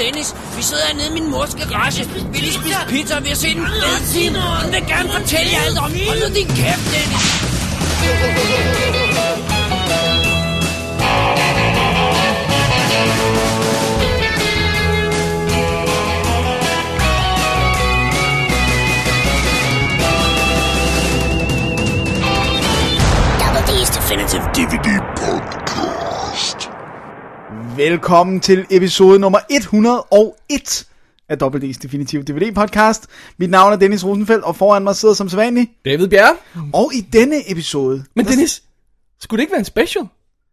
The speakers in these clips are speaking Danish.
Dennis. Vi sidder hernede i min mors garage. Vi lige spise pizza, og vi har set en fed film. Hun vil gerne fortælle jer alt om. Hold nu din kæft, Dennis. Definitive DVD Podcast. Velkommen til episode nummer 101 af WD's Definitive DVD Podcast. Mit navn er Dennis Rosenfeldt, og foran mig sidder som sædvanlig David Bjerre. Og i denne episode... Men Dennis, skulle det ikke være en special?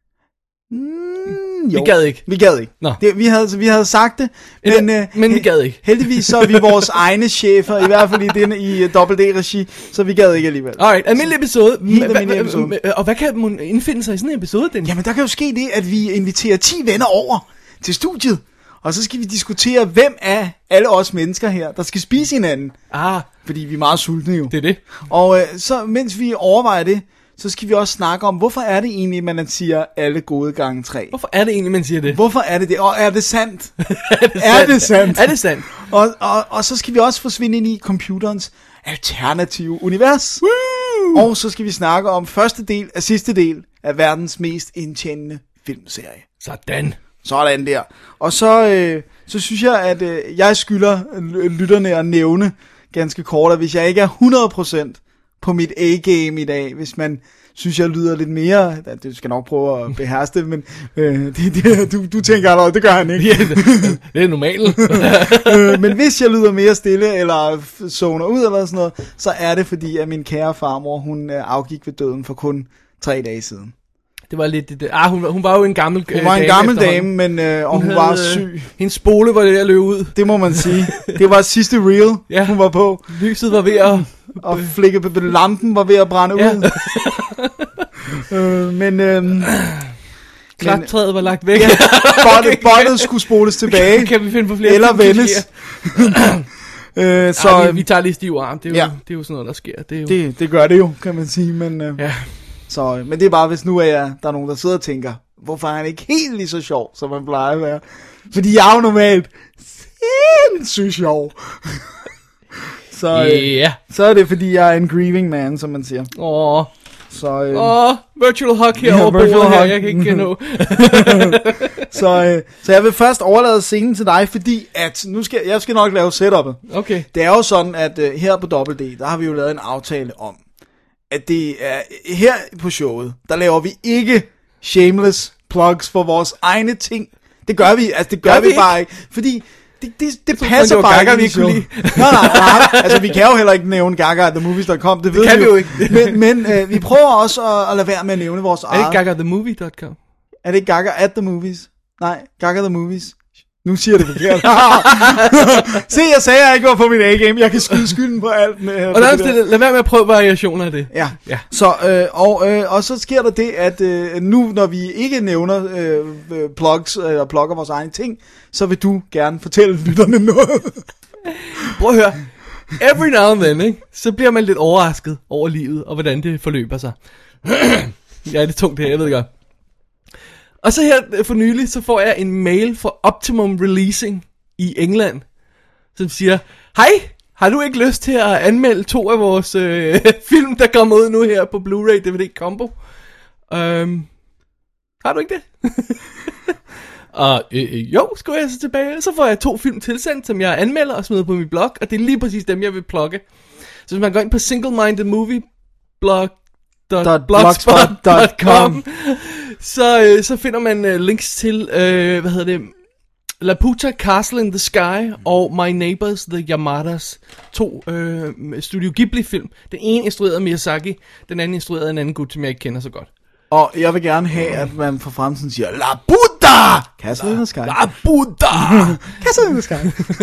Jo. Vi gad ikke. Nå. Vi havde sagt det, men vi gad ikke. Heldigvis så er vi vores egne chefer, i hvert fald i WD-regi, så vi gad ikke alligevel. Alright, almindelig episode. Almindelig episode. Og hvad kan man indfinde sig i sådan en episode, Dennis? Jamen, der kan jo ske det, at vi inviterer 10 venner over til studiet, og så skal vi diskutere, hvem af alle os mennesker her, der skal spise hinanden. Fordi vi er meget sultne jo. Det er det. Og så mens vi overvejer det, så skal vi også snakke om, hvorfor er det egentlig, man siger alle gode gange 3? Hvorfor er det egentlig, man siger det? Hvorfor er det det? Og er det sandt? Er det sandt? Og så skal vi også forsvinde ind i computerens alternative univers. Woo! Og så skal vi snakke om sidste del af verdens mest indtjenende filmserie. Sådan der. Og så synes jeg, at jeg skylder lytterne at nævne ganske kort, at hvis jeg ikke er 100% på mit A-game i dag, hvis man synes, jeg lyder lidt mere, det skal nok prøve at beherske det, men du tænker allerede, det gør han ikke. Ja, det er normalt. Men hvis jeg lyder mere stille, eller zoner ud, eller sådan noget, så er det fordi, at min kære farmor, hun afgik ved døden for kun 3 dage siden. Det var lidt det. Hun var jo en gammel dame. Hun var en gammel dame, men hun var syg. Hendes spole var det at løbe ud. Det må man sige. Det var sidste reel, hun var på. Lyset var ved at... Og lampen var ved at brænde ud. Klaptræet var lagt væk. Ja, båndet skulle spoles tilbage. Kan vi finde på flere? Eller vendes. Så vi tager lige stiv arm. Det er jo sådan noget, der sker. Det gør det jo, kan man sige. Men, men det er bare, hvis nu der er nogen, der sidder og tænker, hvorfor er han ikke helt lige så sjov, som man plejer at være? Fordi jeg er jo normalt sindssygt sjov. Så er det, fordi jeg er en grieving man, som man siger. Virtual hug her over bordet her, jeg kan ikke nå. Så jeg vil først overlade scenen til dig, fordi at jeg skal nok lave setup'et. Okay. Det er jo sådan, at her på WD, der har vi jo lavet en aftale om, at det er her på showet, der laver vi ikke shameless plugs for vores egne ting. Det gør vi, vi bare ikke, fordi... Det passer bare ikke i showet. Nej. Altså, vi kan jo heller ikke nævne GagaTheMovies.com. Det ved vi jo ikke. Men vi prøver også at lade være med at nævne vores eget. Er det ikke GagaTheMovie.com? Er det ikke GagaTheMovies? Nej, GagaTheMovies. Nu siger det forkert. Se, jeg sagde, at jeg ikke var på min A-game. Jeg kan skyde skylden på alt. Og lad være med at prøve variationer af det. Ja. Så, og så sker der det, at nu, når vi ikke nævner plugs, eller plugger vores egne ting, så vil du gerne fortælle lytterne noget. Prøv at høre. Every now and then, ikke? Så bliver man lidt overrasket over livet, og hvordan det forløber sig. Ja, det er tungt her, jeg ved godt. Og så her for nylig, så får jeg en mail fra Optimum Releasing i England, som siger, hej, har du ikke lyst til at anmelde 2 af vores film, der kommer ud nu her på Blu-ray DVD Combo? Har du ikke det? Og jo, skriver jeg så tilbage. Så får jeg 2 film tilsendt, som jeg anmelder og smider på min blog, og det er lige præcis dem, jeg vil plukke. Så hvis man går ind på singlemindedmovieblog.blogspot.com, så finder man links til, Laputa Castle in the Sky og My Neighbors the Yamadas, 2 Studio Ghibli film. Den ene instrueret af Miyazaki, den anden instrueret af en anden gut, som jeg ikke kender så godt. Og jeg vil gerne have, at man for fremtiden siger, Laputa Castle in the Sky. Laputa Castle in the Sky.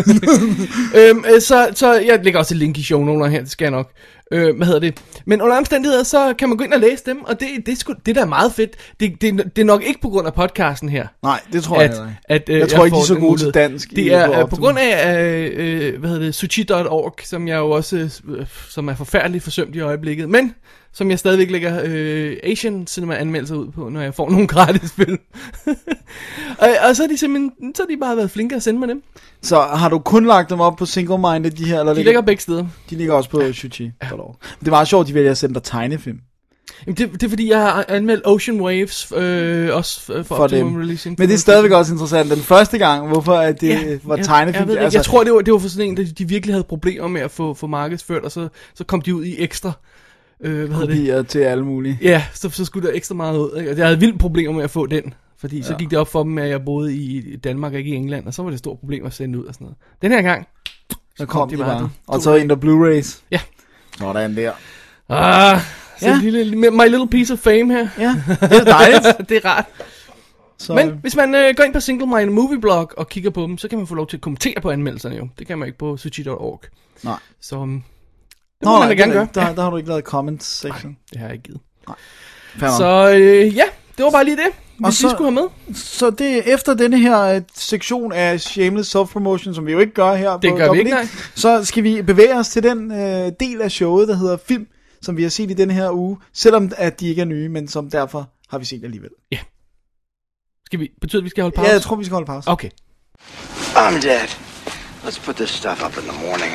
Så jeg lægger også et link i shownoterne her, det skal jeg nok. Men under omstændigheder, så kan man gå ind og læse dem, og det der er meget fedt. Det er nok ikke på grund af podcasten her. Nej, det tror jeg ikke. Jeg tror ikke, de er så gode til dansk. Det er på grund af, Suchi.org, som jeg jo også, som er forfærdeligt forsømt i øjeblikket. Men som jeg stadigvæk lægger Asian Cinema anmeldelser ud på, når jeg får nogle gratis film. og så er de simpelthen, så har de bare været flinke at sende mig dem. Så har du kun lagt dem op på Single Minded, de her? Eller de ligger begge steder. De ligger også på Shuchi. Ja. Det er meget sjovt, de vælger at sende dig tegnefilm. Jamen det er fordi, jeg har anmeldt Ocean Waves, også for Optimum Releasing. Men det er stadigvæk også interessant. Den første gang, hvorfor at det var tegnefilm. Jeg tror, det var for sådan en, de virkelig havde problemer med at få markedsført, og så kom de ud i ekstra kopier til alle mulige. Ja, så skulle der ekstra meget ud. Ikke? Jeg havde vildt problemer med at få den, fordi så gik det op for dem, at jeg boede i Danmark og ikke i England, og så var det et stort problem at sende ud og sådan noget. Den her gang, så kom de bare. Og så en der Blu-rays. Ja. Sådan der. Så en lille, my little piece of fame her. Ja, det er dejligt. Det er rart. Så. Men hvis man går ind på Single Minded Movie Blog og kigger på dem, så kan man få lov til at kommentere på anmeldelserne jo. Det kan man ikke på suchi.org. Nej. Så det må man da gerne gøre. Der har du ikke lavet comments section. Nej, det har jeg ikke givet. Nej. Så det var bare lige det, hvis vi skulle have med. Så det efter denne her sektion af shameless self-promotion, som vi jo ikke gør her. Det gør vi ikke, nej. Så skal vi bevæge os til den del af showet, der hedder film, som vi har set i denne her uge, selvom at de ikke er nye, men som derfor har vi set alligevel. Ja. Betyder det, vi skal holde pause? Ja, jeg tror, vi skal holde pause. Okay. I'm dead. Let's put this stuff up in the morning.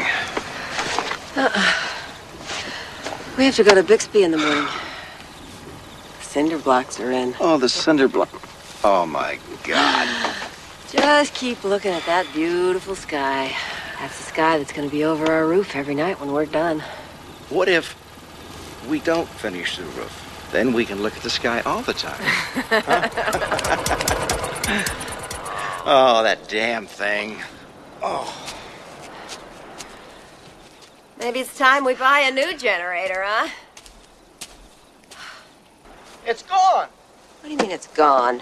We have to go to Bixby in the morning. Cinder blocks are in. Oh, the cinder block. Oh, my God. Just keep looking at that beautiful sky. That's the sky that's going to be over our roof every night when we're done. What if we don't finish the roof? Then we can look at the sky all the time. Oh, that damn thing. Oh. Maybe it's time we buy a new generator, huh? It's gone. What do you mean it's gone?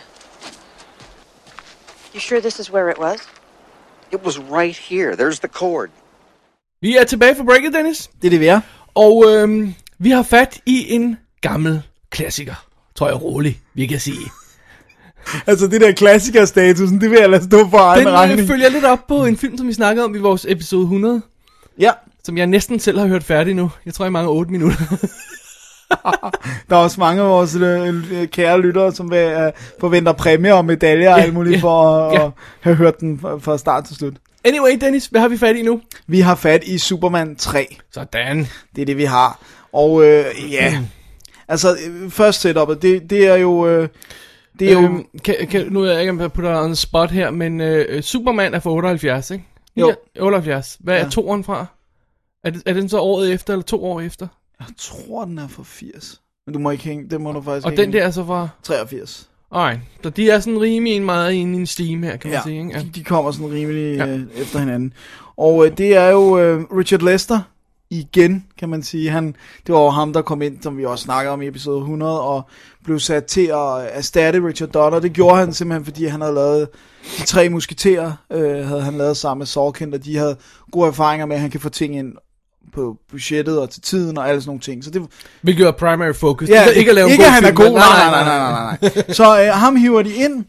You sure this is where it was? It was right here. There's the cord. Vi er tilbage for breaket, Dennis. Det er det, vi er. Og vi har fat i en gammel klassiker. Tror jeg roligt, vi kan sige. Altså det der klassikerstatusen, det vil jeg lade stå for egen regning. Den følger lidt op på en film, som vi snakkede om i vores episode 100. Ja. Som jeg næsten selv har hørt færdig nu. Jeg tror, i mange 8 minutter. Der er også mange af vores kære lyttere, som forventer præmier og medaljer og alt muligt for at have hørt den fra start til slut. Anyway, Dennis, hvad har vi fat i nu? Vi har fat i Superman 3. Sådan. Det er det, vi har. Og altså først setupet, det er jo... nu er jeg ikke, om jeg putter en spot her, men Superman er fra 78, ikke? Jo. 78. Hvad er toeren fra? Er den så året efter, eller 2 år efter? Jeg tror, den er fra 80. Men du må ikke hænge, det må du faktisk og ikke. Og den der er så fra? 83. Alright, så de er sådan rimelig meget i en steam her, kan man sige, ikke? Ja, de kommer sådan rimelig efter hinanden. Og det er jo Richard Lester igen, kan man sige. Det var jo ham, der kom ind, som vi også snakkede om i episode 100, og blev sat til at erstatte Richard Donner. Det gjorde han simpelthen, fordi han havde lavet De 3 musketerer, havde han lavet sammen med Sorkin, og de havde gode erfaringer med, at han kan få ting ind på budgettet og til tiden og alle sådan nogle ting. Så det hvilket er primary focus. Ja, ikke at lave ikke en god han film, er god. Nej. Så ham hiver de ind,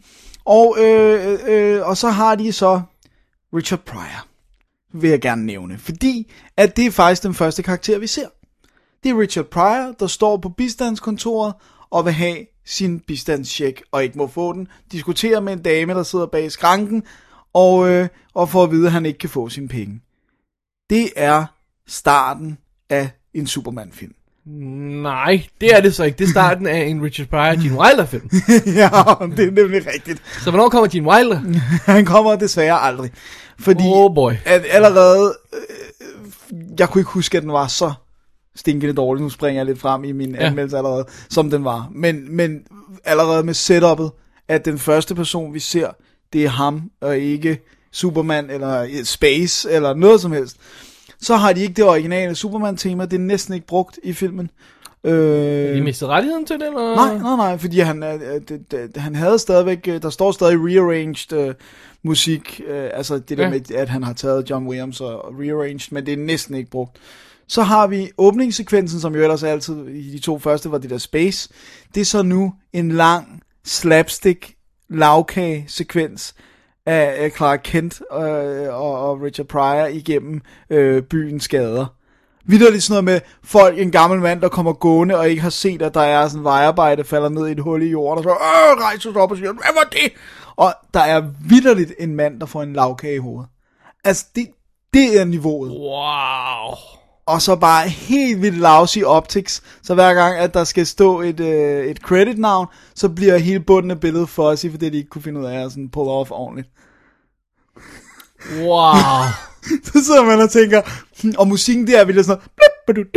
og så har de så Richard Pryor, vil jeg gerne nævne, fordi at det er faktisk den første karakter, vi ser. Det er Richard Pryor, der står på bistandskontoret og vil have sin bistandscheck og ikke må få den. Diskuterer med en dame, der sidder bag skranken, og får at vide, at han ikke kan få sine penge. Det er starten af en Superman-film. Nej, det er det så ikke. Det er starten af en Richard Pryor Gene Wilder-film. Ja, det er nemlig rigtigt. Så hvornår kommer Gene Wilder? Han kommer desværre aldrig. Fordi boy. At allerede... jeg kunne ikke huske, at den var så stinkende dårlig. Nu springer jeg lidt frem i min anmeldelse allerede, som den var. Men allerede med setupet, at den første person, vi ser, det er ham, og ikke Superman, eller Space, eller noget som helst. Så har de ikke det originale Superman-tema. Det er næsten ikke brugt i filmen. De mistede rettigheden til det, eller? Nej, fordi han havde stadigvæk, der står stadig rearranged musik, altså det der med, at han har taget John Williams og rearranged, men det er næsten ikke brugt. Så har vi åbningssekvensen, som jo ellers altid i de 2 første var det der Space. Det er så nu en lang slapstick lavkage-sekvens af Clark Kent og Richard Pryor igennem byens gader. Vitterligt sådan noget med folk, en gammel mand, der kommer gående og ikke har set, at der er sådan vejarbejde, falder ned i et hul i jorden, og så rejser sig op og siger, hvad var det? Og der er vitterligt en mand, der får en lavkage i hovedet. Altså, det er niveauet. Wow. Og så bare helt vildt lousy optics, så hver gang, at der skal stå et credit-navn, så bliver hele bunden af billedet fuzzy, fordi de ikke kunne finde ud af at sådan pull off ordentligt. Wow. Så sidder man og tænker, og musikken der er vildt sådan noget,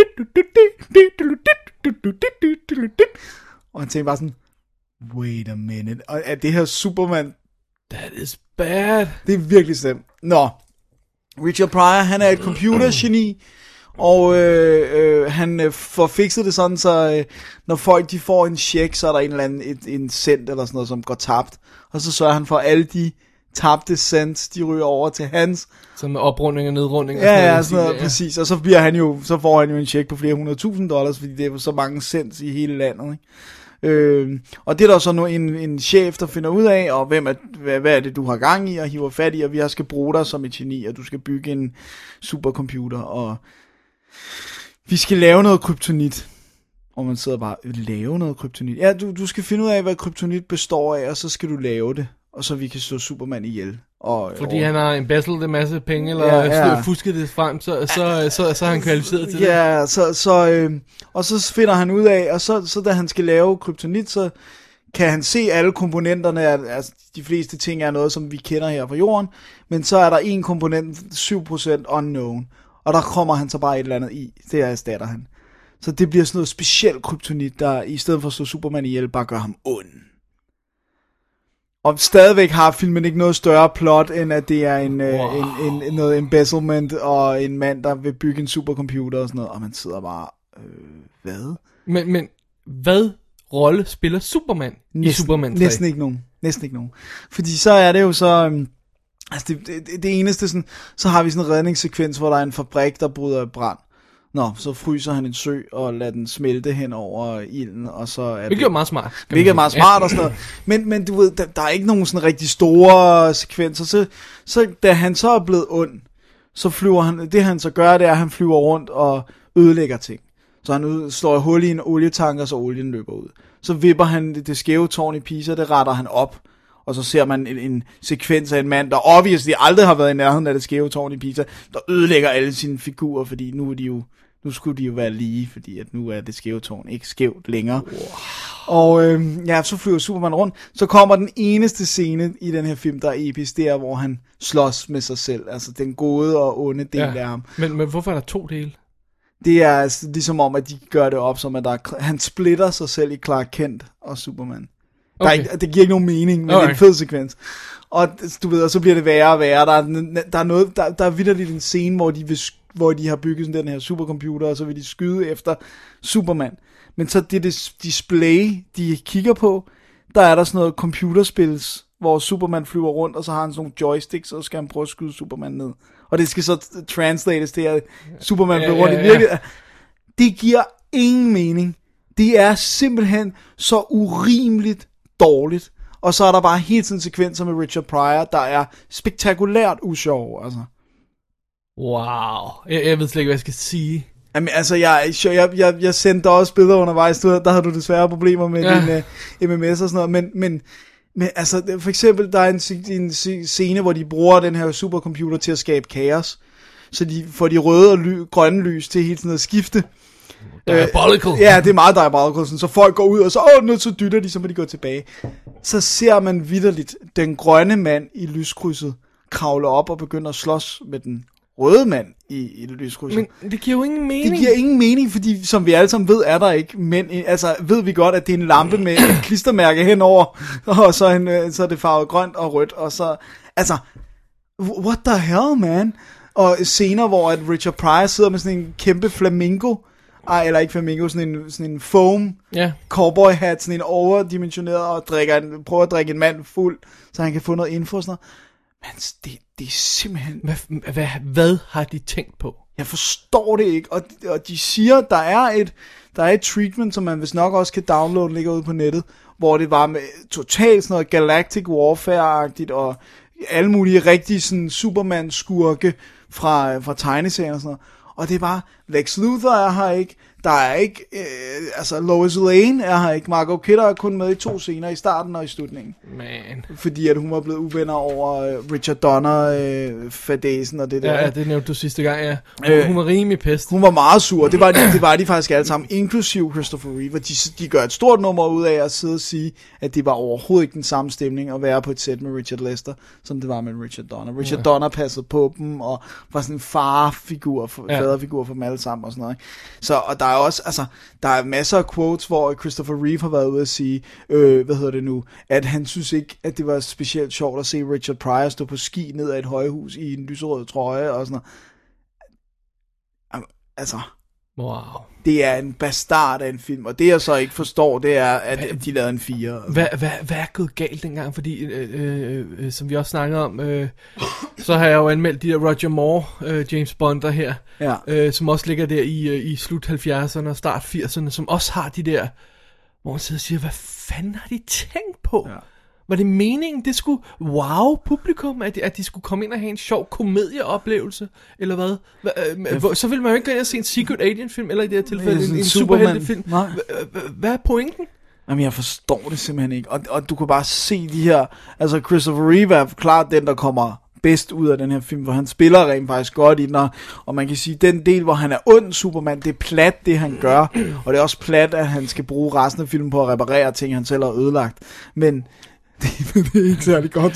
og han tænker bare sådan, wait a minute, og er det her Superman? That is bad. Det er virkelig slemt. Nå, Richard Pryor, han er et computergeni, og han får fikset det sådan, så når folk de får en check, så er der en eller anden en cent eller sådan noget, som går tabt, og så sørger han for alle de tabte cents, de ryger over til hans. Så med oprunding og nedrunding. Og sådan noget, præcis. Og så får han jo en check på flere $100,000, fordi det er så mange cents i hele landet, ikke? Og det er der så nu en chef, der finder ud af, og hvad er det, du har gang i, og hiver fat i, og vi skal bruge dig som et geni, og du skal bygge en supercomputer, og vi skal lave noget kryptonit. Og man sidder bare, lave noget kryptonit? Ja, du skal finde ud af, hvad kryptonit består af, og så skal du lave det, og så vi kan slå Superman ihjel. Fordi han har embezzlet en masse penge, eller fusket det frem, så er han kvalificeret til det. Ja, og så finder han ud af, og så da han skal lave kryptonit, så kan han se alle komponenterne, altså de fleste ting er noget, som vi kender her fra jorden, men så er der en komponent, 7% unknown, og der kommer han så bare et eller andet i, det erstatter han. Så det bliver sådan noget specielt kryptonit, der i stedet for at slå Superman ihjel, bare gør ham ond. Og stadigvæk har filmen ikke noget større plot, end at det er noget embezzlement, og en mand, der vil bygge en supercomputer og sådan noget, og man sidder bare, hvad? Men hvad rolle spiller Superman i Superman 3? Næsten ikke nogen. Fordi så er det jo så, altså det eneste sådan, så har vi sådan en redningssekvens, hvor der er en fabrik, der bryder i brand. Nå, så fryser han en sø og lader den smelte hen over ilden, og så er det er meget smart. Hvilket er meget smart og sådan noget. Men du ved, der er ikke nogen sådan rigtig store sekvenser. Så da han så er blevet ond, så flyver han, det han så gør, det er, at han flyver rundt og ødelægger ting. Så han slår et hul i en olietanker, så olien løber ud. Så vipper han det skæve tårn i Pisa, det retter han op. Og så ser man en sekvens af en mand, der obviously aldrig har været i nærheden af det skæve tårn i Pisa, der ødelægger alle sine figurer, fordi nu skulle de jo være lige, fordi at nu er det skæve tårn ikke skævt længere. Wow. Og så flyver Superman rundt. Så kommer den eneste scene i den her film, der er episk, det er, hvor han slås med sig selv. Altså den gode og onde del af ham. Men hvorfor er der 2 dele? Det er altså, ligesom om, at de gør det op, som at han splitter sig selv i Clark Kent og Superman. Okay. Det giver ikke nogen mening, men det er en fed sekvens. Og du ved, og så bliver det værre og værre. Der er vitterligt en scene, hvor de har bygget sådan den her supercomputer, og så vil de skyde efter Superman. Men så det display, de kigger på, der er der sådan noget computerspils, hvor Superman flyver rundt, og så har han sådan nogle joysticks, og så skal han prøve at skyde Superman ned. Og det skal så translates til, at Superman flyver rundt i virkeligheden. Det giver ingen mening. Det er simpelthen så urimeligt dårligt. Og så er der bare hele tiden sekvenser med Richard Pryor, der er spektakulært usjov, altså. Wow. Jeg ved slet ikke, hvad jeg skal sige. Jamen, altså, jeg sendte også billeder undervejs, der havde du desværre problemer med din MMS og sådan noget, men altså, for eksempel, der er en scene, hvor de bruger den her supercomputer til at skabe kaos, så de får de røde og grønne lys til hele tiden at skifte. Diabolical. Ja, det er meget diabolical, så folk går ud, og så dytter de, så må de gå tilbage. Så ser man vitterligt den grønne mand i lyskrydset kravle op og begynde at slås med den røde mand i lyskrydset. Men det giver jo ingen mening. Det giver ingen mening, fordi som vi alle sammen ved, er der ikke. Men altså ved vi godt, at det er en lampe med et klistermærke henover, og så er det farvet grønt og rødt, og så altså what the hell, man? Og scener, hvor at Richard Pryor sidder med sådan en kæmpe flamingo, eller ikke flamingo, sådan en foam cowboy hat, sådan en overdimensioneret, og prøver at drikke en mand fuld, så han kan få noget info og sådan noget. Men det er simpelthen... Hvad har de tænkt på? Jeg forstår det ikke, og de siger, der er et treatment, som man vist nok også kan downloade, ligger ude på nettet, hvor det var med totalt sådan noget Galactic Warfare-agtigt, og alle mulige rigtige sådan Superman-skurke fra tegneserien og sådan noget. Og det er bare, Lex Luthor er her ikke, der er ikke, Lois Lane er her ikke, Margot Kidder er kun med i 2 scener, i starten og i slutningen. Man. Fordi at hun var blevet uvenner over Richard Donner-fadesen og det der. Ja, det nævnte du sidste gang, ja. Hun var rimelig pest. Hun var meget sur, det var de faktisk alle sammen, inklusiv Christopher Reeve, og de gør et stort nummer ud af at sidde og sige, at det var overhovedet ikke den samme stemning at være på et sæt med Richard Lester, som det var med Richard Donner. Richard Donner passede på dem, og var sådan en faderfigur for dem alle sammen og sådan noget. Ikke? Så, og der er også, der er masser af quotes, hvor Christopher Reeve har været ude at sige, at han synes ikke, at det var specielt sjovt at se Richard Pryor stå på ski ned ad et højhus i en lyserød trøje og sådan noget. Wow. Det er en bastard af en film, og det jeg så ikke forstår, det er, at de lavede en 4. Hvad er gået galt dengang? Fordi, som vi også snakkede om, så har jeg jo anmeldt de der Roger Moore, James Bonder her, som også ligger der i slut 70'erne og start 80'erne, som også har de der, hvor man sidder og siger, hvad fanden har de tænkt på? Ja. Var det meningen, det skulle wow publikum, at de skulle komme ind og have en sjov komedieoplevelse, eller hvad? Så ville man jo ikke gå ind og se en Secret Agent-film, eller i det her tilfælde en superheltefilm. Hvad er pointen? Jamen, jeg forstår det simpelthen ikke. Og du kan bare se de her, Christopher Reeve er klart den, der kommer bedst ud af den her film, hvor han spiller rent faktisk godt i den, og man kan sige, den del, hvor han er ond Superman, det er plat, det han gør, og det er også plat, at han skal bruge resten af filmen på at reparere ting, han selv har ødelagt. Men det er ikke særlig godt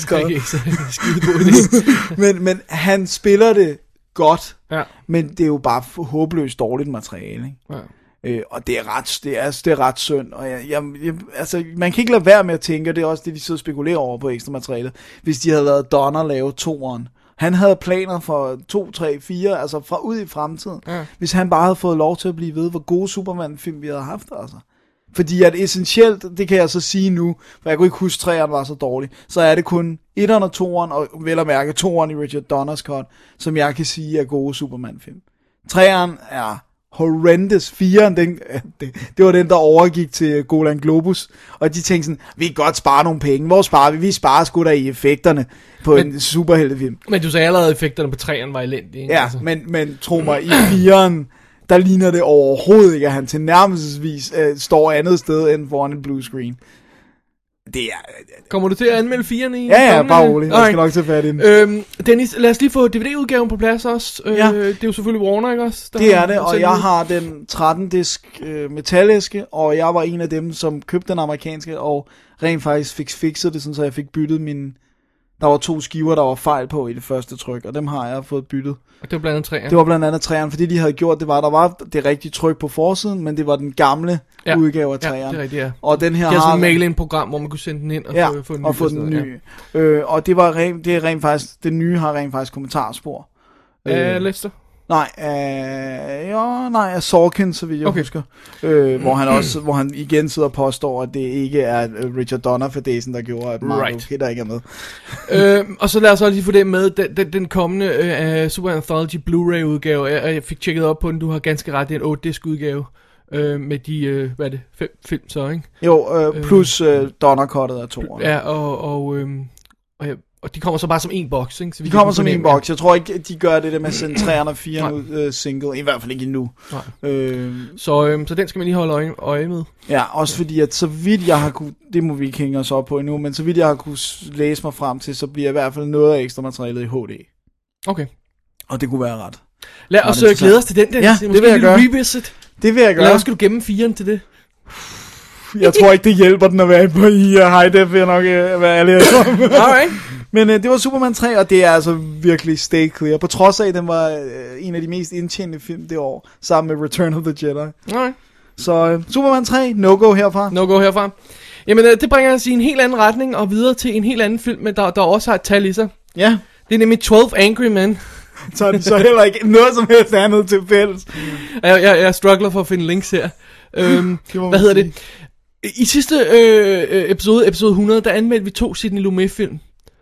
skrevet. men han spiller det godt, men det er jo bare håbløst dårligt materiale, ikke? Ja. Og det er ret synd, og man kan ikke lade være med at tænke, det er også det, de sidder og spekulerer over på ekstra materialet, hvis de havde lavet Donner lave 2'eren. Han havde planer for 2, 3, 4, altså fra ud i fremtiden, hvis han bare havde fået lov til at blive ved, hvor gode Superman-film vi havde haft, Fordi at essentielt, det kan jeg så sige nu, for jeg kunne ikke huske, 3'eren var så dårlig, så er det kun 1'eren og 2'eren, og vel at mærke 2'eren i Richard Donners cut, som jeg kan sige er gode Superman-film. 3'eren er horrendous. 4'eren, det var den, der overgik til Golan Globus, og de tænkte sådan, vi kan godt spare nogle penge. Hvor sparer vi? Vi sparer sgu da i effekterne på en superheltefilm. Men du sagde allerede, at effekterne på 3'eren var elendige. Ja, men tro mig, i 4'eren, der ligner det overhovedet ikke, at han til nærmelsesvis står andet sted end foran en blue screen. Det er... Kommer du til at anmelde 4'eren i? Ja, bare roligt. Jeg skal nok tage fat i den. Dennis, lad os lige få DVD-udgaven på plads også. Det er jo selvfølgelig Warner, ikke også? Det er det, og jeg har den 13-disk metalæske, og jeg var en af dem, som købte den amerikanske, og rent faktisk fik fikset det, sådan, så jeg fik byttet min... Der var 2 skiver, der var fejl på i det første tryk, og dem har jeg fået byttet. Og det var blandt andet 3'eren? Det var blandt andet 3'eren, fordi de havde gjort, der var det rigtige tryk på forsiden, men det var den gamle udgave af 3'eren. Ja, det er rigtigt, Og den her har sådan et mail-in-program, hvor man kunne sende den ind og få den nye. Og det er rent faktisk, den nye har rent faktisk kommentarspor. Lester? Nej, af Sorkin, så vidt jeg husker. Hvor han igen sidder og påstår, at det ikke er Richard Donner-fadesen, der gjorde, at Margot Kidder ikke er med. Og så lad os også lige få det med, den kommende Super Anthology Blu-ray udgave, jeg fik tjekket op på den, du har ganske ret, det er en 8-disk udgave, med de, 5 film så, ikke? Jo, plus Donner-cuttet af 2'eren. Ja, og de kommer så bare som en boks, ikke? Så de kommer som en boks. Jeg tror ikke, de gør det der med at sende 3'eren og 4'eren ud single. I hvert fald ikke endnu. Så den skal man lige holde øje med. Ja, også fordi, at så vidt jeg har kunne... Det må vi ikke hænge os op på endnu, men så vidt jeg har kunne læse mig frem til, så bliver i hvert fald noget af ekstra materialet i HD. Okay. Og det kunne være ret. Lad os glæde os til den. Ja, det vil jeg gøre. Revisit. Det vil jeg gøre. Eller også skal du gemme 4'eren til det. Jeg tror ikke, det hjælper den at være på i high def, vil jeg nok være ærlig. Alright. Men det var Superman 3, og det er altså virkelig stay clear. På trods af, at den var en af de mest indtjenende film det år, sammen med Return of the Jedi. Alright. Så Superman 3, no-go herfra. No-go herfra. Jamen, det bringer os i en helt anden retning, og videre til en helt anden film, men der også har et tal i sig. Ja. Det er nemlig 12 Angry Men. Så heller ikke noget som helst andet til fælles. Jeg struggler for at finde links her. Hvad hedder det? I sidste episode 100, der anmeldte vi 2 Sidney Lumet-film.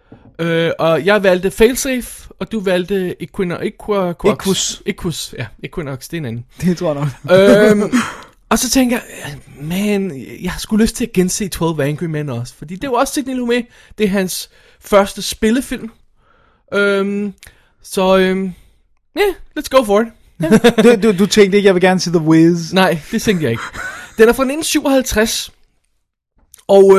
Og jeg valgte Failsafe, og du valgte Equus. Ja, Equinox, det er en anden. Det tror jeg nok. Og så tænker jeg, jeg har sgu lyst til at gense 12 Angry Men også. Fordi det var også Sidney Lumet. Det er hans første spillefilm. Let's go for it. Du tænkte ikke, jeg vil gerne se The Wiz? Nej, det tænkte jeg ikke. Den er fra 1957. Og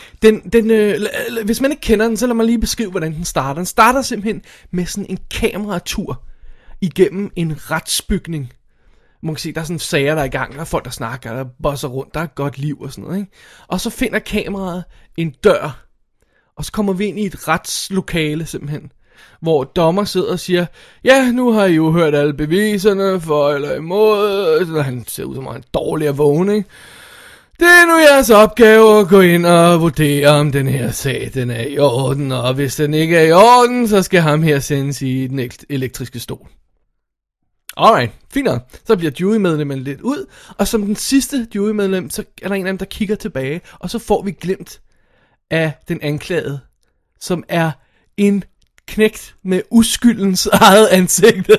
hvis man ikke kender den, så lad mig lige beskrive, hvordan den starter. Den starter simpelthen med sådan en kameratur igennem en retsbygning. Man kan se, der er sådan sager, der er i gang, der er folk, der snakker, der bosser rundt, der er godt liv og sådan noget, ikke? Og så finder kameraet en dør, og så kommer vi ind i et retslokale simpelthen, hvor dommer sidder og siger, ja, nu har I jo hørt alle beviserne for eller imod, han ser ud som en dårlig at vågne, ikke? Det er nu jeres opgave at gå ind og vurdere, om den her sag, den er i orden, og hvis den ikke er i orden, så skal ham her sendes i den elektriske stol. Alright, fint nok. Så bliver jurymedlemmen lidt ud, og som den sidste jurymedlem, så er der en af dem, der kigger tilbage, og så får vi glimt af den anklagede, som er en knægt med uskyldens eget ansigt,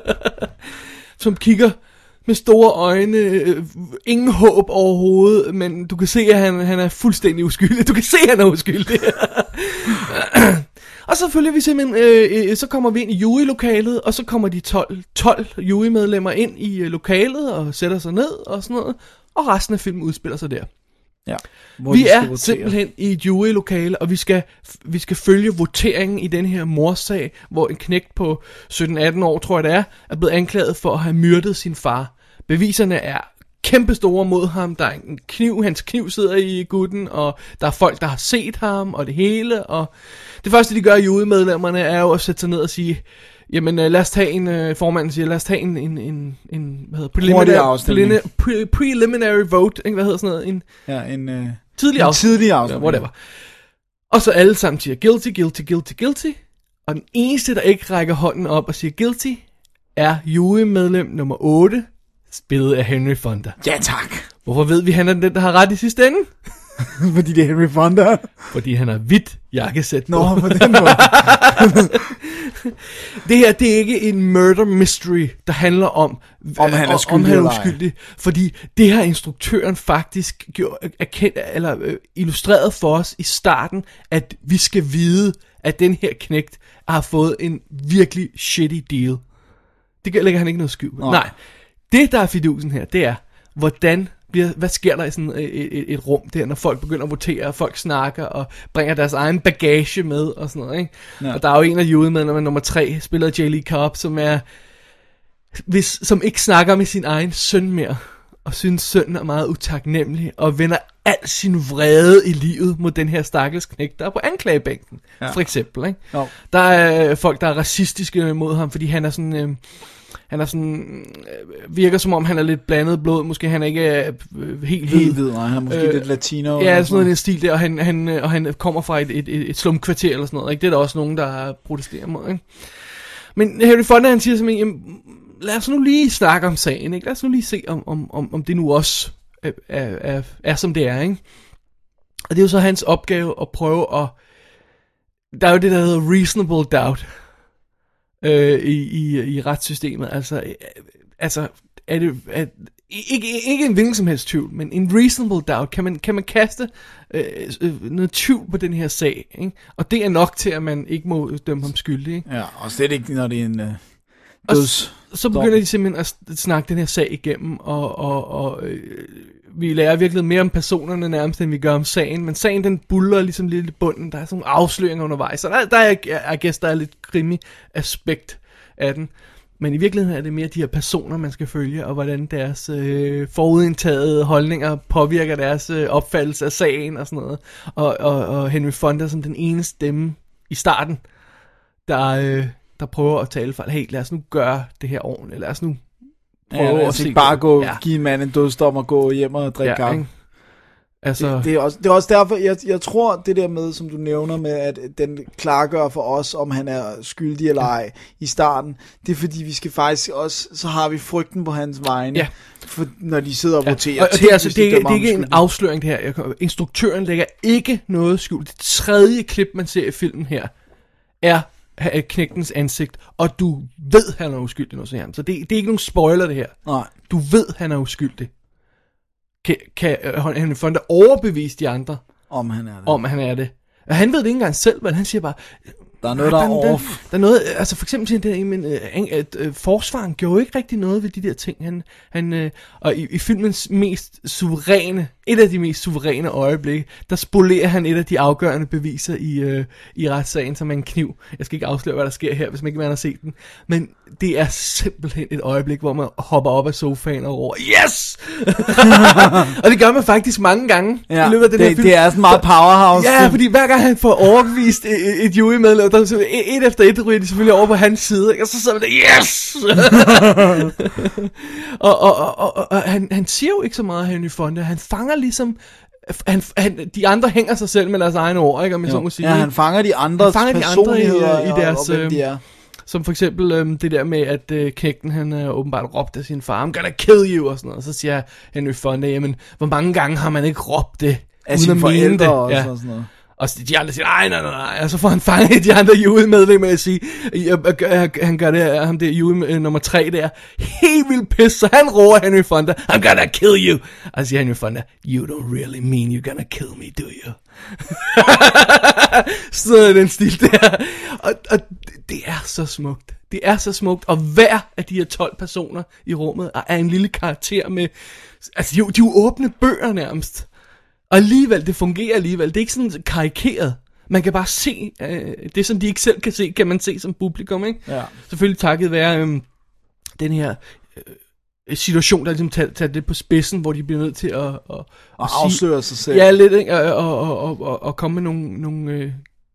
som kigger med store øjne, ingen håb overhovedet, men du kan se, at han er fuldstændig uskyldig. Du kan se, at han er uskyldig. Og så følger vi simpelthen, så kommer vi ind i jurylokalet, og så kommer de 12 jurymedlemmer ind i lokalet og sætter sig ned og sådan noget, og resten af filmen udspiller sig der. Ja, vi er simpelthen i et jurylokale, og vi skal følge voteringen i den her morssag, hvor en knægt på 17-18 år, tror jeg det er blevet anklaget for at have myrdet sin far. Beviserne er kæmpe store mod ham. Der er en kniv, hans kniv sidder i gutten, og der er folk, der har set ham, og det hele. Og det første, de gør i jurymedlemmerne, er jo at sætte sig ned og sige, jamen lad os tage formanden siger, lad os tage en hvad hedder, preliminary vote, ikke? Hvad hedder sådan noget? En tidlig afstemning. Ja, whatever. Og så alle sammen siger guilty. Og den eneste, der ikke rækker hånden op og siger guilty, er jurymedlem nummer 8, spillet af Henry Fonda. Ja, tak. Hvorfor ved vi, han er den, der har ret i sidste ende? Fordi det er Henry Fonda. Fordi han har hvidt jakkesæt på. Nå, på den måde. Det her, det er ikke en murder mystery, der handler om han er skyldig eller uskyldig. Fordi det har instruktøren faktisk illustreret for os i starten, at vi skal vide, at den her knægt har fået en virkelig shitty deal. Det lægger han ikke noget skjul. Nej. Det, der er fidusen her, det er, hvad sker der i sådan et rum der, når folk begynder at votere, og folk snakker og bringer deres egen bagage med og sådan noget, ikke? Ja. Og der er jo en af jurymedlemmerne, nummer 3, spiller J. Lee Cobb, som ikke snakker med sin egen søn mere, og synes sønnen er meget utaknemmelig, og vender al sin vrede i livet mod den her stakkels knægt, der er på anklagebænken, for eksempel, ikke? No. Der er folk, der er racistiske mod ham, fordi han er sådan... Han er sådan, virker som om han er lidt blandet blod, måske han ikke er helt hvid, nej, han er måske lidt latino. Ja, sådan noget i den stil der, og han kommer fra et slumkvarter eller sådan noget, ikke? Det er der også nogen, der protesterer mod, ikke? Men Henry Fonda, han siger simpelthen, lad os nu lige snakke om sagen, ikke? Lad os nu lige se, om det nu også er som det er, ikke? Og det er jo så hans opgave at prøve at, der er jo det, der hedder reasonable doubt, i retssystemet, altså er det ikke en hvilken som helst tvivl, men en reasonable doubt, kan man kaste noget tvivl på den her sag, ikke? Og det er nok til, at man ikke må dømme ham skyldig, ikke? Ja, og slet ikke, når det er en så begynder de simpelthen at snakke den her sag igennem, og vi lærer virkelig mere om personerne nærmest, end vi gør om sagen, men sagen den buller ligesom lidt i bunden, der er sådan nogle afsløringer undervejs, så der er lidt krimi-aspekt af den, men i virkeligheden er det mere de her personer, man skal følge, og hvordan deres forudindtagede holdninger påvirker deres opfattelse af sagen og sådan noget, og Henry Fonda som den ene stemme i starten, der prøver at tale for, hey, lad os nu gøre det her ordentligt, lad os nu prøve at se bare give en mand en dødsdom og gå hjem og drikke kaffe. Altså... Det er også derfor, jeg tror det der med, som du nævner med, at den klargør for os, om han er skyldig eller ej i starten, det er fordi, vi skal faktisk også, så har vi frygten på hans vegne, for, når de sidder og voterer. Og det er ikke en afsløring det her. Instruktøren lægger ikke noget skjult. Det tredje klip, man ser i filmen her, er knægtens ansigt, og du ved, han er uskyldig, så det er ikke nogen spoiler det her. Nej. Du ved, han er uskyldig. Kan Henry Fonda overbevise de andre om han er det? Og han ved det ikke engang selv, men han siger bare, Der er noget, der er off. Der er noget, altså for eksempel forsvaren gjorde ikke rigtig noget ved de der ting. Og i filmens et af de mest suveræne øjeblikke, der spolerer han et af de afgørende beviser i retssagen, som er en kniv. Jeg skal ikke afsløre, hvad der sker her, hvis man ikke har set den. Men det er simpelthen et øjeblik, hvor man hopper op af sofaen og råber, yes! Og det gør man faktisk mange gange i løbet af den her film. Det er sådan meget powerhouse. Ja, fordi hver gang han får overbevist et jury-medlem, der er et efter et ryger de selvfølgelig over på hans side, ikke? Og så sidder man der, yes! og han siger jo ikke så meget, Henry Fonda. Han fanger ligesom... de andre hænger sig selv med deres egne ord, ikke? Om jeg så må sige. Ja, han fanger de andres personligheder i deres... og hvem de er. Som for eksempel det der med, at knægten, han åbenbart råbt af sin far, I'm gonna kill you, og sådan noget. Så siger Henry Fonda, jamen, hvor mange gange har man ikke råbt det? Af sine forældre og sådan noget. Og de andre siger, nej, og så får han fanget de andre julemedlemmer med at sige, han gør det, ham der jule nummer 3 der, helt vildt pisse, så han råber Henry Fonda, I'm gonna kill you. Og så siger Henry Fonda, you don't really mean you're gonna kill me, do you? Så den stil der. Og det er så smukt. Det er så smukt, og hver af de her 12 personer i rummet er en lille karakter med, altså de er jo åbne bøger nærmest. Og alligevel, det fungerer alligevel. Det er ikke sådan karikeret. Man kan bare se, det som de ikke selv kan se, kan man se som publikum, ikke? Ja. Selvfølgelig takket være den her situation, der ligesom tager det på spidsen, hvor de bliver nødt til at afsløre sig selv. Ja, lidt, ikke? Og komme med nogle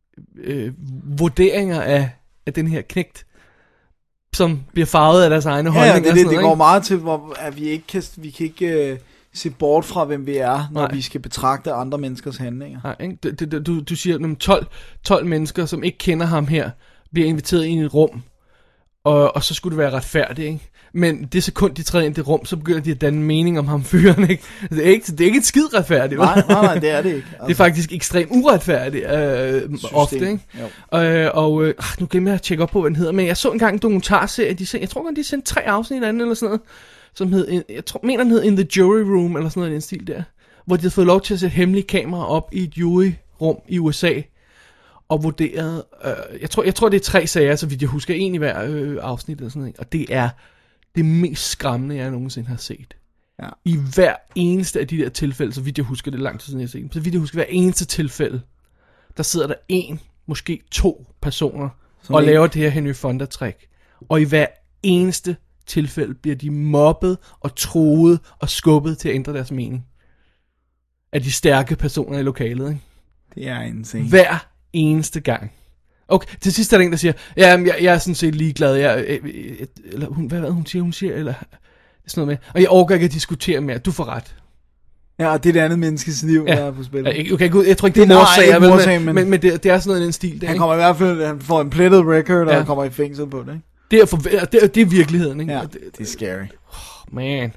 vurderinger af den her knægt, som bliver farvet af deres egne holdninger. Ja, det går meget til, at vi kan ikke se bort fra, hvem vi er, når vi skal betragte andre menneskers handlinger. Nej, ikke? Du siger, at 12 mennesker, som ikke kender ham her, bliver inviteret ind i et rum, og så skulle det være retfærdigt, ikke? Men det sekund, de træder ind i det rum, så begynder de at danne mening om ham fyren, ikke? Det er ikke et skid retfærdigt. Nej, det er det ikke. Altså. Det er faktisk ekstremt uretfærdigt, ofte, ikke? Nu glemmer jeg at tjekke op på, hvad den hedder, men jeg så engang en dokumentarserie, jeg tror godt, de sendte 3 afsnit af den, eller sådan noget, som hed, den hed In the Jury Room, eller sådan noget i den stil der, hvor de havde fået lov til at sætte hemmelige kameraer op i et juryrum i USA, og vurderet, jeg tror det er 3 sager, så vidt jeg husker, en i hver afsnit, eller sådan noget, og det er det mest skræmmende, jeg nogensinde har set. Ja. I hver eneste af de der tilfælde, så vidt jeg husker, det er lang tid siden jeg har set dem, så vidt jeg husker, hver eneste tilfælde, der sidder der 1, måske 2 personer, og laver det her Henry Fonda-trick, og i hver eneste tilfælde bliver de mobbet og truet og skubbet til at ændre deres mening af de stærke personer i lokalet, ikke? Det er insane. Hver eneste gang. Okay, til sidst er der en, der siger, jeg er sådan set ligeglad, eller hun siger, eller sådan noget med, og jeg overgår ikke at diskutere mere, du får ret. Ja, og det er det andet menneskes liv, der er på spil. Okay, Gud, jeg tror ikke, det er morsager, men det er sådan noget i den stil. Der, han kommer i hvert fald, han får en plettet record, og han kommer i fængsel på det, ikke? Det er virkeligheden, ikke? Ja, det er scary. Man.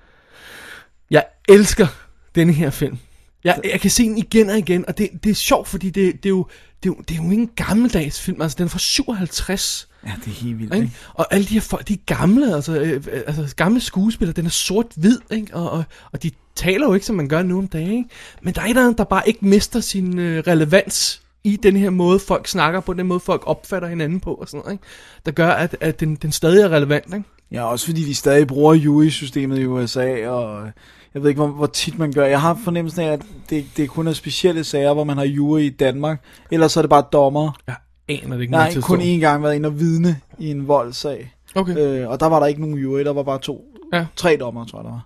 Jeg elsker denne her film. Jeg kan se den igen og igen, og det er sjovt, fordi det er jo ikke en gammeldags film, altså den er fra 57. Ja, det er helt vildt, ikke? Og alle de her folk, de er gamle, altså gamle skuespillere, den er sort-hvid, ikke? Og de taler jo ikke, som man gør nu om dagen, ikke? Men der er et eller andet, der bare ikke mister sin relevans i den her måde, folk snakker på, den måde, folk opfatter hinanden på, og sådan noget, ikke? Der gør, at den stadig er relevant, ikke? Ja, også fordi de stadig bruger jury-systemet i USA, og jeg ved ikke, hvor tit man gør. Jeg har fornemmelsen af, at det kun er specielle sager, hvor man har jury i Danmark, ellers så er det bare dommer. Ja, aner det ikke. Nej, kun én gang været inde og vidne i en voldssag. Okay. Og der var der ikke nogen jury, der var bare 3 dommer, tror jeg, der var.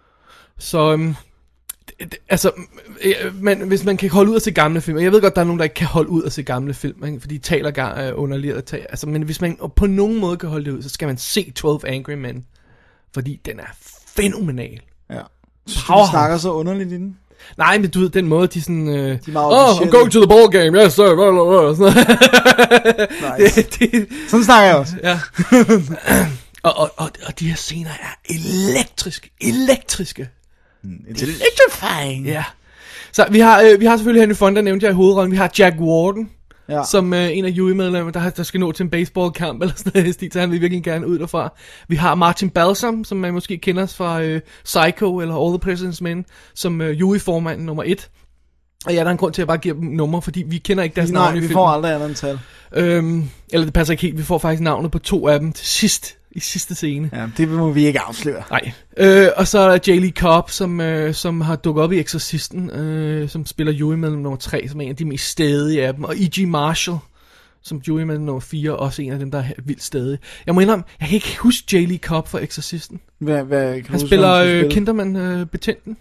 Så, men hvis man kan holde ud at se gamle film, jeg ved godt, der er nogen, der ikke kan holde ud at se gamle film, ikke? Fordi de taler underligt, altså, men hvis man på nogen måde kan holde det ud, så skal man se 12 Angry Men, fordi den er fænomenal. Ja. Synes du, de snakker så underligt i den? Nej, men du ved, den måde, de sådan... de er meget I'm going to the ball game, yes sir, sådan nice. Sådan snakker jeg også. Ja. og de her scener er elektriske. It's electrifying. Ja. Så vi har selvfølgelig Henry Fonda, nævnte jeg i hovedrollen. Vi har Jack Warden, som en af jurymedlemmer, der skal nå til en baseballkamp eller sådan noget, så han vil virkelig gerne ud derfra. Vi har Martin Balsam, som man måske kender fra Psycho eller All the President's Men, som juryformanden nummer 1. Og ja, der er en grund til, at jeg bare giver dem numre, fordi vi kender ikke deres navn i filmen. Nej, vi får aldrig andet tal. Eller det passer ikke helt, vi får faktisk navnet på 2 af dem til sidst, i sidste scene. Ja, det må vi ikke afsløre. Nej. Og så er der J. Lee Cobb, som har dukket op i Exorcisten, som spiller jurymelem nummer 3, som er en af de mest stædige af dem. Og E.G. Marshall, som jurymelem nummer 4, også en af dem, der er vildt stædige. Jeg må indrømme, jeg kan ikke huske J. Lee Cobb fra Exorcisten. Han spiller Kinderman betjenten.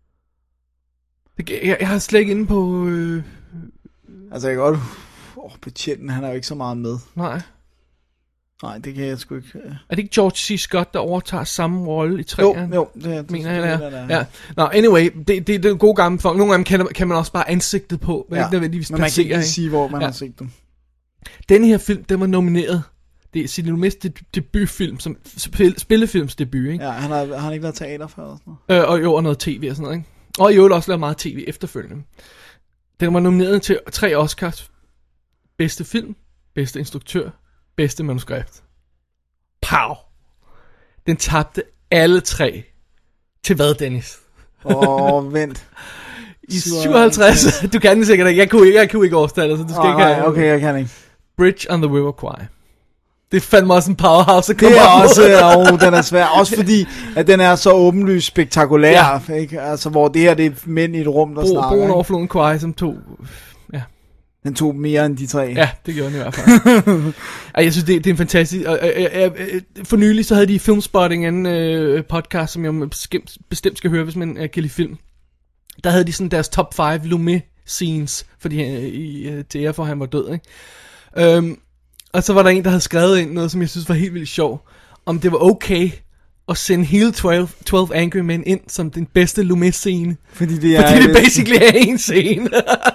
Jeg har slet ikke inde på... Altså jeg kan godt... betjenten, han er jo ikke så meget med. Nej, det kan jeg sgu ikke... Er det ikke George C. Scott, der overtager samme rolle i 3'eren? Jo, det mener jeg, det er. Ja. Nå, anyway, det er den gode gamle folk. Nogle af dem kan man også bare ansigtet på. Ja, men man kan ikke sige, hvor man har set dem. Denne her film, den var nomineret. Det er Sidney Lumet's debutfilm, som spillefilmsdebut, ikke? Ja, han har ikke lavet teater før og sådan noget. Og jo, og noget tv og sådan noget, ikke? Og i øvrigt også lavet meget tv efterfølgende. Den var nomineret til 3 Oscars. Bedste film, bedste instruktør, bedste manuskript. Pow! Den tabte alle 3. Til hvad, Dennis? Vent. I 57. Du kan det sikkert ikke. Jeg kunne ikke overstille, så du skal ikke have... Okay, jeg kan ikke. Bridge on the River Kwai. Det er fandme også en powerhouse at komme det er også, den er svær. Også fordi, at den er så åbenlyst spektakulær. Ja. Ikke? Altså, hvor det her, det er mænd i et rum, der snakker. Broen over floden Kwai, som tog... Ja. Den tog mere end de 3. Ja, det gjorde den i hvert fald. Jeg synes, det er en fantastisk... For nylig, så havde de Filmspotting, en podcast, som jeg bestemt skal høre, hvis man kan lide film. Der havde de sådan deres top 5 Lumet-scenes, fordi til ære for, at han var død, ikke? Og så var der en, der havde skrevet ind noget, som jeg synes var helt vildt sjov. Om det var okay at sende hele 12 Angry Men ind som den bedste Lumet-scene. Fordi det basically er en scene.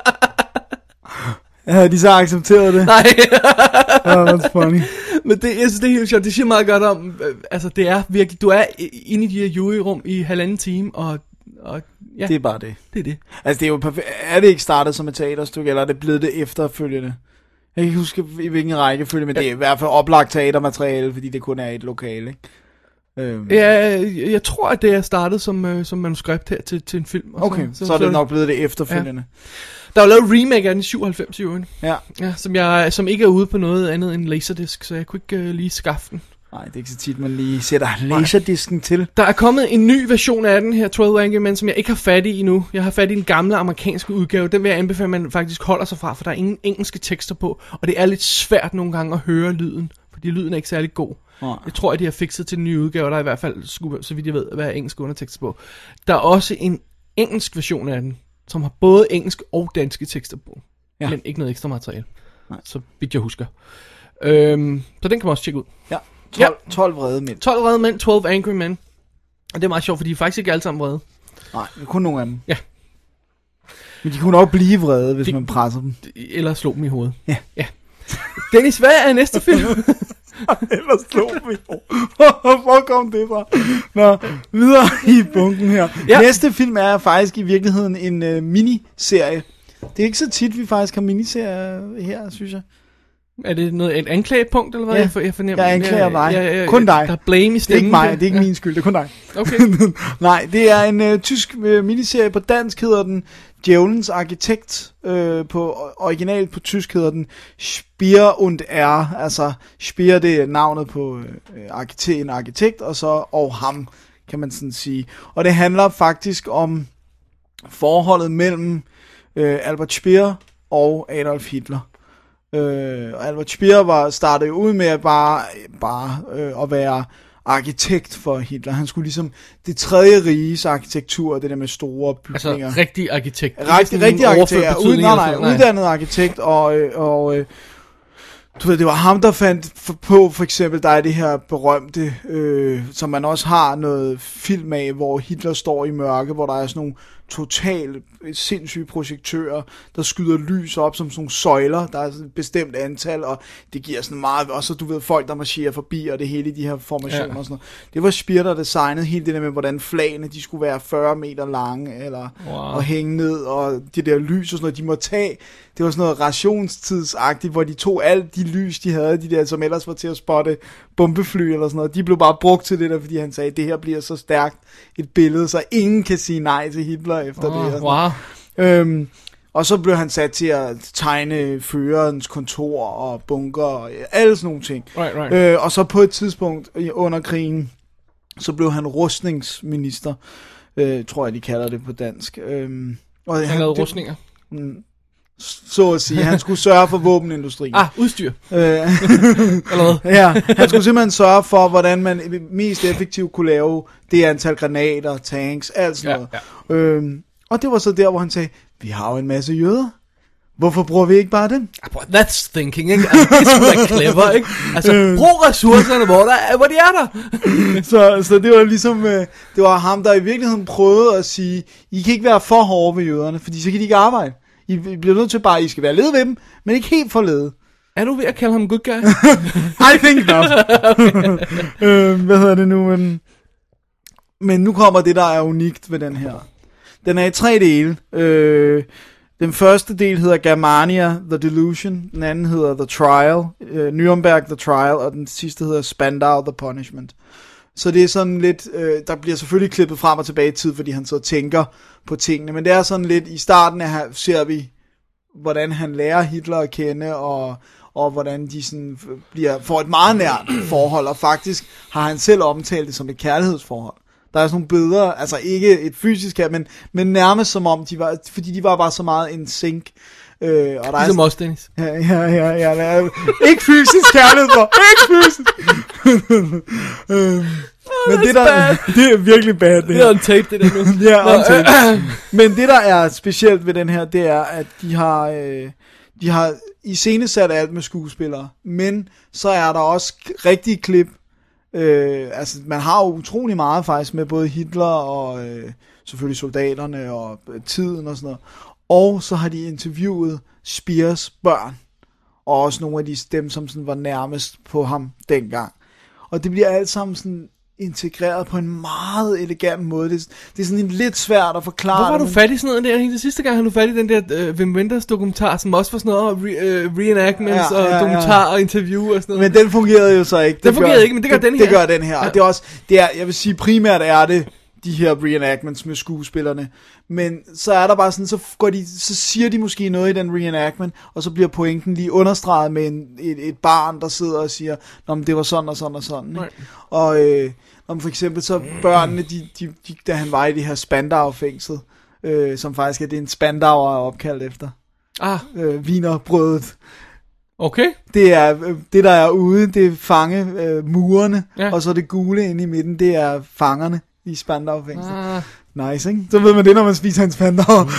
Ja, de så accepteret det. Nej. That's funny. Men jeg synes, det er helt sjovt. Det siger meget godt om, altså det er virkelig, du er inde i de her juryrum i 1,5 time, og ja. Det er bare det. Det er det. Altså det er jo perfekt. Er det ikke startet som et teaterstykke, eller er det blevet det efterfølgende? Jeg kan ikke huske i hvilken rækkefølge, men det er i hvert fald oplagt teatermateriale, fordi det kun er et lokale, ikke? Ja, jeg tror, at det er startet som manuskript her til en film. Og okay, så er det nok blevet det efterfølgende. Ja. Der er jo lavet remake af den i 97 i øvrigt. Ja. Som ikke er ude på noget andet end Laserdisc, så jeg kunne ikke lige skaffe den. Nej, det er ikke så tit, man lige sætter laserdisken til. Der er kommet en ny version af den her, 12 Angry Men, som jeg ikke har fat i endnu. Jeg har fat i den gamle amerikanske udgave. Den vil jeg anbefale, at man faktisk holder sig fra, for der er ingen engelske tekster på. Og det er lidt svært nogle gange at høre lyden, fordi lyden er ikke særlig god. Jeg tror, at de har fikset til den nye udgave, der er i hvert fald, så vidt jeg ved, hvad er engelske undertekster på. Der er også en engelsk version af den, som har både engelsk og danske tekster på. Ja. Men ikke noget ekstra materiale. Nej. Så vidt jeg husker. Så den kan man også tjekke ud. Ja. 12 vrede mænd. 12 vrede mænd, 12 Angry Men. Og det er meget sjovt, fordi de er faktisk ikke alle sammen vrede. Nej, det er kun nogle af dem. Ja. Men de kunne nok blive vrede, hvis man presser dem. Eller slå dem i hovedet. Ja. Dennis, hvad er næste film? Eller slå dem i hovedet. Hvor kom det fra? Nå, videre i bunken her. Ja. Næste film er faktisk i virkeligheden en miniserie. Det er ikke så tit, vi faktisk har miniserier her, synes jeg. Er det et anklagepunkt, eller hvad? Ja, jeg fornemmer. Jeg anklager dig. Kun dig. Der er blame i stemmen. Det er ikke mig, det er ikke min skyld, det er kun dig. Okay. Nej, det er en tysk miniserie. På dansk hedder den Djævelens Arkitekt. På originalt på tysk hedder den Speer und Er. Altså Speer, det er navnet på en arkitekt, og så og ham, kan man sådan sige. Og det handler faktisk om forholdet mellem Albert Speer og Adolf Hitler. Albert Speer startede ud med at bare at være arkitekt for Hitler. Han skulle ligesom det tredje riges arkitektur, det der med store bygninger. Altså rigtig arkitekt. Rigtig arkitekt. Uddannet arkitekt, og du ved, det var ham, der fandt på, for eksempel, der er det her berømte, som man også har noget film af, hvor Hitler står i mørke, hvor der er sådan nogle totalt sindssyge projektører, der skyder lys op som sådan nogle søjler, der er sådan et bestemt antal, og det giver sådan meget, og så du ved, folk der marcherer forbi, og det hele i de her formationer og sådan noget. Det var Speer, der designede hele det der med, hvordan flagene, de skulle være 40 meter lange, eller og hænge ned, og de der lys og sådan noget, de må tage, det var sådan noget rationstidsagtigt, hvor de tog alt de lys, de havde, de der, som ellers var til at spotte bombefly eller sådan noget, de blev bare brugt til det der, fordi han sagde, det her bliver så stærkt et billede, så ingen kan sige nej til Hitler efter det her. Wow. Og så blev han sat til at tegne førerens kontor og bunker og alle sådan nogle ting. Right. Og så på et tidspunkt under krigen, så blev han rustningsminister, tror jeg de kalder det på dansk. Og han lavede rustninger. Så at sige, han skulle sørge for våbenindustrien. Udstyr. Ja, han skulle simpelthen sørge for, hvordan man mest effektivt kunne lave det antal granater, tanks, alt sådan noget. Og det var så der, hvor han sagde, vi har jo en masse jøder. Hvorfor bruger vi ikke bare dem? That's thinking, ikke? Altså, det er sgu da clever, ikke? Altså, brug ressourcerne, hvor de er der. Så det var ligesom, det var ham, der i virkeligheden prøvede at sige, I kan ikke være for hårde ved jøderne, fordi så kan de ikke arbejde. I bliver nødt til bare, I skal være lede ved dem, men ikke helt for lede. Er du ved at kalde ham good guy? I think not. Hvad hedder det nu? Men nu kommer det, der er unikt ved den her. Den er i 3 dele. Den første del hedder Germania, The Delusion. Den anden hedder The Trial. Nürnberg, The Trial. Og den sidste hedder Spandau, The Punishment. Så det er sådan lidt, der bliver selvfølgelig klippet frem og tilbage i tid, fordi han så tænker på tingene. Men det er sådan lidt, i starten af her ser vi, hvordan han lærer Hitler at kende, og hvordan de sådan får et meget nært forhold. Og faktisk har han selv omtalt det som et kærlighedsforhold. Der er sådan nogle billeder, altså ikke et fysisk her, men nærmest som om de var, fordi de var bare så meget in sync. Og der ligesom også, Dennis. Ja, ikke fysisk kærlighed for, ikke fysisk. Men det er virkelig bad. Det er on tape, det der nu. Ja, on tape. Men det der er specielt ved den her, det er, at de har iscenesat alt med skuespillere, men så er der også rigtige klip. Altså man har jo utrolig meget faktisk med både Hitler og selvfølgelig soldaterne og tiden og sådan noget. Og så har de interviewet Speers børn, og også nogle af dem, som sådan var nærmest på ham dengang. Og det bliver alt sammen sådan integreret på en meget elegant måde. Det er sådan en lidt svært at forklare. Hvor var du fat i sådan noget der? Helt sidste gang har du fat i den der Wim Wenders dokumentar, som også var sådan noget reenactments og dokumentar og interview og sådan noget. Men den fungerede jo så ikke. Den fungerede ikke, men det gør den her. Det gør den her. Ja. Det er, jeg vil sige, primært er det de her reenactments med skuespillerne. Men så er der bare sådan, så siger de måske noget i den reenactment, og så bliver pointen lige understreget med et barn, der sidder og siger, nå, men det var sådan og sådan og sådan. Right. Og om for eksempel så børnene, da han var i det her Spandau-fængsel, som faktisk er det en Spandau er opkaldt efter. Wienerbrødet. Okay. Det er det, der er ude, det er fangemurene, og så det gule inde i midten, det er fangerne i Spandau-fængsel. Nice, ikke? Så ved man det, når man spiser en Spandau.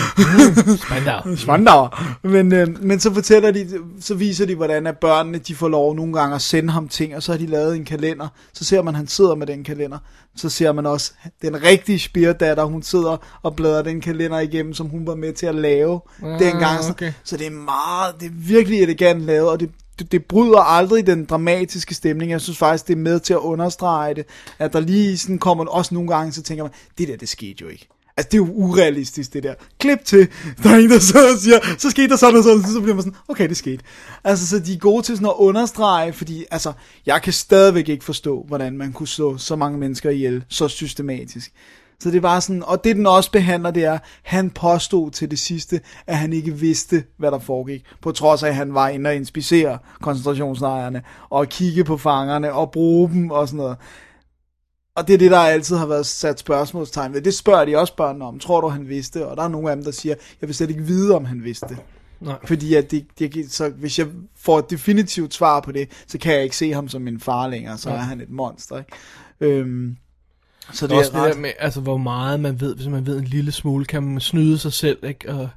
Spandau. Men så viser de, hvordan at børnene, de får lov nogle gange at sende ham ting, og så har de lavet en kalender. Så ser man, han sidder med den kalender. Så ser man også den rigtige Speer-datter, hun sidder og bladrer den kalender igennem, som hun var med til at lave dengang. Okay. Så det er virkelig elegant lavet, og det bryder aldrig den dramatiske stemning. Jeg synes faktisk, det er med til at understrege det, at der lige sådan kommer også nogle gange, så tænker man, det skete jo ikke. Altså, det er jo urealistisk, det der. Klip til, der er en, der sidder og siger, så skete der sådan og sådan, så bliver man sådan, okay, det skete. Altså, så de er gode til sådan at understrege, fordi, altså, jeg kan stadigvæk ikke forstå, hvordan man kunne slå så mange mennesker ihjel, så systematisk. Så det er bare sådan, og det den også behandler, det er, han påstod til det sidste, at han ikke vidste, hvad der foregik, på trods af, at han var inde og inspicere koncentrationslejrene, og kigge på fangerne, og bruge dem, og sådan noget. Og det er det, der altid har været sat spørgsmålstegn ved. Det spørger de også børnene om. Tror du, han vidste? Og der er nogle af dem, der siger, jeg vil slet ikke vide, om han vidste. Nej. Fordi at så hvis jeg får et definitivt svar på det, så kan jeg ikke se ham som min far længere. Så er han et monster, ikke? Så det er også det der med, altså hvor meget man ved, hvis man ved en lille smule, kan man snyde sig selv, ikke?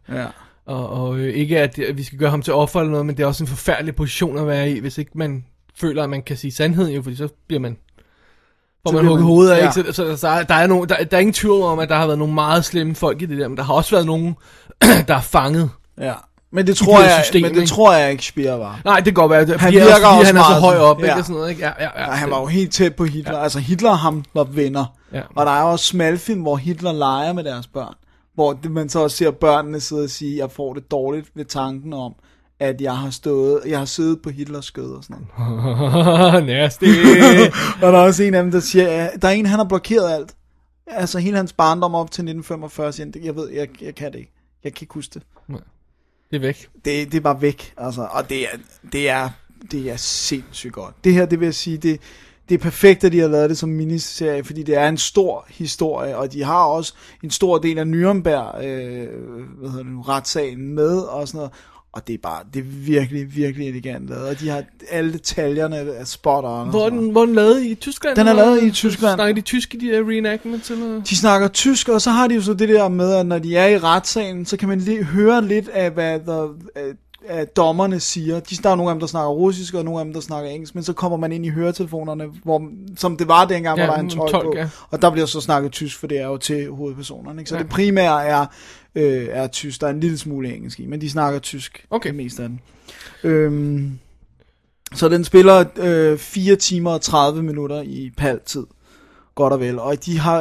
Og ikke at vi skal gøre ham til offer eller noget, men det er også en forfærdelig position at være i, hvis ikke man føler, at man kan sige sandheden, jo, fordi så bliver man hvor man hugger hovedet af, ikke? Så der er ingen tvivl om, at der har været nogle meget slemme folk i det der, men der har også været nogen, der er fanget. Ja. Men det tror jeg ikke Speer var. Nej, det kan godt være. Han virker også han er så høj op, ikke? Og sådan noget, ikke? Ja, han var jo helt tæt på Hitler. Altså Hitler og ham var venner. Ja. Og der er også smalfilm, hvor Hitler leger med deres børn. Hvor man så også ser børnene sidde og sige, jeg får det dårligt ved tanken om, at jeg har siddet på Hitlers skød og sådan noget. Nasty. Og der er også en af dem, der siger, der er en, han har blokeret alt. Altså hele hans barndom op til 1945, siger, jeg kan det ikke. Jeg kan ikke huske det. Det er væk. Det er bare væk, altså. Og det er sindssygt godt. Det her, det vil jeg sige, det er perfekt, at de har lavet det som miniserie, fordi det er en stor historie, og de har også en stor del af Nürnberg, retssagen med, og sådan noget. Og det er virkelig, virkelig elegant lavet. Og de har alle detaljerne af spot on. Hvor er den lavet i Tyskland? Den er lavet i Tyskland. Snakker de tysk i de der reenactments? Eller? De snakker tysk, og så har de jo så det der med, at når de er i retssagen, så kan man høre lidt af, hvad af dommerne siger. Der er nogle af dem, der snakker russisk, og nogle af dem, der snakker engelsk, men så kommer man ind i høretelefonerne, som det var dengang, hvor der er en tolk på. Ja. Og der bliver så snakket tysk, for det er jo til hovedpersonerne. Ikke? Så det primære er tysk. Der er en lille smule engelsk i, men de snakker tysk. Det meste af den. Så den spiller 4 timer og 30 minutter i PAL-tid. Godt og vel. Og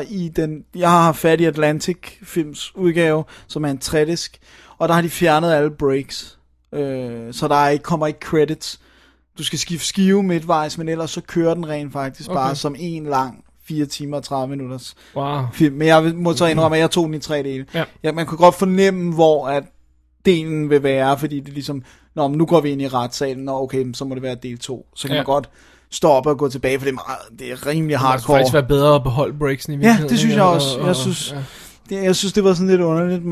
jeg har haft fat i Atlantic Films udgave, som er en 3-disk, og der har de fjernet alle breaks. Så der kommer ikke credits. Du skal skifte skive midtvejs, men ellers så kører den rent faktisk bare som en lang 4 timer og 30 minutters film. Men jeg må så indrømme, at jeg tog den i 3 dele. Ja, man kunne godt fornemme, hvor at delen vil være, fordi det ligesom, nu går vi ind i retssalen, okay, så må det være del 2. Så kan man godt stoppe og gå tilbage, for det er rimelig hardcore. Det må faktisk være bedre at beholde breaksene i virkeligheden. Ja, det synes jeg også. Jeg synes, det var sådan lidt underligt,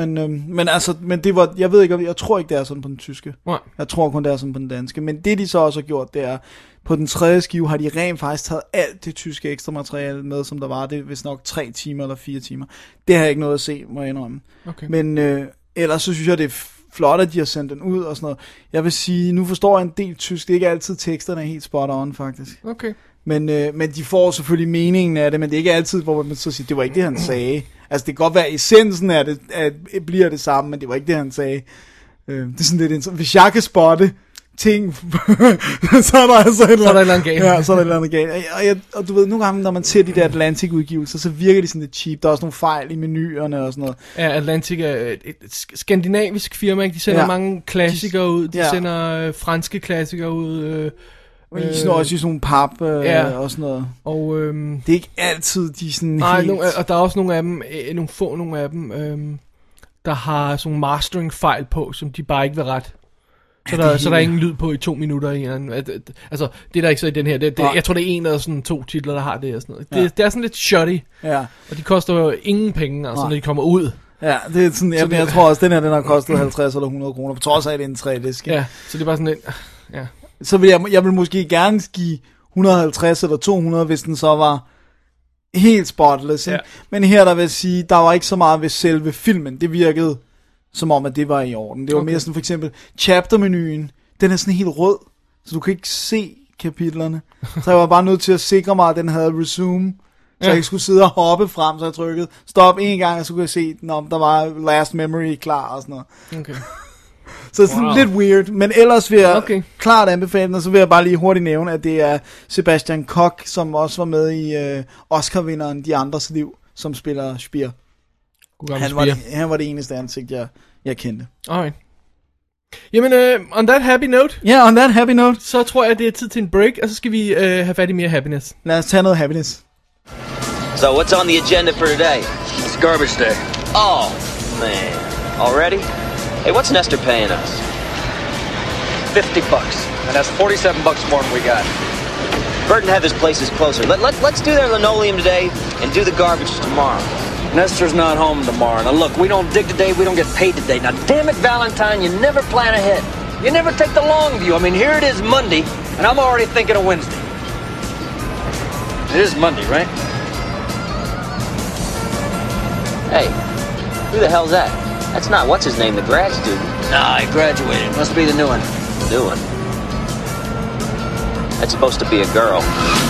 men det var, jeg ved ikke, jeg tror ikke, det er sådan på den tyske. Nej. Jeg tror kun, det er sådan på den danske. Men det, de så også har gjort, det er, på den 3. skive har de rent faktisk taget alt det tyske ekstra materiale med, som der var. Det er vist nok 3 timer eller 4 timer. Det har jeg ikke noget at se, må jeg indrømme. Okay. Men ellers så synes jeg, det er flot, at de har sendt den ud og sådan noget. Jeg vil sige, nu forstår jeg en del tysk. Det er ikke altid teksterne er helt spot on, faktisk. Okay. Men de får selvfølgelig meningen af det, men det er ikke altid, hvor man så siger, det var ikke det, han sagde. Altså, det kan godt være, essensen af det bliver det samme, men det var ikke det, han sagde. Det er sådan lidt interessant. Hvis jeg kan spotte ting, så er der altså et eller andet galt. Ja, så er der et eller andet galt. Og du ved, nogle gange, når man ser de der Atlantic-udgivelser, så virker de sådan lidt cheap. Der er også nogle fejl i menuerne og sådan noget. Ja, Atlantic er et skandinavisk firma, ikke? De sender mange klassikere ud. De sender franske klassikere ud. Og I sådan også i sådan nogle pap og sådan noget. Og det er ikke altid de sådan helt... og der er også nogle af dem, nogle af dem, der har sådan mastering fejl på, som de bare ikke vil ret. Så der er ingen lyd på i 2 minutter i en. Altså, det er der ikke så i den her. Jeg tror, det er en eller sådan 2 titler, der har det og sådan noget. Det er sådan lidt shoddy. Ja. Og de koster jo ingen penge, altså, når de kommer ud. Ja, det er sådan, jeg tror også, den her, den har kostet 50 eller 100 kroner, på trods af, at det er en 3-disk. Ja, så det er bare sådan lidt... Ja. Så vil jeg vil måske gerne give 150 eller 200, hvis den så var helt spotless. Ja. Men her, der vil jeg sige, der var ikke så meget ved selve filmen. Det virkede som om, at det var i orden. Det var mere sådan, for eksempel, chaptermenuen, den er sådan helt rød, så du kan ikke se kapitlerne. Så jeg var bare nødt til at sikre mig, at den havde resume, så jeg ikke skulle sidde og hoppe frem, så jeg trykkede stop en gang, og så kunne jeg se, der var last memory klar og sådan noget. Okay. Så sådan lidt weird, men ellers vil jeg klart anbefale den, og så vil jeg bare lige hurtigt nævne, at det er Sebastian Koch, som også var med i Oscar-vinderen De Andres Liv, som spiller Speer. Han var det eneste ansigt, jeg kendte. Alright. Jamen, on that happy note. Ja, on that happy note. Så tror jeg, det er tid til en break, og så skal vi have fat i mere happiness. Lad os tage noget happiness. So, what's on the agenda for today? It's garbage day. Oh, man. Already? Hey, what's Nestor paying us? $50. And that's $47 more than we got. Burton have his places closer. Let's do their linoleum today and do the garbage tomorrow. Nestor's not home tomorrow. Now look, we don't dig today, we don't get paid today. Now damn it, Valentine, you never plan ahead. You never take the long view. I mean, here it is Monday, and I'm already thinking of Wednesday. It is Monday, right? Hey, who the hell's that? That's not what's his name, the grad student. Nah, he graduated. Must be the new one. New one? That's supposed to be a girl.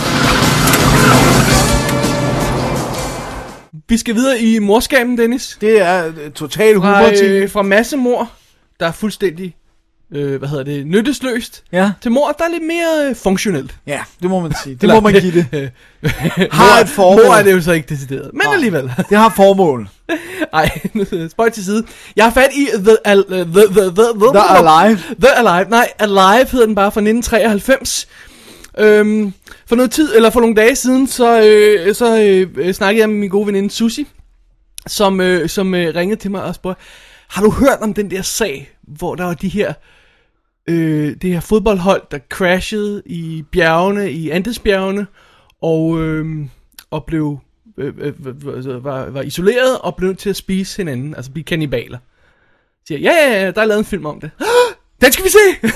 Vi skal videre i morskaben, Dennis. Det er total humor fra massemord, der er fuldstændig nyttesløst, til mord, der er lidt mere funktionelt. Ja, det må man sige. Det må man give det. Har et formål. Mord er det jo så ikke decideret, men alligevel. Det har formål. Ej, spøj til side. Jeg har fat i Alive hedder den bare fra 1993. For nogle dage siden, så snakkede jeg med min gode veninde Susie, som ringede til mig og spurgte, Har du hørt om den der sag, hvor der var det her fodboldhold, der crashede i bjergene, i Andesbjergene, og blev var isoleret og blev nødt til at spise hinanden, altså blive kannibaler. Siger, ja, der er lavet en film om det. Den skal vi se!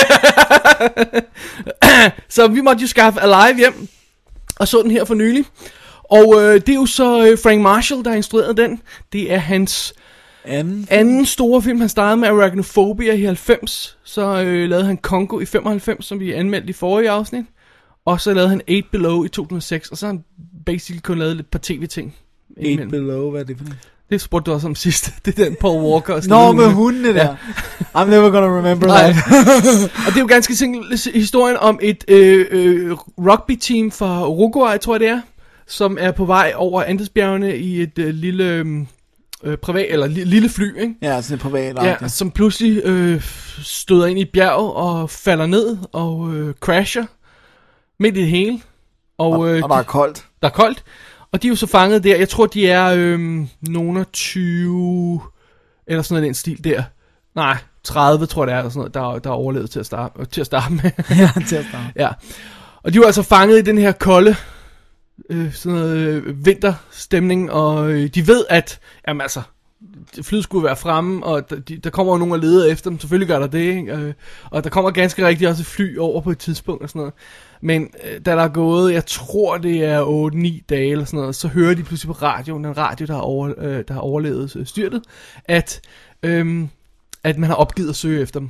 Så vi måtte jo skaffe Alive hjem, og så den her for nylig. Og det er jo så Frank Marshall, der har instrueret den. Det er hans anden store film. Han startede med Arachnophobia i 90. Så lavede han Congo i 95, som vi anmeldte i forrige afsnit. Og så lavede han 8 Below i 2006. Og så har han basically kun lavet lidt par tv-ting. 8 Below, hvad er det for noget? Det spurgte du også om sidst. Det er den Paul Walker. Nå, med hundene der. Ja. I'm never gonna remember that. Og det er jo ganske simpelt historien om et rugby-team fra Uruguay, tror jeg det er, som er på vej over Andesbjergene i et lille privat, eller lille fly, ikke? Ja, sådan et privat. Ja, som pludselig støder ind i et bjerg og falder ned og crasher midt i det hele. Og der er koldt. Der er koldt. Og de er jo så fanget der. Jeg tror, de er nogen af 20, eller sådan noget den stil der. Nej, 30 tror jeg det er, eller sådan noget, der er overlevet til at starte med. Ja, til at starte. Ja. Og de var altså fanget i den her kolde, sådan noget vinterstemning, og de ved, at jamen altså, flyet skulle være fremme, og der kommer jo nogen og leder efter dem, selvfølgelig gør der det, ikke? Og der kommer ganske rigtigt også et fly over på et tidspunkt og sådan noget. Men da der er gået, jeg tror det er 8-9 dage eller sådan noget, så hører de pludselig på radioen, den radio, der har overlevet styrtet, at man har opgivet at søge efter dem.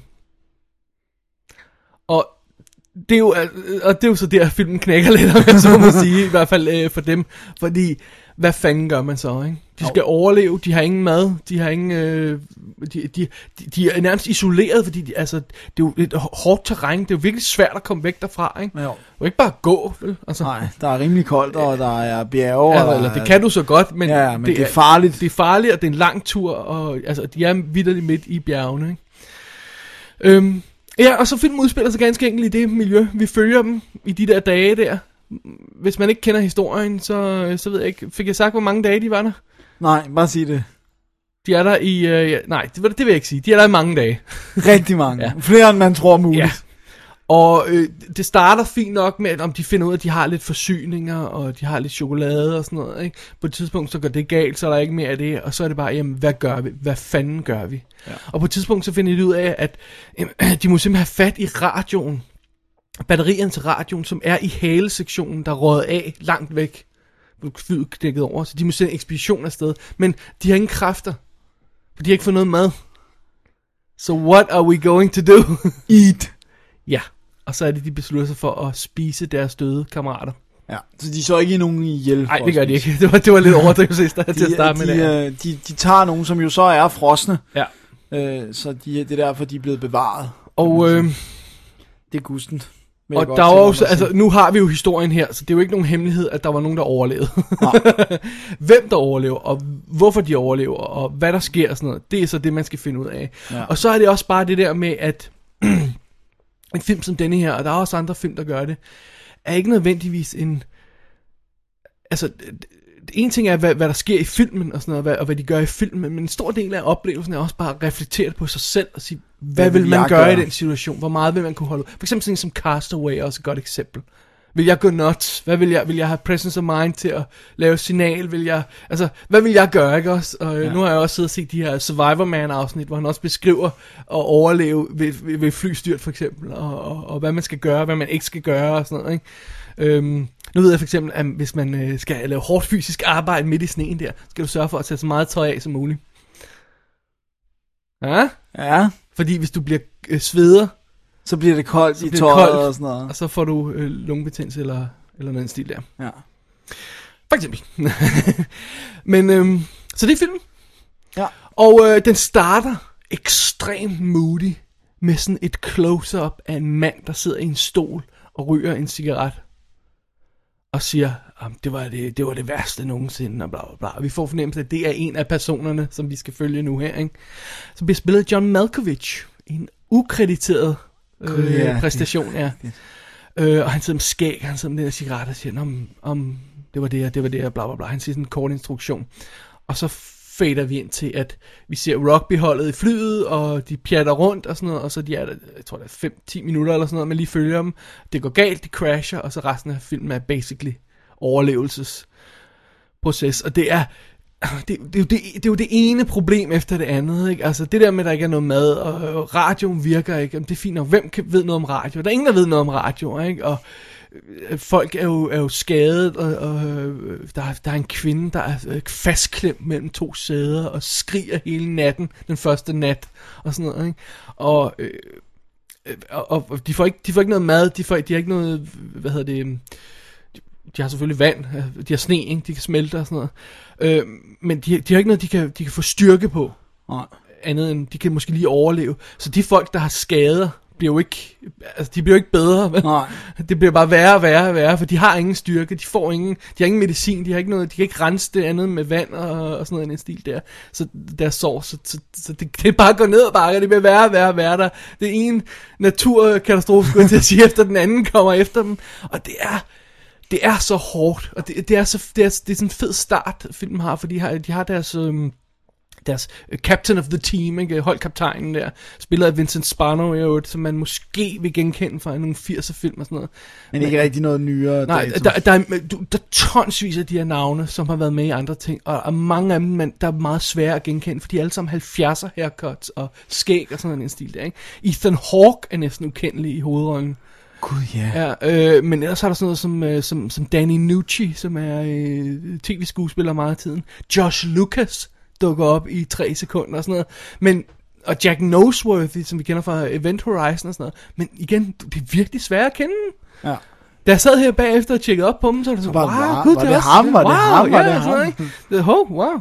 Og det er jo så der, filmen knækker lidt, om jeg så må sige, i hvert fald for dem. Fordi, hvad fanden gør man så, ikke? De skal overleve, de har ingen mad, de har ingen... de er nærmest isoleret, fordi det er jo et hårdt terræn, det er jo virkelig svært at komme væk derfra, ikke? Jo. Du kan ikke bare gå, vel? Altså, nej, der er rimelig koldt, og der er bjerge. Ja, eller det kan du så godt, men, men det er farligt. Det er farligt, og det er en lang tur, og altså, de er vitterligt midt i bjergene, ikke? Ja, og så filmen udspiller sig ganske enkelt i det miljø. Vi følger dem i de der dage der. Hvis man ikke kender historien, så ved jeg ikke. Fik jeg sagt, hvor mange dage de var der? Nej, bare sig det. De er der i... nej, det vil jeg ikke sige. De er der i mange dage. Rigtig mange. Ja. Flere end man tror muligt. Ja. Og det starter fint nok med, om de finder ud af, at de har lidt forsyninger, og de har lidt chokolade og sådan noget, ikke? På et tidspunkt, så går det galt, så er der ikke mere af det, og så er det bare, jamen, hvad gør vi? Hvad fanden gør vi? Ja. Og på et tidspunkt, så finder de ud af, at de må simpelthen have fat i radioen, batterierne til radioen, som er i halesektionen, der råder af langt væk, flyet knækket over, så de må sende en ekspedition afsted, men de har ingen kræfter, for de har ikke fået noget mad. So what are we going to do? Eat. Ja, og så er det, de beslutter sig for at spise deres døde kammerater. Ja, så de så ikke nogen ihjel. Nej, det gør de ikke. Det var lidt overdrivelse til at starte med det. De tager nogen, som jo så er frosne. Ja. Så det er derfor, de er blevet bevaret. Og det er gustent. Og der var også, altså nu har vi jo historien her, så det er jo ikke nogen hemmelighed, at der var nogen, der overlevede. Hvem der overlever, og hvorfor de overlever, og hvad der sker og sådan noget, det er så det, man skal finde ud af. Ja. Og så er det også bare det der med, at en film som denne her, og der er også andre film, der gør det, er ikke nødvendigvis en... Altså, en ting er, hvad der sker i filmen og sådan noget, og hvad de gør i filmen, men en stor del af oplevelsen er også bare at reflektere på sig selv og sige, hvad vil man gøre i den situation? Hvor meget vil man kunne holde ud? For eksempel sådan som Castaway er også et godt eksempel. Vil jeg gå nuts? Hvad vil jeg have presence of mind til at lave signal? Hvad vil jeg gøre, ikke også? Og nu har jeg også siddet og set de her Survivor Man-afsnit, hvor han også beskriver at overleve ved flystyrt for eksempel, og hvad man skal gøre, hvad man ikke skal gøre og sådan noget, ikke? Nu ved jeg for eksempel, at hvis man skal lave hårdt fysisk arbejde midt i sneen der, skal du sørge for at tage så meget tøj af som muligt. Ja. Fordi hvis du bliver sveder, så bliver det koldt i tøjet og sådan noget. Og så får du lungebetændelse eller noget stil der. Ja. For eksempel. Men, så det er filmen. Ja. Og den starter ekstremt moody med sådan et close-up af en mand, der sidder i en stol og ryger en cigaret. Og siger, det var det værste nogensinde, og bla bla bla. Og vi får fornemmelse, at det er en af personerne, som vi skal følge nu her, ikke? Så bliver spillet John Malkovich, en ukrediteret præstation, ja. Og han sidder med skæg, han sidder med den her cigaret og siger, det var det, bla bla bla. Han siger sådan en kort instruktion. Og så fader vi ind til, at vi ser rugbyholdet i flyet, og de pjatter rundt og sådan noget, og så de er der, jeg tror det er 5-10 minutter eller sådan noget, man lige følger dem. Det går galt, de crasher, og så resten af filmen er basically overlevelsesproces, og det er jo det ene problem efter det andet, ikke? Altså det der med, at der ikke er noget mad, og radioen virker ikke, det er fint nok, hvem ved noget om radio? Der er ingen, der ved noget om radio, ikke? Og folk er jo skadet, og der er en kvinde, der er fastklemt mellem 2 sæder, og skriger hele natten, den første nat, og sådan noget, ikke? Og de får ikke noget mad, de har ikke noget, de har selvfølgelig vand, de har sne, ikke? De kan smelte og sådan noget. Men de har ikke noget, de kan få styrke på. Nej. Andet end, de kan måske lige overleve. Så de folk, der har skader, bliver jo ikke bedre. Vel? Nej. Det bliver bare værre og værre og værre, for de har ingen styrke, de har ingen medicin, de har ikke noget, de kan ikke rense det andet med vand og sådan noget i den stil der. Så deres sår, så det bare går ned og bakker, det bliver værre og værre og værre. Det er en naturkatastrofe, skulle jeg til at sige, efter den anden kommer efter dem. Og det er så hårdt, og det er sådan en fed start, filmen har, for de har deres captain of the team, ikke? Holdkaptajnen der, spiller af Vincent Spano, som man måske vil genkende fra nogle 80'er film og sådan noget. Men ikke rigtig noget nyere. Nej, der er tonsvis af de her navne, som har været med i andre ting, og mange af dem, der er meget svære at genkende, for de er alle sammen 70'er haircuts og skæg og sådan en stil der, ikke? Ethan Hawke er næsten ukendelig i hovedrollen. Gud, ja. Men ellers er der sådan noget som Danny Nucci, som er tv-skuespiller meget af tiden. Josh Lucas dukker op i 3 sekunder og sådan noget. Og Jack Noseworthy, som vi kender fra Event Horizon og sådan noget. Men igen, det er virkelig svært at kende. Ja. Da jeg sad her bagefter og tjekkede op på dem, så var det sådan, wow, gud, det er ham, var det ham, var det ham. Wow.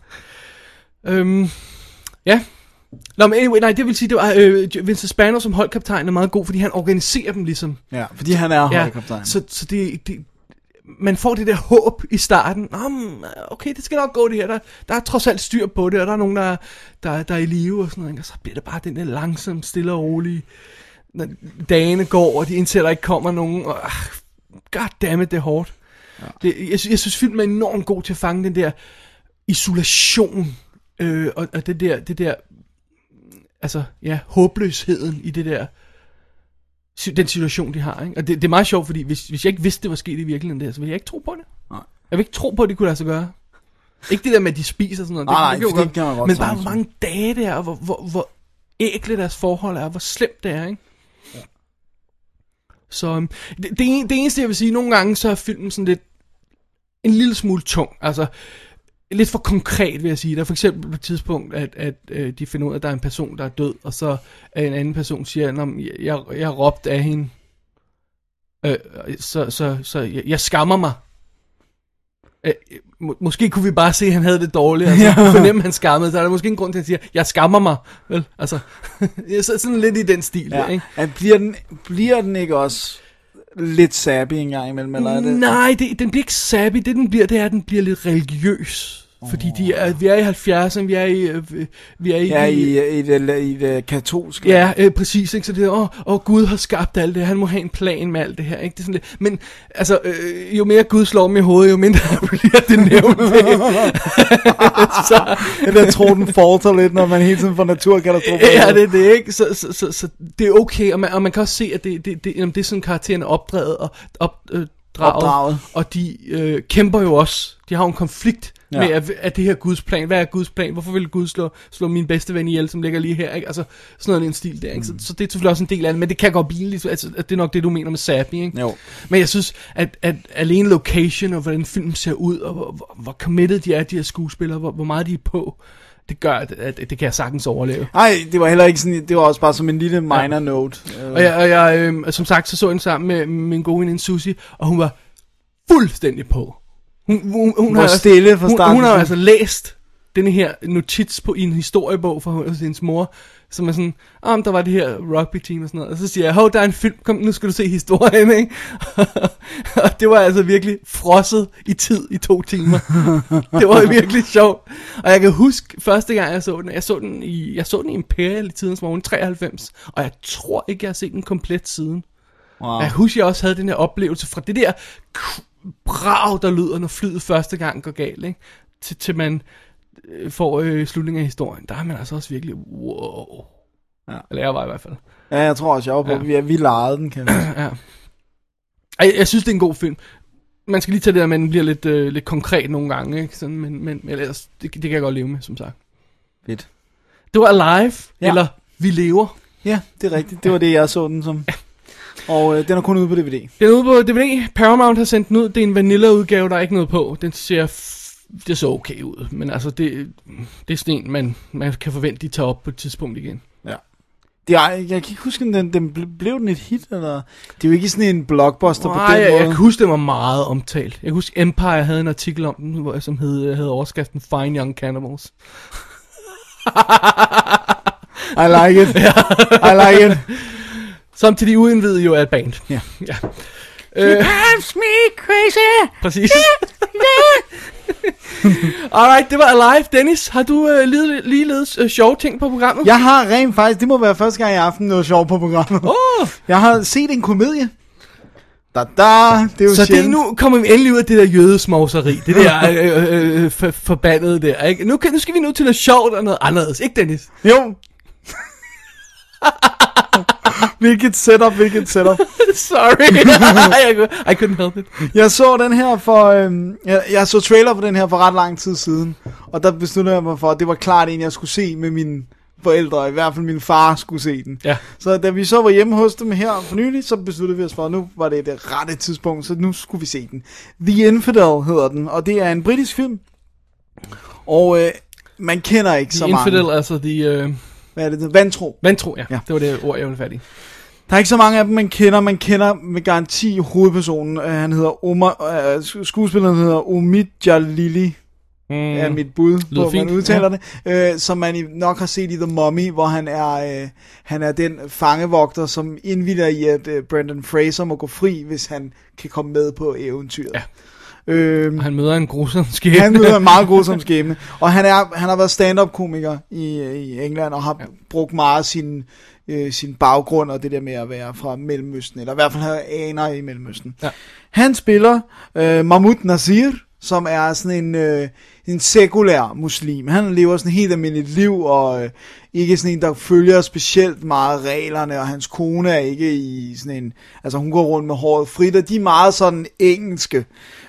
Ja. Nå, men anyway, det vil sige, det var Vincent Spano som holdkaptajn er meget god, fordi han organiserer dem ligesom. Ja, fordi han er holdkaptajn. Så det man får det der håb i starten. Okay, det skal nok gå det her. Der er trods alt styr på det, og der er nogen, der er i live og sådan noget. Og så bliver det bare den der langsomme, stille og rolige. Når dagene går, og de indser, der ikke kommer nogen. Og goddammit, det er hårdt. Ja. Jeg synes, filmen er enormt god til at fange den der isolation. Og det der altså, ja, håbløsheden i det der, den situation, de har, ikke? Og det er meget sjovt, fordi hvis jeg ikke vidste, det var sket i virkeligheden der, så ville jeg ikke tro på det. Nej. Jeg vil ikke tro på, at det kunne lade sig gøre. Ikke det der med, at de spiser sådan noget. Nej, det kan man godt. Men bare hvor mange dage det er, og hvor ækle deres forhold er, hvor slemt det er, ikke? Ja. Så det eneste, jeg vil sige, nogle gange, så er filmen sådan lidt, en lille smule tung, altså, lidt for konkret, vil jeg sige. Der er for eksempel på et tidspunkt, at de finder ud af, at der er en person, der er død, og så en anden person siger, jeg har råbt af hende, så jeg skammer mig. Måske kunne vi bare se, at han havde det dårligt, og så kunne fornemme, at han skammede, så er der måske en grund til at sige, jeg skammer mig. Vel? Altså, sådan lidt i den stil. Ja. Der, ikke? Bliver den ikke også lidt sappy en gang imellem, eller er det? Nej, den bliver ikke sappy. Det den bliver, det er, at den bliver lidt religiøs. Fordi vi er i 70'erne, vi er i det katolske. Ja, præcis, ikke? Så det er, Gud har skabt alt det, han må have en plan med alt det her, ikke? Det er sådan lidt, men altså, jo mere Gud slår mig i hovedet, jo mindre bliver det nævnt. Så jeg tror, den forter lidt, når man hele tiden får naturkatastrofer. Ja, det er det, ikke? Så det er okay, og man kan også se, at det er sådan karakteren opdraget og opdraget, og de kæmper jo også, de har jo en konflikt med, at det her Guds plan, hvad er Guds plan, hvorfor vil Gud slå min bedste ven ihjel, som ligger lige her, ikke? Altså, sådan noget en stil der, ikke? Så det er selvfølgelig også en del af det, men det kan godt blive lidt, altså, det er nok det, du mener med sappy, ikke? Jo. Men jeg synes, at alene location, og hvordan filmen ser ud, og hvor committed de er, de her skuespillere, hvor meget de er på, det gør, at det kan jeg sagtens overleve. Nej, det var heller ikke sådan, det var også bare som en lille minor note. Og jeg som sagt, så den sammen med min gode veninde Susie, og hun var fuldstændig på. Hun var stille fra starten. Hun har altså læst denne her notits i en historiebog fra hendes mor, som er sådan, der var det her rugby team og sådan noget. Og så siger jeg, der er en film, kom, nu skal du se historien, ikke? Og det var altså virkelig frosset i tid i 2 timer. Det var virkelig sjovt. Og jeg kan huske, første gang jeg så den, jeg så den i Imperial i tidens morgen, 93, og jeg tror ikke, jeg har set den komplet siden. Wow. Jeg husker, jeg også havde den her oplevelse fra det der brag, der lyder, når flyet første gang går galt, ikke? Til man får slutningen af historien, der er man altså også virkelig, wow. Ja. Eller jeg var i hvert fald. Ja, jeg tror også, jeg var på, vi legede den, kan jeg ja. Jeg synes, det er en god film. Man skal lige tage det der, man bliver lidt konkret nogle gange, ikke? Sådan, men ellers, det kan jeg godt leve med, som sagt. Fedt. Det var Alive, eller Vi lever. Ja, det er rigtigt. Det var det, jeg så den som. Og den er kun ude på DVD. Den er ude på DVD. Paramount har sendt den ud. Det er en vanilla-udgave, der er ikke noget på. Den ser det så okay ud. Men altså, det er sådan en, man kan forvente, de tager op på et tidspunkt igen. Ja. Jeg kan ikke huske, blev den et hit, eller? Det er jo ikke sådan en blockbuster på den måde. Jeg kan huske, den var meget omtalt. Jeg kan huske, Empire havde en artikel om den, som havde overskriften Fine Young Cannibals. I like it. I like it. Som til de uindvidede jo er et band. Ja. It drives me crazy. Præcis. Alright, det var Alive. Dennis, har du ligeledes sjove ting på programmet? Jeg har rent faktisk, det må være første gang i aften, noget sjovt på programmet. Jeg har set en komedie. Det er jo så det, nu kommer vi endelig ud af det der jødesmovseri. Det der forbandede der. Ikke? Nu skal vi nu til noget sjovt og noget anderledes. Ikke, Dennis? Jo. Hvilket setup. Sorry. I couldn't help it. Jeg så den her for jeg så trailer på den her for ret lang tid siden. Og der besluttede jeg mig for, at det var klart en jeg skulle se med mine forældre. I hvert fald min far skulle se den. Ja. Så da vi så var hjemme hos dem her for nylig, så besluttede vi os for, at nu var det rette tidspunkt. Så nu skulle vi se den. The Infidel hedder den. Og det er en britisk film. Og man kender ikke så mange. The Infidel, altså hvad er det? Vantro. Vantro, ja. Det var det ord, jeg ville fat i. Der er ikke så mange af dem, man kender. Man kender med garanti hovedpersonen. Han hedder skuespilleren hedder Omid Djalili. Er mit bud på, man udtaler det. Som man nok har set i The Mummy, hvor han er den fangevogter, som indvilder i, at Brendan Fraser må gå fri, hvis han kan komme med på eventyret. Ja. Og han møder en grusom skæbne. Han møder en meget grusom skæbne. Og han har været stand-up komiker i England, og har brugt meget sin baggrund, og det der med at være fra Mellemøsten, eller i hvert fald have aner i Mellemøsten. Ja. Han spiller Mahmoud Nasir, som er sådan en sekulær muslim. Han lever sådan helt almindeligt liv, og ikke sådan en, der følger specielt meget reglerne, og hans kone er ikke i sådan en, altså hun går rundt med håret frit, og de er meget sådan engelske.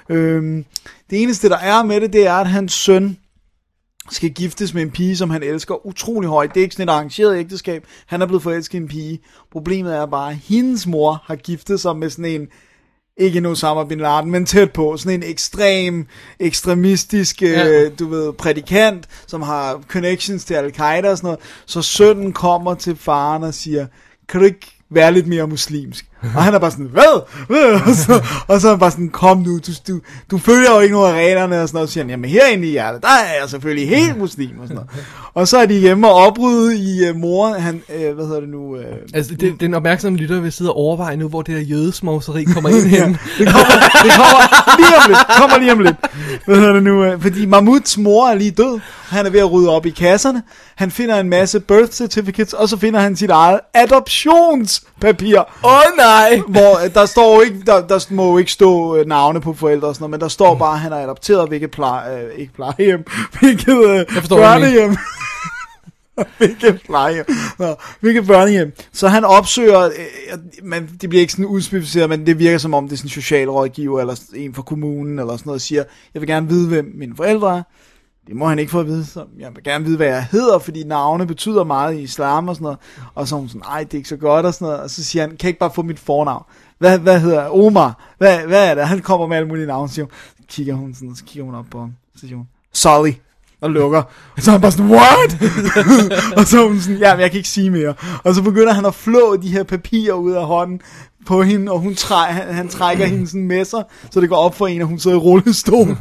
Det eneste, der er med det er, at hans søn skal giftes med en pige, som han elsker utrolig højt. Det er ikke sådan et arrangeret ægteskab. Han er blevet forelsket i en pige. Problemet er bare, at hendes mor har giftet sig med sådan en, ikke Osama bin Laden, men tæt på, sådan en ekstremistisk, prædikant, som har connections til Al-Qaida og sådan noget. Så sønnen kommer til faren og siger, kan du ikke være lidt mere muslimsk? Og han er bare sådan, hvad? Og så er han bare sådan, kom nu, du følger jo ikke nogen af reglerne og sådan noget. Og så siger han, jamen herinde i hjertet, der er jeg selvfølgelig helt muslim og sådan noget. Og så er de hjemme og oprydde i mor, hvad hedder det nu? Altså den opmærksomme lytter vil sidde og overveje nu, hvor det der jødesmovseri kommer ind hen. det kommer lige om lidt. Hvad hedder det nu? Fordi Mahmouds mor er lige død, han er ved at rydde op i kasserne. Han finder en masse birth certificates, og så finder han sit eget adoptionspapir. Nej! Hvor der står ikke, der må jo ikke stå navne på forældre og sådan noget, men der står bare, at han er adopteret, hvilket børnehjem. Hvilket børnehjem. Så han opsøger, men det bliver ikke sådan udspecificeret, men det virker som om det er sådan en socialrådgiver, eller en fra kommunen, eller sådan noget, og siger, jeg vil gerne vide, hvem mine forældre er. Det må han ikke få at vide, så jeg vil gerne vide, hvad jeg hedder, fordi navne betyder meget i islam og sådan noget. Og så er hun sådan, ej, det er ikke så godt og sådan noget. Og så siger han, kan jeg ikke bare få mit fornavn? Hvad hedder jeg? Omar? Hvad er det? Han kommer med alle mulige navne, siger hun. Så kigger hun op på ham. Så siger hun, Sully. Og lukker. Og så er han bare sådan, what? Og så er hun sådan, jamen jeg kan ikke sige mere. Og så begynder han at flå de her papirer ud af hånden på hende, og han trækker hende sådan med sig, så det går op for en, og hun sidder i rullestol.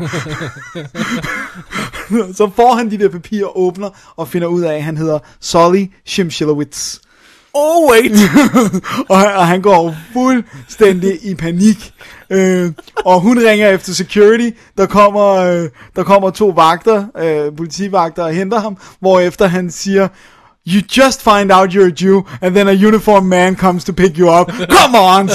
Så får han de der papirer, åbner, og finder ud af, at han hedder Sully Shimshilowitz. Oh wait! og han går fuldstændig i panik. Og hun ringer efter security. Der kommer 2 vagter, politivagter, og henter ham, hvorefter han siger, you just find out you're a Jew, and then a uniformed man comes to pick you up. Come on!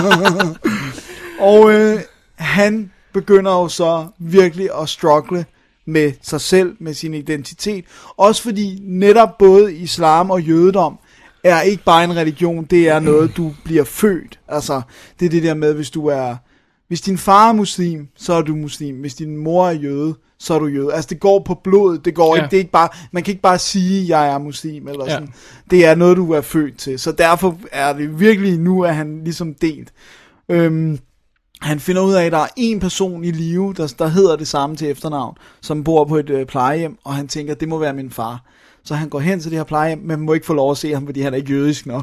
Og han begynder jo så virkelig at struggle med sig selv, med sin identitet. Også fordi netop både islam og jødedom er ikke bare en religion, det er noget, du bliver født. Altså, det er det der med, hvis din far er muslim, så er du muslim. Hvis din mor er jøde, så er du jøde. Altså, det går på blodet, det går ikke, det er ikke bare, man kan ikke bare sige, jeg er muslim, eller sådan. Det er noget, du er født til. Så derfor er det virkelig nu, at han ligesom delt. Han finder ud af, at der er en person i live, der hedder det samme til efternavn, som bor på et plejehjem, og han tænker, det må være min far. Så han går hen til det her plejehjem, men må ikke få lov at se ham, fordi han er ikke jødisk nok.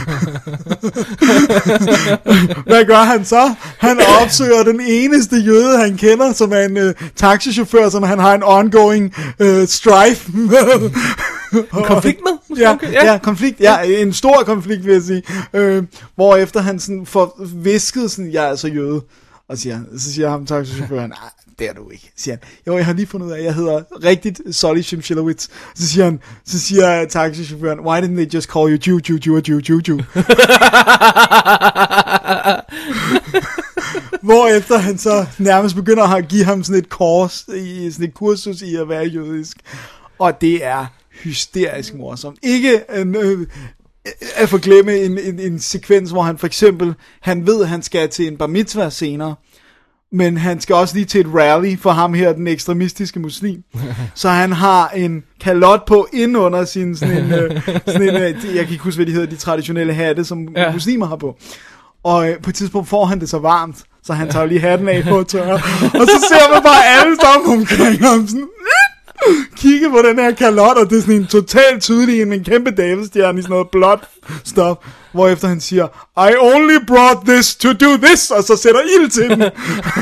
Hvad gør han så? Han opsøger den eneste jøde, han kender, som er en taxichauffør, som han har en ongoing strife med. Konflikt med? Ja, okay, ja, konflikt. Ja, en stor konflikt, vil jeg sige. Hvorefter han sådan får visket sådan, jeg er altså jøde. Og så siger ham taxichaufføren, nej, det er du ikke. Siger han, jo, jeg har lige fundet ud af, at jeg hedder rigtigt Solly Shimshilowitz. Så siger taxichaufføren, why didn't they just call you Jew? Hvorefter han så nærmest begynder at give ham sådan et kursus i at være jødisk. Og det er hysterisk morsomt. Ikke at forglemme en sekvens, hvor han for eksempel, han ved, at han skal til en bar mitzvah senere, men han skal også lige til et rally for ham her, den ekstremistiske muslim. Så han har en kalot på ind under sin sådan en, jeg kan ikke huske, hvad de hedder, de traditionelle hatte, som muslimer har på. Og på et tidspunkt får han det så varmt, så han tager lige hatten af på at tørre. Og så ser man bare alle sammen omkring ham sådan, kigge på den her kalot, og det er sådan en totalt tydelig en kæmpe davidstjerne i sådan noget blåt stof, hvorefter han siger, I only brought this to do this, og så sætter ild til den.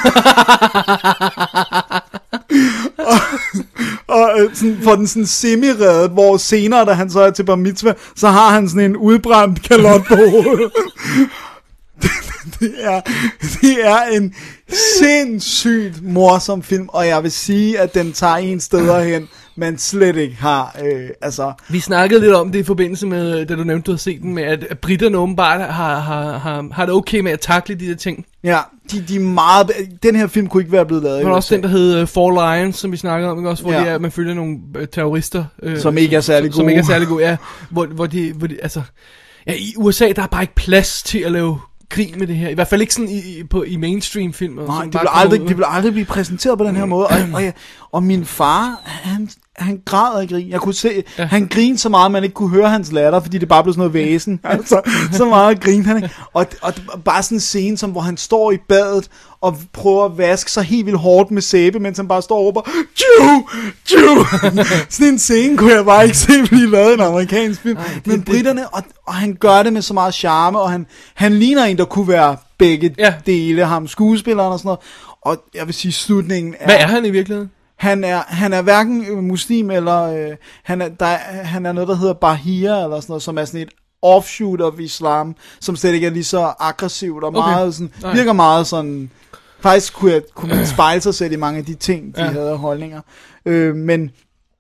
og sådan, får den sådan semi-reddet, hvor senere, da han så er til bar mitzvah, så har han sådan en udbrændt kalot på hovedet. Det er en sindssygt morsom film, og jeg vil sige, at den tager en steder hen, man slet ikke har, Vi snakkede lidt om det i forbindelse med, da du nævnte, du havde set den, med at britterne åbenbart har det okay med at takle de der ting. Ja, de er meget. Den her film kunne ikke være blevet lavet. Der var også den, der hed Four Lions, som vi snakkede om, ikke? Også, hvor man følger nogle terrorister. Som ikke er særlig gode. Som ikke er særlig gode, ja. Hvor de, altså, ja, i USA, der er bare ikke plads til at lave krig med det her. I hvert fald ikke sådan i mainstream film. Nej, det vil aldrig blive præsenteret på den her måde. Og min far, han græd af grin. Jeg kunne se, han grinede så meget, man ikke kunne høre hans latter, fordi det bare blev sådan noget væsen. Altså, så meget grin han ikke. Og bare sådan en scene, som, hvor han står i badet og prøver at vaske sig helt vildt hårdt med sæbe, mens han bare står og råber, Jew! Sådan en scene kunne jeg bare ikke se blive lavet i en amerikansk film. Men britterne, og han gør det med så meget charme, og han ligner en, der kunne være begge dele, ham skuespilleren og sådan noget. Og jeg vil sige, slutningen er... Hvad er han i virkeligheden? Han er hverken muslim eller han er noget, der hedder Bahia eller sådan noget, som er sådan et offshoot of islam, som slet ikke er lige så aggressivt og meget sådan, virker meget sådan, faktisk kunne man spejle sig selv i mange af de ting, de havde holdninger. Men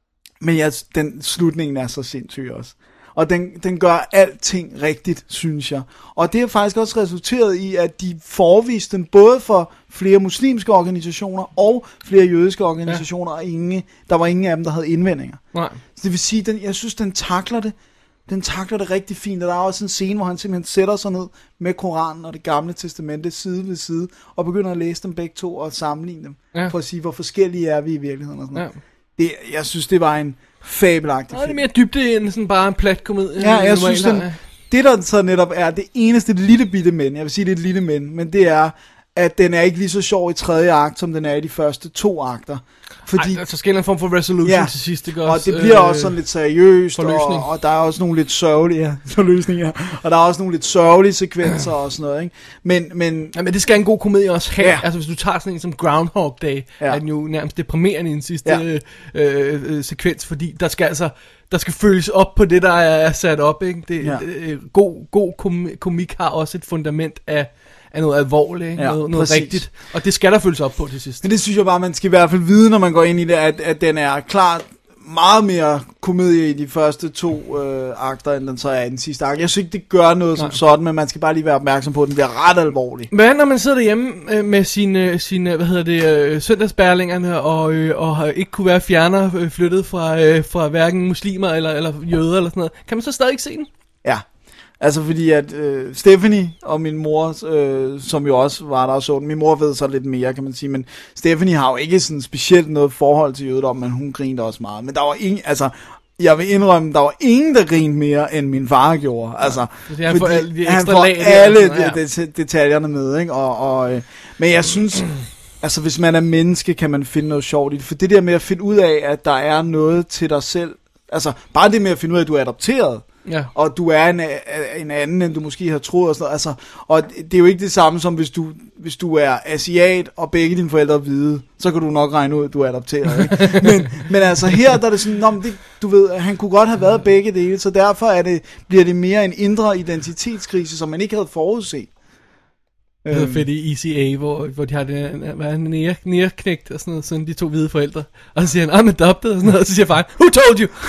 den slutningen er så sindssyg også. Og den gør alting rigtigt, synes jeg. Og det har faktisk også resulteret i, at de forviste den både for flere muslimske organisationer og flere jødiske organisationer, og der var ingen af dem, der havde indvendinger. Nej. Så det vil sige, jeg synes, den takler det. Den takler det rigtig fint, og der er også en scene, hvor han simpelthen sætter sig ned med Koranen og det gamle testamente side ved side, og begynder at læse dem begge to og sammenligne dem, for at sige, hvor forskellige er vi i virkeligheden. Og sådan noget. Jeg synes, det var en fabelagtig film. Det er mere dybde end sådan bare en plat komedie. Ja, jeg synes, det der så netop er det eneste lille bitte men, jeg vil sige, det er et lille men det er, at den er ikke lige så sjov i tredje akt, som den er i de første 2 akter. Fordi så skal der en form for resolution til sidst, ikke også? Og det bliver også sådan lidt seriøst, og der er også nogle lidt sørgelige forløsninger, og der er også nogle lidt sørgelige sekvenser og sådan noget, ikke? Men det skal en god komedie også have. Ja. Altså hvis du tager sådan en som Groundhog Day, er den jo nærmest deprimerende i den sidste sekvens, fordi der skal følges op på det, der er sat op, ikke? God komik har også et fundament af noget alvorligt, noget rigtigt. Og det skal der følges op på til sidst. Men det synes jeg bare, man skal i hvert fald vide, når man går ind i det, at den er klart meget mere komedie i de første 2 akter, end den så er i den sidste akt. Jeg synes ikke, det gør noget som sådan, men man skal bare lige være opmærksom på, at den bliver ret alvorlig. Hvad når man sidder derhjemme med sine søndagsbærlingerne, og ikke kunne være fjerner flyttet fra hverken muslimer eller jøder eller sådan noget, kan man så stadig ikke se den? Ja. Altså fordi at Stephanie og min mor, som jo også var der og så den, min mor ved så lidt mere, kan man sige, men Stephanie har jo ikke sådan specielt noget forhold til jødedom, men hun grinede også meget. Men der var ingen, altså, jeg vil indrømme, der var ingen, der grinede mere, end min far gjorde. Altså, ja, han får alle detaljerne med, ikke? Men jeg synes, altså hvis man er menneske, kan man finde noget sjovt i det. For det der med at finde ud af, at der er noget til dig selv, altså bare det med at finde ud af, at du er adopteret, ja. Og du er en anden, end du måske har troet og sådan noget. Altså, og det er jo ikke det samme som hvis du er asiat, og begge dine forældre er hvide, så kan du nok regne ud, at du er adopteret. Ikke? men altså her, der er det sådan, du ved, han kunne godt have været begge dele, så derfor bliver det mere en indre identitetskrise, som man ikke havde forudset. Det er fedt i ECA, hvor de har det nærknægt og sådan noget, sådan de 2 hvide forældre. Og så siger han, I'm adopted, og sådan noget, og så siger faren, who told you?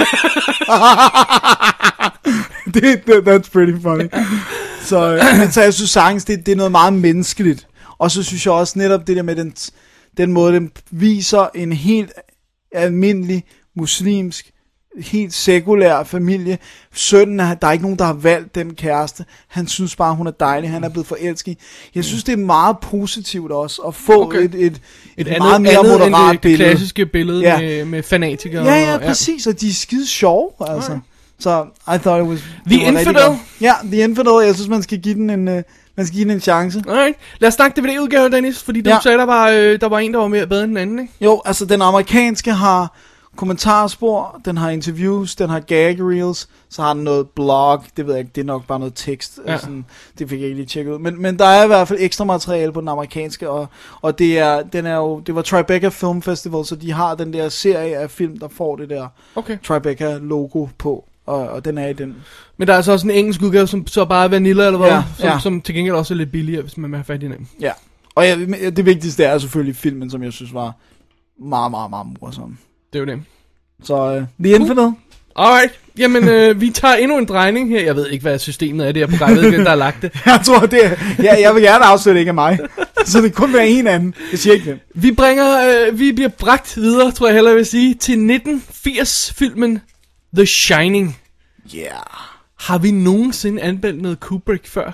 That's pretty funny. Så jeg synes sagtens, det er noget meget menneskeligt. Og så synes jeg også netop det der med den måde, den viser en helt almindelig muslimsk, helt sekulær familie. Sønnen, der er ikke nogen, der har valgt den kæreste. Han synes bare, hun er dejlig. Han er blevet forelsket. Jeg synes, det er meget positivt også at få et meget mere moderat billede. Det klassiske billede med fanatikere. Ja, præcis. Og de er skide sjove, altså. Så I thought it was... The Infidel? Ja, The Infidel. Jeg synes, man skal give den en chance. Alright. Lad os snakke DVD-udgave, Dennis, fordi du sagde, der var en, der var mere bedre end den anden, ikke? Jo, altså den amerikanske har kommentarspor, den har interviews, den har gag reels, så har den noget blog, det ved jeg ikke, det er nok bare noget tekst, sådan, det fik jeg ikke lige tjekket ud, men der er i hvert fald ekstra materiale på den amerikanske, og det var Tribeca Film Festival, så de har den der serie af film, der får det der Tribeca logo på, og den er i den. Men der er så også en engelsk udgave, som så bare er vanilla, eller hvad, som til gengæld også er lidt billigere, hvis man vil have fat i den. Ja, og det vigtigste er selvfølgelig filmen, som jeg synes var meget, meget, meget morsom. Det er jo det. Så The Infidel. Alright. Jamen, vi tager endnu en drejning her. Jeg ved ikke, hvad systemet er, det her program. Jeg ved ikke, der er lagt det. Jeg tror, jeg vil gerne afslutte ikke af mig. Så det kun være en anden. Jeg siger ikke det. Vi bliver bragt videre, tror jeg hellere vil sige, til 1980-filmen The Shining. Yeah. Har vi nogensinde anmeldt noget Kubrick før?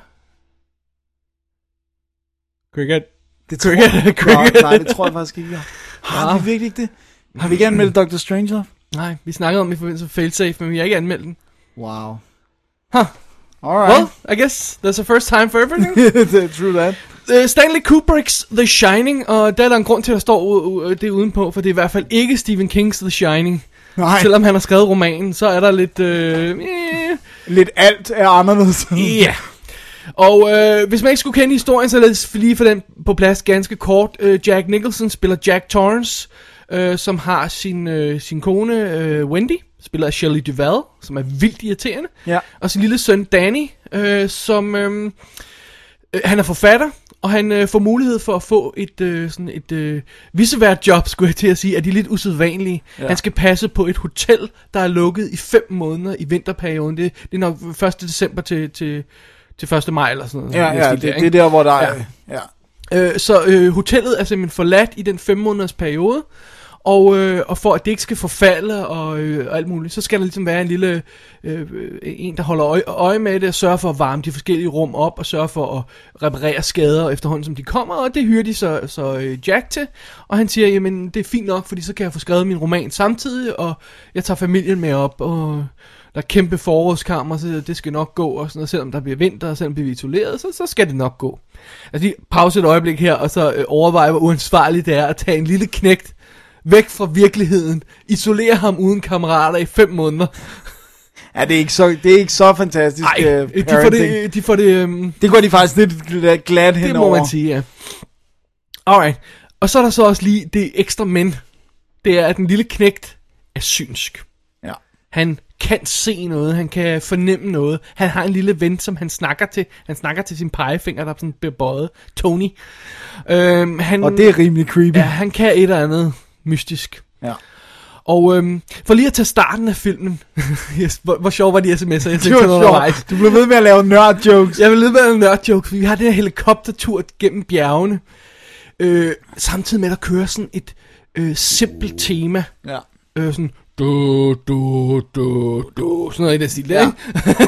Cricket. Det tror jeg. Nej, det tror jeg faktisk ikke. Har vi virkelig ikke det? Har vi ikke anmeldt Dr. Strangelove? Nej, vi snakkede om i forbindelse med Failsafe, men vi har ikke anmeldt den. Wow. Alright. Well, I guess there's a first time for everything. True that. Stanley Kubricks The Shining, og der er der en grund til, at der står det udenpå, for det er i hvert fald ikke Stephen Kings The Shining. Nej. Selvom han har skrevet romanen, så er der lidt... Lidt alt er anderledes. Ja. Og hvis man ikke skulle kende historien, så lad os lige få den på plads ganske kort. Jack Nicholson spiller Jack Torrance, som har sin kone Wendy, spiller af Shelley Duvall, som er vildt irriterende. Ja. Og sin lille søn Danny, som han er forfatter, og han får mulighed for at få et vicevært job, skulle jeg til at sige, af de lidt usædvanlige. Ja. Han skal passe på et hotel, der er lukket i 5 måneder i vinterperioden. Det er nok 1. december til 1. maj eller sådan noget. Ja, det er der, hvor der er... Ja. Så hotellet er simpelthen forladt i den 5 måneders periode, og for at det ikke skal forfalde og alt muligt, så skal der ligesom være en lille en, der holder øje med det og sørger for at varme de forskellige rum op og sørge for at reparere skader efterhånden som de kommer, og det hyrer de så Jack til, og han siger, jamen det er fint nok, fordi så kan jeg få skrevet min roman samtidig, og jeg tager familien med op, og der er kæmpe forårskammer, så det skal nok gå, og sådan noget, selvom der bliver vinter, og selvom vi bliver isoleret, så skal det nok gå. Altså pause et øjeblik her, og så overveje, hvor uansvarligt det er at tage en lille knægt væk fra virkeligheden, isolere ham uden kammerater i 5 måneder. Ja, det er ikke så fantastisk. Nej, de får det... Det går de faktisk lidt glad henover. Det må man sige, ja. Alright. Og så er der så også lige det ekstra men. Det er, at den lille knægt er synsk. Ja. Han kan se noget, han kan fornemme noget. Han har en lille ven, som han snakker til. Han snakker til sin pegefinger, der er sådan bebøjet. Tony. Og det er rimelig creepy. Ja, han kan et eller andet mystisk. Ja. Og for lige at tage starten af filmen, hvor sjov var de sms'er, jeg tænkte undervejs. Du blev ved med at lave nørd-jokes. Jeg blev ved med at lave nørd-jokes, for vi har den her helikoptertur gennem bjergene, samtidig med at der kører sådan et simpelt tema. Ja. Sådan, du, sådan noget i den stil, ja.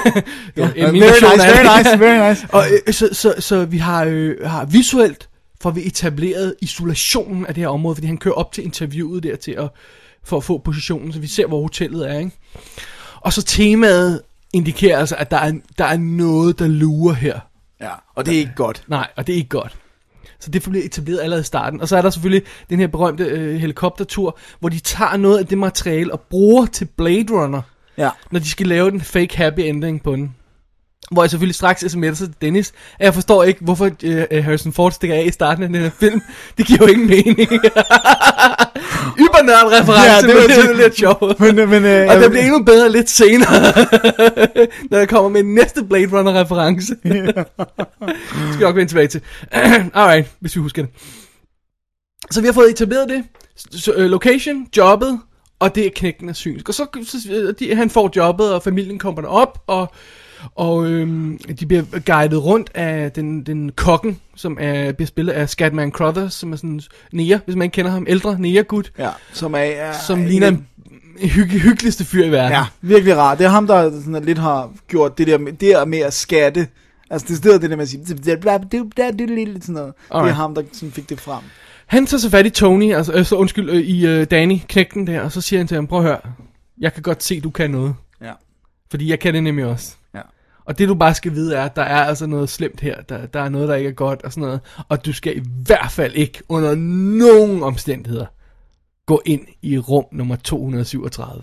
Very nice. Og så vi har visuelt, for vi etableret isolationen af det her område, fordi han kører op til interviewet der til for at få positionen, så vi ser, hvor hotellet er, ikke? Og så temaet indikerer altså, at der er noget, der lurer her. Ja, og det er ikke godt. Nej, og det er ikke godt. Så det bliver etableret allerede i starten. Og så er der selvfølgelig den her berømte helikoptertur, hvor de tager noget af det materiale og bruger til Blade Runner, når de skal lave den fake happy ending på den. Hvor jeg selvfølgelig straks sms'er til Dennis, at jeg forstår ikke, hvorfor Harrison Ford stikker af i starten af den her film. Det giver jo ingen mening. Ybernørd-reference, men det er lidt sjovt. Og det bliver endnu bedre lidt senere, når jeg kommer med næste Blade Runner-reference. Det skal jeg nok vende tilbage til. Alright, hvis vi husker det. Så vi har fået etableret det. Location, jobbet, og det er knækken af synsk. Og så han får jobbet, og familien kommer derop, og de bliver guidet rundt af den kokken, som bliver spillet af Scatman Crothers, som er sådan nære, hvis man ikke kender ham, ældre nære-gut. Ja, som ligner en hyggeligste fyr i verden. Ja, virkelig rart. Det er ham, der sådan lidt har gjort det der med at skatte. Altså det stedet det der med at sige, sådan noget. Det er ham, der sådan fik det frem. Han tager så fat i Tony, i Danny, knægten der, og så siger han til ham, prøv at høre, jeg kan godt se, du kan noget. Ja. Fordi jeg kan det nemlig også. Ja. Og det du bare skal vide er, at der er altså noget slemt her. Der er noget, der ikke er godt og sådan noget. Og du skal i hvert fald ikke under nogen omstændigheder gå ind i rum nummer 237.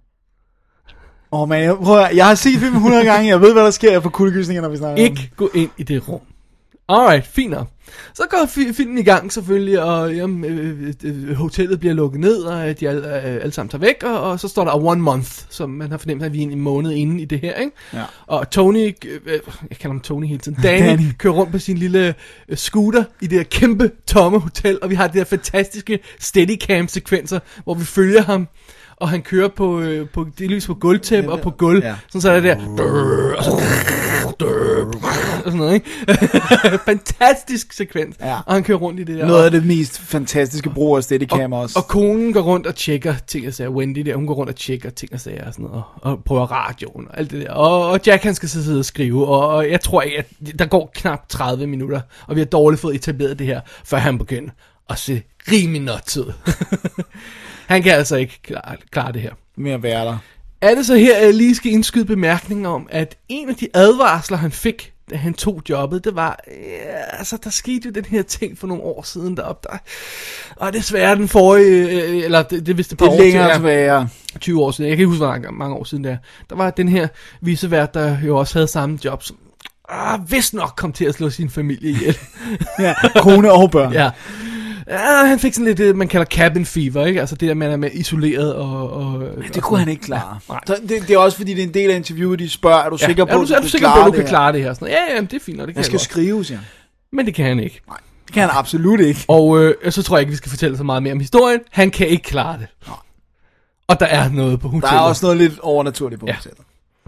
Man, jeg har set filmen 100 gange. Jeg ved, hvad der sker. Jeg får kuldegysninger, når vi snakker ikke gå ind i det rum. Alright, fint nok. Så går filmen i gang selvfølgelig, og hotellet bliver lukket ned, og de alle sammen tager væk, og så står der 1 month, som man har fornemt, at vi er en måned inde i det her, ikke? Ja. Og Tony, jeg kalder ham Tony hele tiden, Danny kører rundt på sin lille scooter i det her kæmpe tomme hotel, og vi har de her fantastiske steadicam-sekvenser, hvor vi følger ham, og han kører på delvis på gulvtæppe og på gulv, sådan så er det der, og sådan noget, ikke? Fantastisk sekvens. Ja. Og han kører rundt i det der. Noget af det mest fantastiske brug af Steadicam også. Og konen går rundt og tjekker ting og sager. Wendy der, hun går rundt og tjekker ting og sager og sådan noget. Og prøver radioen og alt det der. Og Jack, han skal sidde og skrive. Og jeg tror ikke, at der går knap 30 minutter. Og vi har dårligt fået etableret det her, før han begynder at se rimelig nuttet. Han kan altså ikke klare det her. Med at være der. Er det så her, at jeg lige skal indskyde bemærkningen om, at en af de advarsler, han fik, da han tog jobbet, det var, altså der skete jo den her ting for nogle år siden deroppe, og desværre den forrige, eller det vidste par år til, tilbage. 20 år siden, jeg kan ikke huske, hvor mange år siden det er. Der var den her vicevært, der jo også havde samme job, som vist nok kom til at slå sin familie ihjel. Ja, kone og børn. Ja. Ja, han fik sådan lidt det, man kalder cabin fever, ikke? Altså det der, man er med isoleret og det kunne han ikke klare. Ja, så det er også fordi, det er en del af interviewet, de spørger, er du sikker på, at du kan klare det her? Sådan, ja, det er fint, og det kan jeg skal skrive, siger han. Men det kan han ikke. Nej, det kan han absolut ikke. Og så tror jeg ikke, vi skal fortælle så meget mere om historien. Han kan ikke klare det. Nej. Og der er noget på hotellet. Der er også noget lidt overnaturligt på hotellet.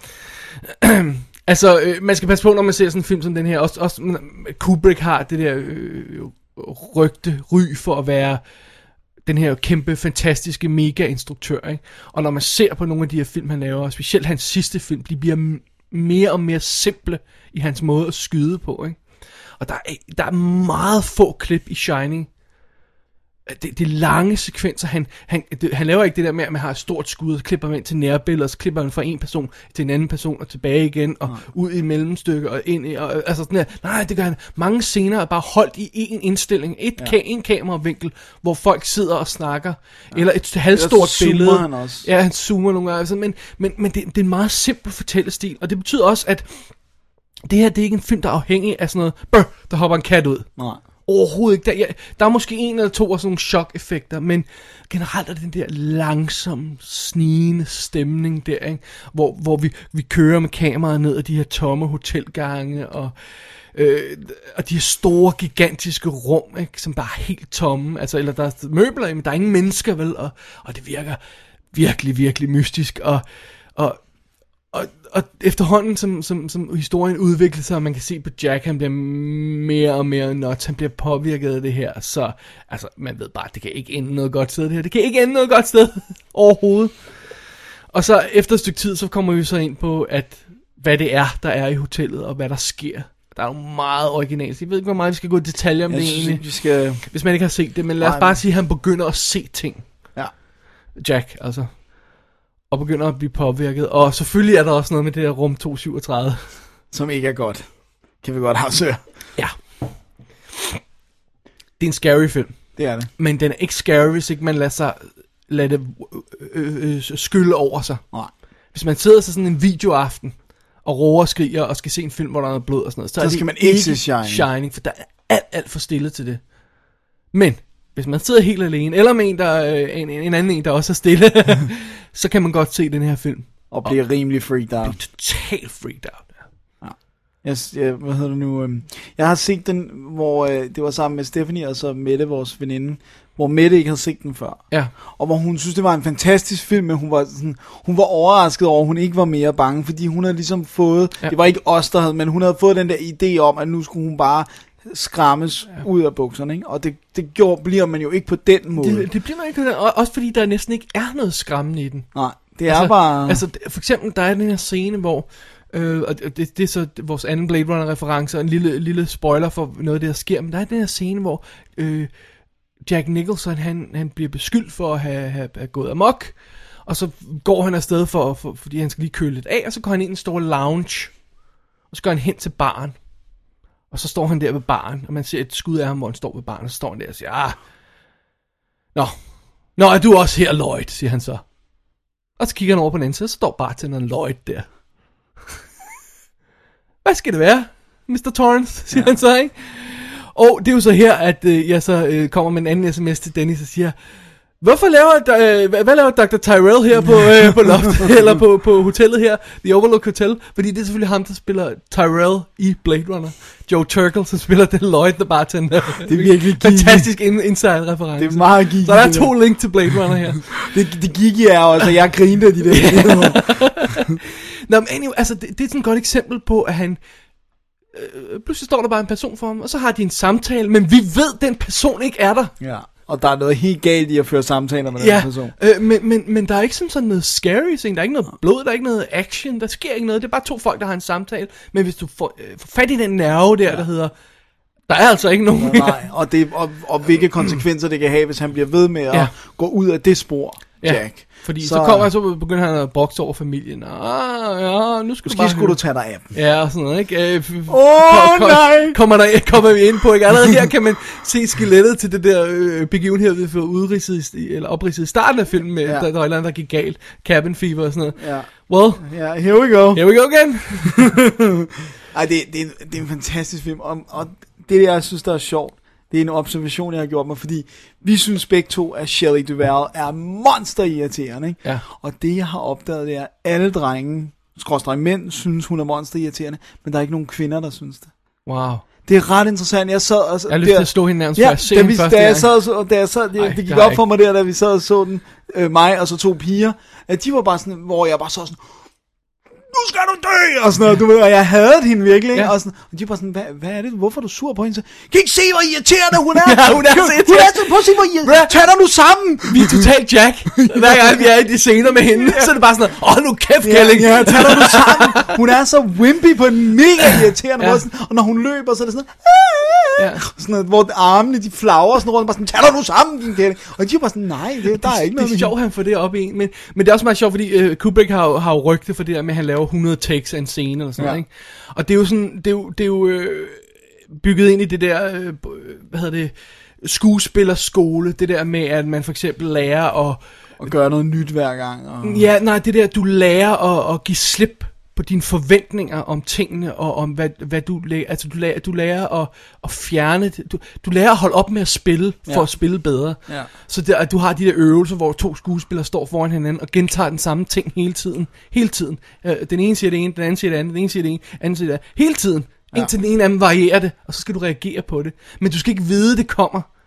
Altså, man skal passe på, når man ser sådan en film som den her. Også Kubrick har det der ry for at være den her kæmpe, fantastiske mega-instruktør, ikke? Og når man ser på nogle af de her film, han laver, specielt hans sidste film, de bliver mere og mere simple i hans måde at skyde på, ikke? Og der er meget få klip i Shining. Det lange sekvenser, han laver ikke det der med, at man har et stort skud, og så klipper man ind til nærbilleder, og så klipper man fra en person til en anden person, og tilbage igen, og ud i mellemstykker, og ind i, og altså sådan der. Nej, det gør han. Mange scener er bare holdt i en indstilling, en kameravinkel, hvor folk sidder og snakker, eller et halvstort billede. Han også. Ja, han zoomer nogle gange, altså, men det er en meget simpel fortællestil, og det betyder også, at det her, det er ikke en film, der er afhængig af sådan noget, der hopper en kat ud. Nej. Overhovedet ikke. Der er måske en eller to af sådan nogle chok-effekter, men generelt er det den der langsomme, snigende stemning der, ikke? Hvor vi kører med kameraet ned ad de her tomme hotelgange, og de her store, gigantiske rum, ikke? Som bare er helt tomme. Altså, eller der er møbler, men der er ingen mennesker, vel? Og det virker virkelig, virkelig mystisk, og efterhånden, som historien udvikler sig, og man kan se på Jack, han bliver mere og mere nuts, han bliver påvirket af det her, så, altså, man ved bare, det kan ikke ende noget godt sted, det her. Det kan ikke ende noget godt sted, overhovedet. Og så efter et stykke tid, så kommer vi så ind på, hvad det er, der er i hotellet, og hvad der sker. Der er jo meget originalt. Jeg ved ikke, hvor meget vi skal gå i detaljer om det egentlig. Hvis man ikke har set det, men lad os bare sige, at han begynder at se ting. Ja. Jack, altså. Og begynder at blive påvirket. Og selvfølgelig er der også noget med det der rum 237. Som ikke er godt. Kan vi godt afsøge. Ja. Det er en scary film. Det er det. Men den er ikke scary, hvis ikke man lader det skylle over sig. Nej. Hvis man sidder til sådan en videoaften, og råber og skriger, og skal se en film, hvor der er noget blod og sådan noget, så skal man ikke se Shining, for der er alt for stille til det. Men, hvis man sidder helt alene, eller med en anden, der også er stille, så kan man godt se den her film. Og blive rimelig freaked out. Blive totalt freaked out. Hvad hedder det nu? Jeg har set den, hvor det var sammen med Stephanie og så Mette, vores veninde, hvor Mette ikke havde set den før. Ja. Og hvor hun synes, det var en fantastisk film, men hun var overrasket over, at hun ikke var mere bange, fordi hun havde ligesom fået, det var ikke os, der havde, men hun havde fået den der idé om, at nu skulle hun bare skræmmes ud af bukserne, ikke? Og det bliver man jo ikke på den måde. Det bliver man ikke på den, også fordi der næsten ikke er noget skræmmende i den. Nej, det er bare... Altså, for eksempel, der er den her scene, hvor... og det er så vores anden Blade Runner reference, og en lille spoiler for noget af det, der sker. Men der er den her scene, hvor Jack Nicholson, han bliver beskyldt for at have gået amok, og så går han afsted fordi han skal lige køle lidt af, og så går han ind i en stor lounge, og så går han hen til baren, og så står han der ved baren, og man ser et skud af ham, hvor han står ved baren, og så står han der og siger, Nå, er du også her, Lloyd, siger han så. Og så kigger han over på den anden side, så står bartenderen Lloyd der. Hvad skal det være, Mr. Torrance, siger han så, ikke? Og det er jo så her, at jeg så kommer med en anden sms til Dennis og siger, hvad laver Dr. Tyrell her på loftet, eller på hotellet her, The Overlook Hotel? Fordi det er selvfølgelig ham, der spiller Tyrell i Blade Runner. Joe Turkel, som spiller den Lloyd, the bartender. Det er virkelig fantastisk inside-reference. Det er meget geeky. Så der er 2 link til Blade Runner her. det geeky er også, jeg grinte af de der. Nå, men anyway, altså, det er sådan et godt eksempel på, at han... pludselig står der bare en person for ham, og så har de en samtale, men vi ved, at den person ikke er der. Ja, og der er noget helt galt i at føre samtaler med den person. Men der er ikke sådan noget scary ting, der er ikke noget blod, der er ikke noget action, der sker ikke noget, det er bare 2 folk, der har en samtale, men hvis du får fat i den nerve der hedder, der er altså ikke nogen... Nej, og hvilke konsekvenser det kan have, hvis han bliver ved med at gå ud af det spor, Jack. Fordi så begynder han at brokse over familien. Nu skulle du tage dig af dem. Ja, og sådan noget, ikke? Nej! Kommer vi ind på, ikke? Allerede her kan man se skelettet til det der begivenhed, vi får udridset eller opridset i starten af filmen, med, der var et eller andet, der gik galt. Cabin fever og sådan noget. Well, here we go. Here we go again. Ej, det er en fantastisk film, og det jeg synes, der er sjovt, det er en observation, jeg har gjort mig, fordi vi synes begge to, at Shelley Duvall er monsterirriterende, ikke? Ja. Og det, jeg har opdaget, det er, at alle drenge, mænd, synes, hun er monsterirriterende, men der er ikke nogen kvinder, der synes det. Wow. Det er ret interessant. Jeg har lyst til at slå hende nærmest for at se hende første gang. Det gik op for mig der, da vi sad og så den, mig og så 2 piger, at de var bare sådan, hvor jeg bare så sådan, nu skal du dø, og sådan noget, du ved, og jeg hadede hende virkelig, og sådan, og de var sådan, hvad er det, hvorfor er du sur på hende? Så, kan ikke se, hvor irriterende hun er? Hun er så irriterende. Prøv at se, hvor irriterende, tag dig nu sammen! Vi er totalt Jack, hver gang vi er i de scener med hende, så er det bare sådan, nu kæft, Kælling. Ja, tag dig nu sammen! Hun er så wimpy på en mega irriterende måde, og når hun løber, så er det sådan, sådan noget, hvor armene, de flagrer sådan rundt, bare sådan, tag dig nu sammen, din Kælling. Og de var bare sådan, nej, der er ikke noget. Det er sjovt, han får det op i en, men det er også meget sjovt, fordi Kubrick har jo rygte for det der med, at han laver 100 takes af en scene eller sådan noget, ikke? Og det er jo sådan, det er jo bygget ind i det der, skuespillerskole, det der med, at man for eksempel lærer at gøre noget nyt hver gang. Ja, nej, det der, du lærer at give slip på dine forventninger om tingene, og om hvad du lærer, altså du lærer at fjerne, du lærer at holde op med at spille, for at spille bedre. Ja. Så at du har de der øvelser, hvor 2 skuespillere står foran hinanden, og gentager den samme ting hele tiden. Den ene siger det ene, den anden siger det andet, den ene siger det ene, den anden siger det andet, hele tiden, indtil den ene af dem varierer det, og så skal du reagere på det. Men du skal ikke vide, det kommer.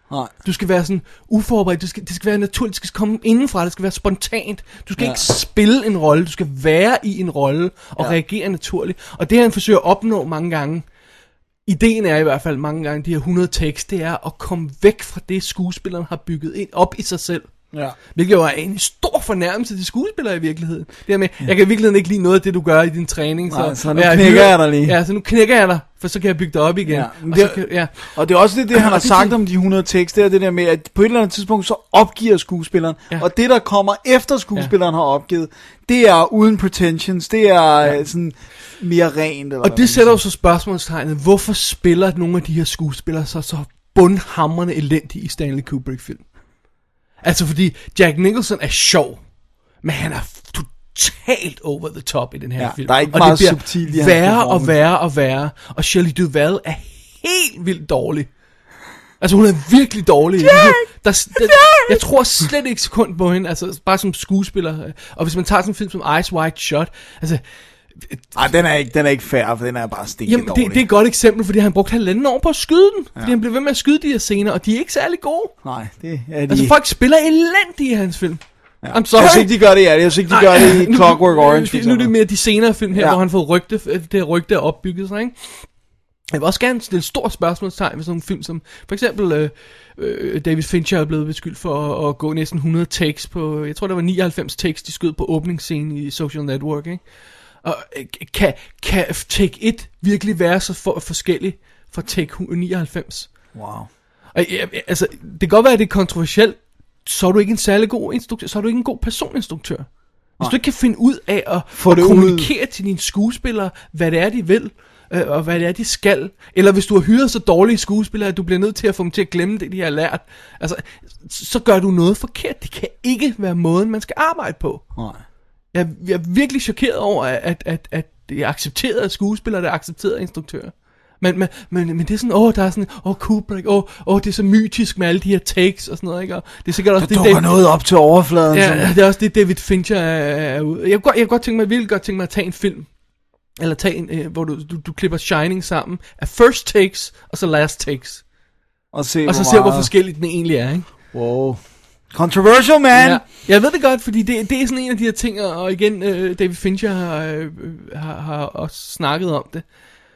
Nej. Du skal være sådan uforberedt, det skal være naturligt, det skal komme indenfra, det skal være spontant. Du skal ikke spille en rolle, du skal være i en rolle og reagere naturligt. Og det han forsøger at opnå mange gange, ideen er i hvert fald mange gange, de her 100 takes, det er at komme væk fra det, skuespilleren har bygget ind op i sig selv. Ja. Hvilket jo er en stor fornærmelse til skuespillere i virkeligheden. Det her med, jeg kan i virkeligheden ikke lide noget af det, du gør i din træning. Så nu knækker jeg dig lige. Ja, så nu knækker jeg dig, for så kan jeg bygge dig op igen. Ja, og det er også det han har sagt om de 100 takes, det er det der med, at på et eller andet tidspunkt, så opgiver skuespilleren. Ja. Og det, der kommer efter skuespilleren har opgivet, det er uden pretensions, det er sådan mere rent. Eller og det sætter jo så spørgsmålstegnet, hvorfor spiller nogle af de her skuespillere så bundhamrende elendige i Stanley Kubrick-film? Altså fordi Jack Nicholson er sjov, men han er totalt over the top i den her film. Der er ikke og meget det bliver subtil værre og værre. Og Shelley Duvall er helt vildt dårlig. Altså hun er virkelig dårlig. Jeg tror slet ikke sekund på hende, altså bare som skuespiller. Og hvis man tager sådan en film som Eyes Wide Shut, altså... Ej, den er ikke fair, for den er bare stinket dårlig. Det er et godt eksempel, fordi han brugte 1,5 år på at skyde den. Fordi han blev ved med at skyde de her scener, og de er ikke særlig gode. Nej, det er de. Altså folk spiller elendigt i hans film. Ja. I'm sorry. Jeg synes ikke, de gør det, jeg synes ikke, de gør det i Clockwork Orange. Nu er det mere de senere film her, hvor han får det rygte er opbygget sig, ikke? Jeg vil også gerne stille stort spørgsmålstegn ved sådan en film som, for eksempel David Fincher er blevet beskyldt for at gå næsten 100 takes på, jeg tror der var 99 takes, de skød på åbningsscenen i Social Network, ikke? Og kan take 1 virkelig være så forskellig fra take 99? Wow. Og, altså, det kan godt være, at det er kontroversielt, så er du ikke en særlig god instruktør, så er du ikke en god personinstruktør. Hvis du ikke kan finde ud af at kommunikere til dine skuespillere, hvad det er, de vil, og hvad det er, de skal, eller hvis du har hyret så dårlige skuespillere, at du bliver nødt til at få dem til at glemme det, de har lært, altså, så gør du noget forkert. Det kan ikke være måden, man skal arbejde på. Nej. Jeg er virkelig chokeret over, at det er accepteret af skuespillere, det er accepteret af instruktører. Men det er sådan, der er sådan, Kubrick, det er så mytisk med alle de her takes og sådan noget, ikke? Og det er sikkert også der dukker noget op til overfladen. Ja, det er også det, David Fincher er ude. Jeg kunne godt tænke mig at tage en film, eller tage en, hvor du klipper Shining sammen af first takes, og så last takes. Og så ser hvor forskelligt den egentlig er, ikke? Wow. Controversial, man! Ja, jeg ved det godt, fordi det er sådan en af de her ting, og igen, David Fincher har også snakket om det.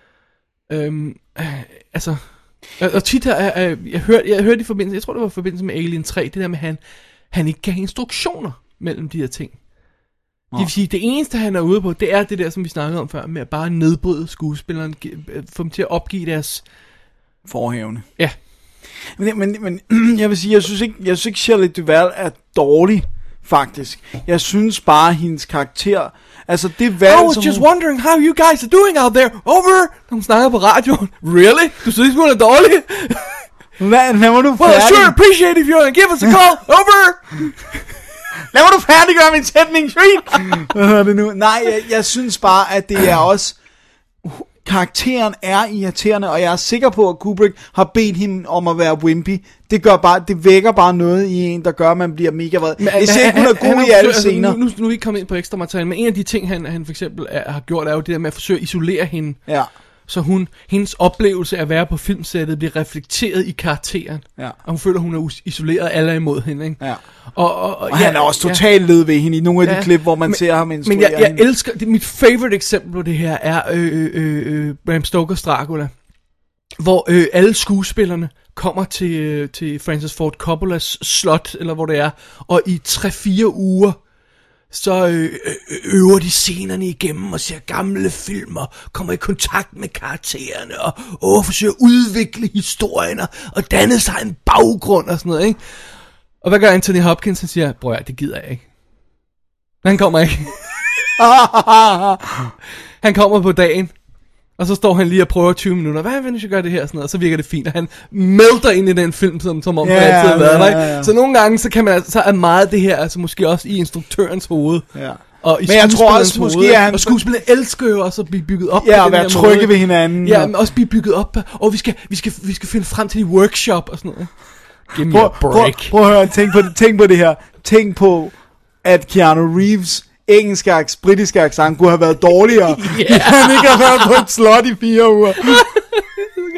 Altså, og tit jeg hørte i forbindelse, jeg tror det var i forbindelse med Alien 3, det der med, han ikke gav instruktioner mellem de her ting. Det vil sige, det eneste han er ude på, det er det der, som vi snakkede om før, med at bare nedbryde skuespilleren, få dem til at opgive deres forhævne. Ja. Men jeg vil sige, jeg synes ikke Shelley Duvall er dårlig, faktisk. Jeg synes bare, hendes karakter, altså det valg, I was just wondering how you guys are doing out there. Over! Hun snakker på radioen. Really? Du synes hun er dårlig? Lad mig du færdig. Well, I sure appreciate if you're gonna give us a call. Over! Lad mig du færdiggøre min sætning, Hvad hedder det nu? Nej, jeg synes bare, at det er også... Karakteren er irriterende, og jeg er sikker på, at Kubrick har bedt hende om at være wimpy. Det vækker bare noget i en, der gør, at man bliver mega vred. Jeg siger ikke, hun er god i alle scener. Nu er vi ikke kommet ind på ekstra materiale, men en af de ting, han for eksempel har gjort, er jo det der med at forsøge at isolere hende. Ja. Så hendes oplevelse af at være på filmsættet bliver reflekteret i karakteren. Ja. Og hun føler, hun er isoleret, alle er imod hende, ikke? Ja. Og han er også totalt led ved hende i nogle af de klip, hvor man ser ham instruere hende. Men jeg elsker, mit favorite eksempel på det her er Bram Stokers Dracula, hvor alle skuespillerne kommer til Francis Ford Coppolas slot, eller hvor det er, og i 3-4 uger, så øver de scenerne igennem og ser gamle film og kommer i kontakt med karaktererne og forsøger at udvikle historien og danne sig en baggrund og sådan noget, ikke? Og hvad gør Anthony Hopkins? Han siger, bror, det gider jeg ikke. Han kommer ikke. Han kommer på dagen, og så står han lige og prøver 20 minutter. Hvad hvis jeg gør det her? Sådan noget, og så virker det fint, og han melter ind i den film, som om det altid har været der. Ja. Så nogle gange, så er meget det her, altså måske også i instruktørens hoved. Ja. Og i men jeg tror også, måske er han... Og skuespillere elsker jo også at blive bygget op. Ja, og være trygge ved hinanden. Ja, men også blive bygget op. Og vi skal finde frem til de workshop og sådan noget. Give me a break. Prøv at høre, tænk på det her. Tænk på, at Keanu Reeves britiske accent kunne have været dårligere. Han ikke har været på et slot i 4 uger.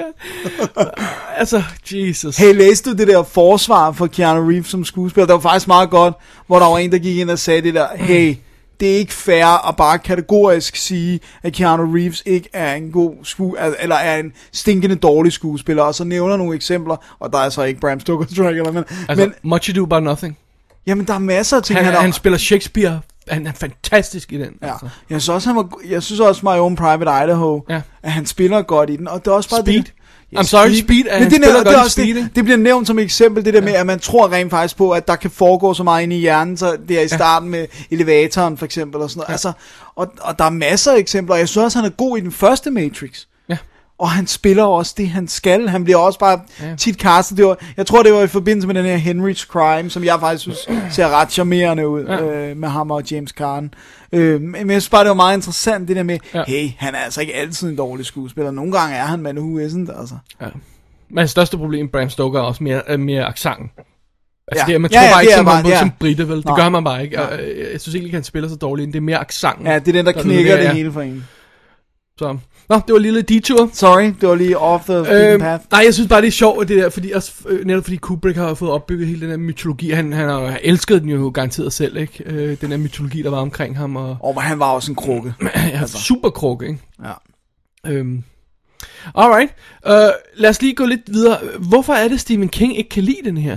god. Altså, Jesus. Hey, læste du det der forsvar for Keanu Reeves som skuespiller? Det var faktisk meget godt, hvor der var en, der gik ind og sagde det der, hey, det er ikke fair at bare kategorisk sige, at Keanu Reeves ikke er en god eller er en stinkende dårlig skuespiller, og så nævner nogle eksempler, og der er så ikke Bram Stoker's Dracula, men Much Ado About Nothing. Jamen, der er masser af ting. Han spiller Shakespeare. Han er fantastisk i den. Ja. Altså. Jeg synes også, My Own Private Idaho, at han spiller godt i den, og det er også bare Speed. det. I'm sorry, Speed, men det spiller godt i Speed. Det bliver nævnt som eksempel, det der med, at man tror rent faktisk på, at der kan foregå så meget inde i hjernen, så det er i starten med elevatoren for eksempel, og sådan noget. Altså, og der er masser af eksempler, og jeg synes også, han er god i den første Matrix. Ja. Og han spiller også det, han skal. Han bliver også bare tit castet. Jeg tror, det var i forbindelse med den her Henry's Crime, som jeg faktisk synes ser ret charmerende ud, med ham og James Caan. Men jeg synes bare, det var meget interessant, det der med, hey, han er altså ikke altid en dårlig skuespiller. Nogle gange er han, men who isn't, altså. Ja. Men det største problem, Bram Stoker, er også mere accenten. Altså, det, man tror bare ikke, som brite, vel? Det gør man bare ikke. Jeg synes ikke, han spiller så dårligt. Det er mere accenten. Ja, det er den, der knækker det hele for en. Så... Nå, det var en lille detour. Sorry, det var lige off the path. Nej, jeg synes bare, det er sjovt, det der, fordi også, netop fordi Kubrick har fået opbygget hele den her mytologi. Han har elsket den jo garanteret selv, ikke? Den her mytologi, der var omkring ham. Men han var også en krukke. Altså. Super krukke, ikke? Ja. Alright. Lad os lige gå lidt videre. Hvorfor er det, Stephen King ikke kan lide den her?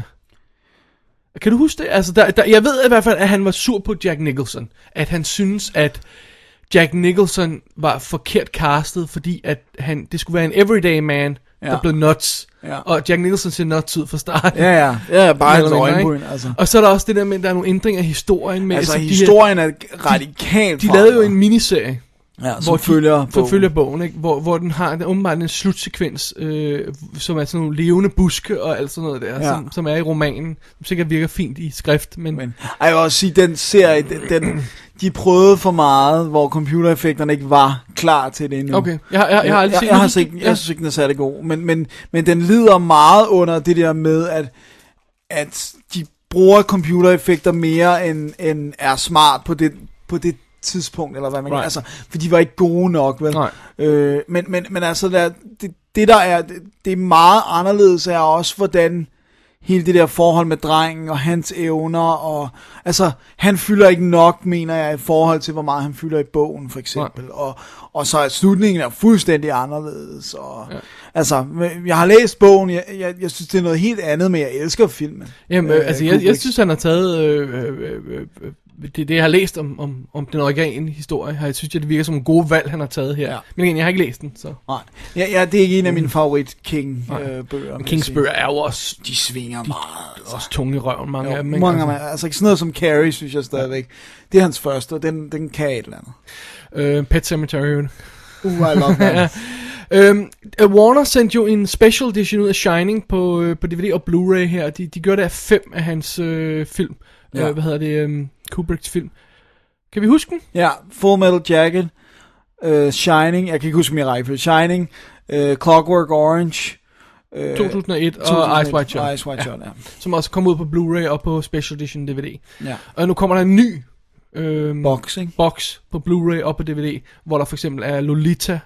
Kan du huske det? Altså, jeg ved i hvert fald, at han var sur på Jack Nicholson. At han synes, at Jack Nicholson var forkert castet, fordi at det skulle være en everyday man, der blev nuts. Ja. Og Jack Nicholson ser nuts ud fra start. Ja, bare hans øjenbryn. Altså. Og så er der også det der med, at der er nogle ændringer i historien. Med, altså historien er radikalt. De lavede jo en miniserie. Ja, som følger bogen, ikke? Hvor den har åbenbart en slutsekvens, som er sådan nogle levende buske og alt sådan noget der, som er i romanen, som sikkert virker fint i skrift, men jeg vil også sige, den serie, de prøvede for meget, hvor computereffekterne ikke var klar til det endnu. Okay, jeg har aldrig set den. Jeg synes ikke, den er særlig god, men den lider meget under det der med, at de bruger computereffekter mere end er smart på det tidspunkt, eller hvad man kan, altså, for de var ikke gode nok, vel? Men altså, det der er, det er meget anderledes, er også, hvordan hele det der forhold med drengen, og hans evner, og, altså, han fylder ikke nok, mener jeg, i forhold til, hvor meget han fylder i bogen, for eksempel, og så er slutningen er fuldstændig anderledes, og, altså, jeg har læst bogen, jeg synes, det er noget helt andet, men jeg elsker filmen. Jamen, altså, jeg synes, han har taget, det jeg har læst om den originale historie, jeg synes, det virker som en god valg, han har taget her. Men igen, jeg har ikke læst den, så. Nej, det er ikke en af mine favorit King-bøger. Kings bøger er jo også, de svinger meget. Altså. Også tunge i røven, mange af dem. Altså sådan noget som Carrie, synes jeg stadigvæk. Det er hans første, og den kan et eller andet. Pet Sematary. I love that. Warner sendte jo en special edition ud af Shining på DVD og Blu-ray her. De gjorde det af 5 af hans film. Hvad hedder det? Kubricks film. Kan vi huske den? Ja, Full Metal Jacket, Shining, jeg kan ikke huske min rækkefølge, Shining, Clockwork Orange, 2001 og Eyes Wide Shut. Eyes Wide Shut, ja. Som også kom ud på Blu-ray og på Special Edition DVD. Ja. Og nu kommer der en ny box på Blu-ray og på DVD, hvor der for eksempel er Lolita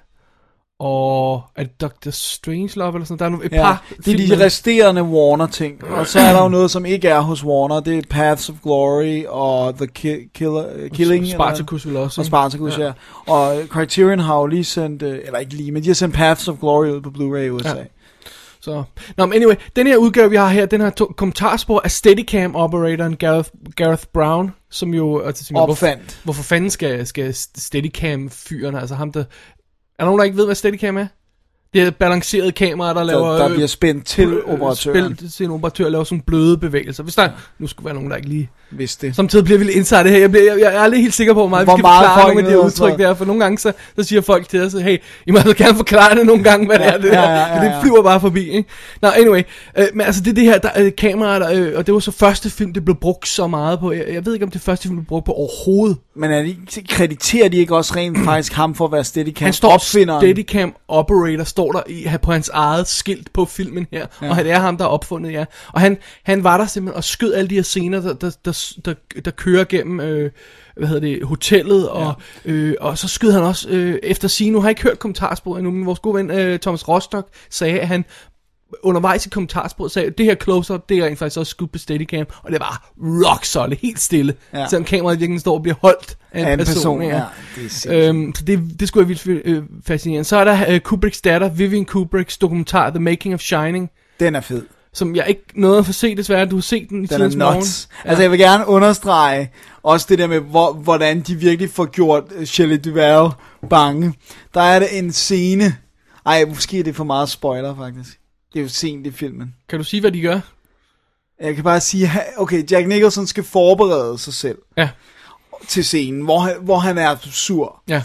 og er det Dr. Strangelove eller sådan. Der er et par det er de resterende Warner-ting. Og så er der jo noget, som ikke er hos Warner. Det er Paths of Glory og The Killing. Spartacus vil også. Og Spartacus, ja. Og Criterion har jo lige sendt, eller ikke lige, men de har sendt Paths of Glory ud på Blu-ray i USA. Ja. Så, men anyway, den her udgave, vi har her, den har kommentarspor af Steadicam-operatoren Gareth Brown, som jo opfandt. Hvorfor fanden skal Steadicam-fyren, altså ham, der... Er der nogen, der ikke ved, hvad Steadicam er? Det er balanceret kamera, der laver... Der bliver spændt til operatøren. Spændt til en operatør, der laver sådan bløde bevægelser. Hvis der nu skulle være nogen, der ikke lige... Vidste det. Samtidig bliver vi lidt indsat det her. Jeg er aldrig helt sikker på, hvor meget vi skal forklare nogle af de her udtryk der. For nogle gange, så siger folk til os, hey, I må altså gerne forklare det nogle gange, hvad det er. Det flyver bare forbi, ikke? Nå, anyway. Men altså, det her kamera, og det var så første film, det blev brugt så meget på. Jeg ved ikke, om det første film blev brugt på overhovedet. Men krediterer de ikke også rent faktisk ham for at være Steadicam opfinderen? Han står Steadicam operator, står der på hans eget skilt på filmen her, og det er ham, der har opfundet, og han var der simpelthen og skød alle de her scener, der kører gennem hotellet, og så skød han også efter sige, nu har jeg ikke hørt kommentarsporet endnu, men vores gode ven Thomas Rostock sagde, at han undervejs i kommentarsporet sagde, det her close-up, det er rent faktisk også skudt på Steadicam, og det var rock solid, helt stille, selvom kameraet virkelig står og bliver holdt af en person. Ja. Så det skulle jeg vildt fascinerende. Så er der Kubricks datter, Vivian Kubricks dokumentar, The Making of Shining. Den er fed. Som jeg ikke nåede at få set desværre. Du har set den i tidens morgen. Ja. Altså jeg vil gerne understrege også det der med, hvordan de virkelig får gjort Shelley Duvall bange. Der er det en scene. Måske er det for meget spoiler faktisk. Det er jo sent i filmen. Kan du sige, hvad de gør? Jeg kan bare sige, okay, Jack Nicholson skal forberede sig selv til scenen, hvor han er sur. Ja.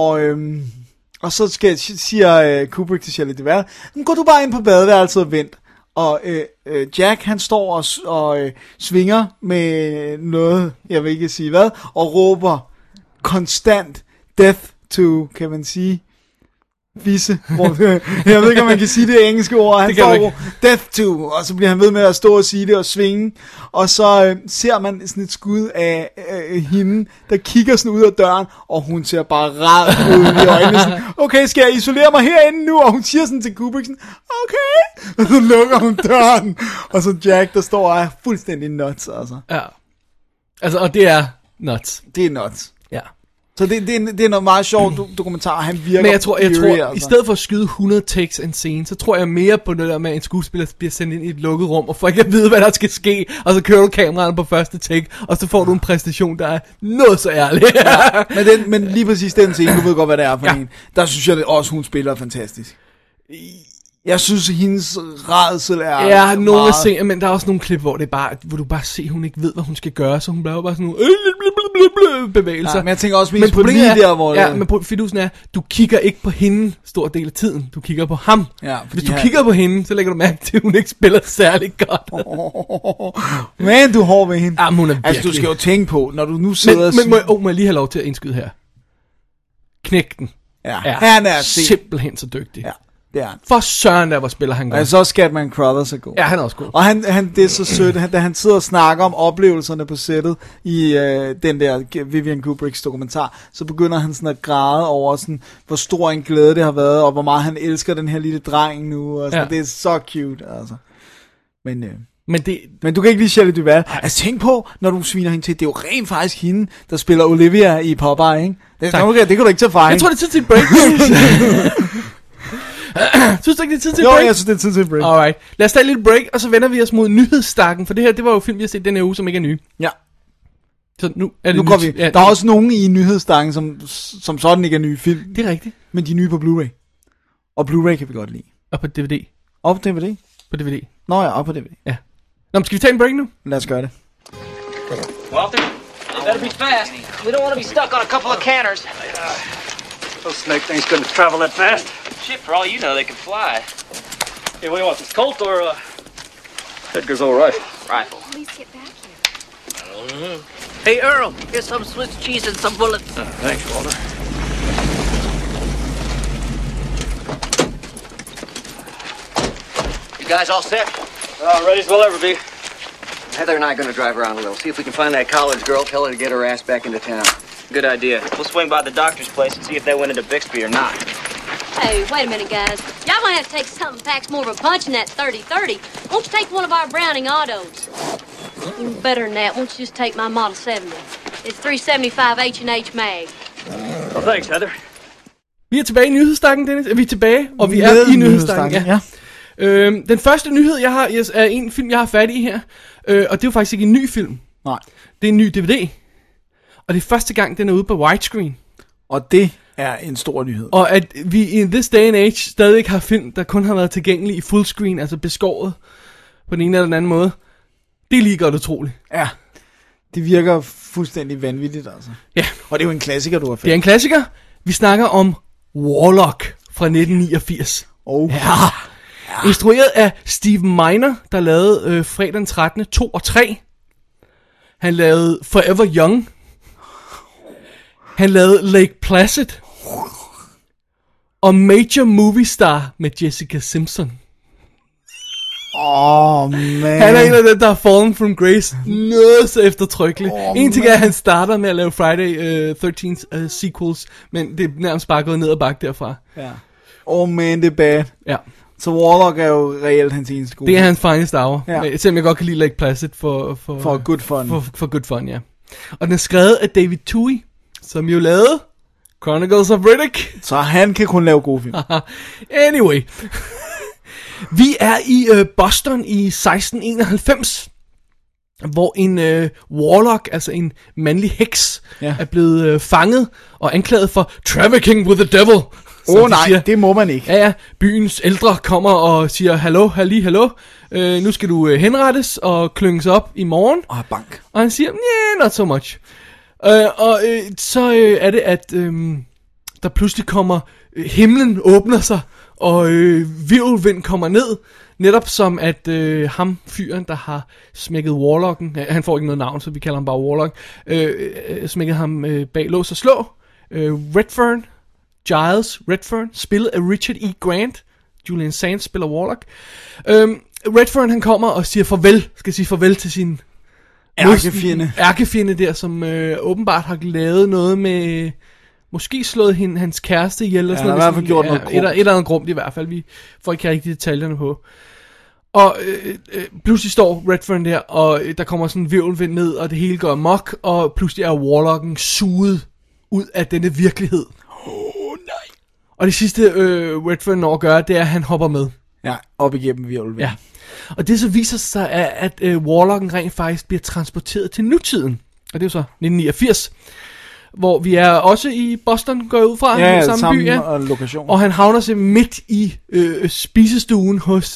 Og så siger Kubrick til Shelley Duvall, gå du bare ind på badeværelset og vent. Og Jack, han står og svinger med noget, jeg vil ikke sige hvad, og råber konstant death to, kan man sige, visse. Jeg ved ikke, om man kan sige det engelske ord. Han står death to, og så bliver han ved med at stå og sige det og svinge. Og så ser man sådan et skud af hende, der kigger sådan ud af døren, og hun ser bare ræd ud i øjnene. Sådan, okay, skal jeg isolere mig herinde nu? Og hun siger sådan til Kubrick, sådan, okay. Og så lukker hun døren. Og så Jack, der står og er fuldstændig nuts, altså. Ja. Altså, og det er nuts. Det er nuts. Ja. Så det er noget meget sjovt dokumentar. Han virker. Men jeg tror altså, i stedet for at skyde 100 takes en scene, så tror jeg mere på det der med, at en skuespiller bliver sendt ind i et lukket rum, og får ikke at vide, hvad der skal ske, og så kører du kameraet på første take, og så får du en præstation, der er noget så ærlig. Men lige præcis den scene, du ved godt, hvad det er for en. Der synes jeg også, hun spiller fantastisk. Jeg synes, hendes rædsel er ja, nogle af scener, men der er også nogle klip, hvor du bare ser, hun ikke ved, hvad hun skal gøre, så hun bliver bare sådan nogle bevægelser. Ja, men jeg tænker også mest på lige der, hvor ja, men fidusen er, du kigger ikke på hende stor del af tiden, du kigger på ham. Ja, hvis du kigger på hende, så lægger du mærke til, at hun ikke spiller særlig godt. Men du er hård ved hende. Ja, hun er altså, du skal jo tænke på, når du nu sidder... Men må jeg lige have lov til at indskyde her? Knægten. Ja, han er simpelthen så dygtig. Ja. Det er. For søren der, hvor spiller han godt. Og så Scatman Crothers er god. Ja, han er også god. Og det er så sødt, da han sidder og snakker om oplevelserne på sættet i den der Vivian Kubricks dokumentar, så begynder han sådan at græde over sådan, hvor stor en glæde det har været, og hvor meget han elsker den her lille dreng nu. Og sådan. Ja. Det er så cute, altså. Men du kan ikke lide Shelley Duvall. Altså tænk på, når du sviner hende til, det er jo rent faktisk hende, der spiller Olivia i Popeye, ikke? Det kan du ikke tage fejl. Jeg tror, det er tid til et break. Synes du ikke, det er tid til et break? Jo, jeg synes, det er tid til et break. Alright, lad os tage et lille break, og så vender vi os mod nyhedsstakken, for det var jo film, vi har set den her uge, som ikke er nye. Ja. Så nu er det går vi. Ja, der er også nogen i nyhedsstakken, som sådan ikke er nye film. Det er rigtigt. Men de er nye på Blu-ray. Og Blu-ray kan vi godt lide. Og på DVD. Og på DVD? På DVD. Nå ja, og på DVD. Ja. Nå, men skal vi tage en break nu? Lad os gøre det. Walter, you better be fast. We don't want to be stuck on a couple of canners. Those snake things couldn't travel that fast. Shit, for all you know, they can fly. Hey, what do you want, this Colt or Edgar's old rifle? Rifle. Please get back here. I don't know. Hey, Earl, here's some Swiss cheese and some bullets. Thanks, Walter. You guys all set? Ready as we'll ever be. Heather and I are going to drive around a little, see if we can find that college girl, tell her to get her ass back into town. Good idea. We'll swing by the doctor's place and see if they went into Bixby or not. Hey, wait a minute, guys. Y'all gonna have to take something packs more of a punch than that 30-30. Won't you take one of our Browning autos? Even better than that, won't you just take my Model 70? It's 375 H&H mag. Well, thanks, Heather. Vi er tilbage i nyhedsstakken, Dennis. Vi er tilbage, og vi er i nyhedsstakken. Ja. Den første nyhed, jeg har, er en film, jeg har fat i her. Og det er jo faktisk ikke en ny film. Nej. Det er en ny DVD. Og det er første gang, den er ude på widescreen. Og det er en stor nyhed. Og at vi i this day and age stadig har film, der kun har været tilgængelig i fullscreen, altså beskåret på den ene eller den anden måde. Det er lige godt utroligt. Ja, det virker fuldstændig vanvittigt, altså. Ja. Og det er jo en klassiker, du har fat. Det er en klassiker. Vi snakker om Warlock fra 1989. Ja. Instrueret af Steve Miner, der lavede fredag den 13. 2 og 3. Han lavede Forever Young. Han lavede Lake Placid. og Major Movie Star med Jessica Simpson. Man. Han er en af dem, der har fallen from grace noget så eftertrykkeligt. En ting er, at han starter med at lave Friday 13th sequels, men det er nærmest bare gået ned og bakke derfra. Ja. Man, det er bad. Ja. Så Warlock er jo reelt hans eneste gode. Det er hans finest hour. Ja. Selvom jeg godt kan lide Lake Placid for good fun. For good fun, ja. Og den er skrevet af David Twohy, som jo lavede Chronicles of Riddick. Så han kan kun lave gode film. Anyway. Vi er i Boston i 1691, hvor en warlock, altså en mandlig heks, er blevet fanget og anklaget for trafficking with the devil. Nej, siger. Det må man ikke. Ja, byens ældre kommer og siger, hallo, nu skal du henrettes og klynges op i morgen. Og bank. Og han siger, not so much. Så er det, at der pludselig kommer, himlen åbner sig, og virvelvind kommer ned, netop som at ham fyren, der har smækket Warlocken, han får ikke noget navn, så vi kalder ham bare Warlock, smækket ham bag lås og slå. Giles Redfern, spillet af Richard E. Grant. Julian Sands spiller Warlock. Redfern, han kommer og siger farvel til sin ærkefjende der, som åbenbart har lavet noget med, måske slået hans kæreste ihjel, eller sådan noget. Ja, i hvert fald gjort noget grumt. Et eller andet grumt i hvert fald, vi får ikke rigtig detaljerne på. Og pludselig står Redfern der, og der kommer sådan en virvelvind ned, og det hele går amok, og pludselig er Warlocken suget ud af denne virkelighed. Nej. Og det sidste Redfern når at gøre, det er, at han hopper med. Ja, op igennem virvelvind. Ja. Og det så viser sig, at Warlocken rent faktisk bliver transporteret til nutiden. Og det er jo så 1989. Hvor vi er også i Boston, går jeg ud fra. Ja, samme by, ja. Og lokation. Og han havner sig midt i spisestuen hos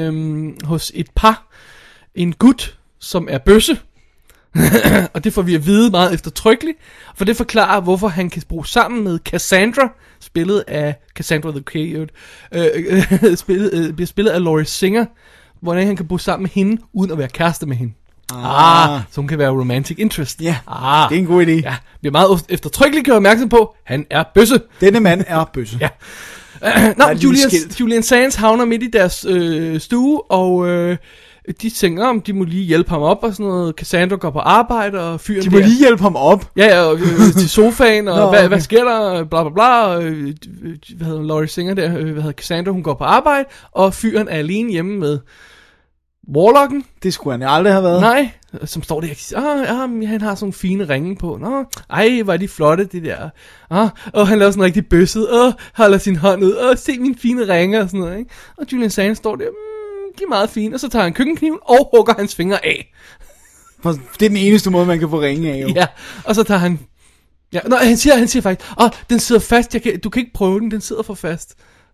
et par. En gut, som er bøsse. Og det får vi at vide meget eftertrykkeligt. For det forklarer, hvorfor han kan bruge sammen med Cassandra, spillet af Cassandra the Coyote, bliver spillet af Laurie Singer. Hvordan han kan bruge sammen med hende, uden at være kæreste med hende. Så hun kan være romantic interest. Ja, det er en god idé. Ja, vi er meget eftertrykkeligt gjort opmærksom på, han er bøsse. Denne mand er bøsse. Ja. Julian Sands havner midt i deres stue, og de tænker, om de må lige hjælpe ham op og sådan noget. Cassandra går på arbejde, og fyren de må lige hjælpe ham op? Ja, og til sofaen, og hvad sker der, bla bla bla, og hvad hedder Laurie Singer der, hvad hedder Cassandra, hun går på arbejde, og fyren er alene hjemme med Warlocken. Det skulle han aldrig have været. Nej, som står der og siger, han har sådan fine ringe på. Ej, hvor er de flotte, det der. Og han laver sådan rigtig bøsset, holder sin hånd ud, se mine fine ringe og sådan noget, ikke? Og Julian Sands står der, de er meget fine, og så tager han køkkenkniven og hugger hans fingre af. For det er den eneste måde, man kan få ringe af, jo. Ja, og så tager han... Ja, han siger faktisk, den sidder fast, du kan ikke prøve den sidder for fast.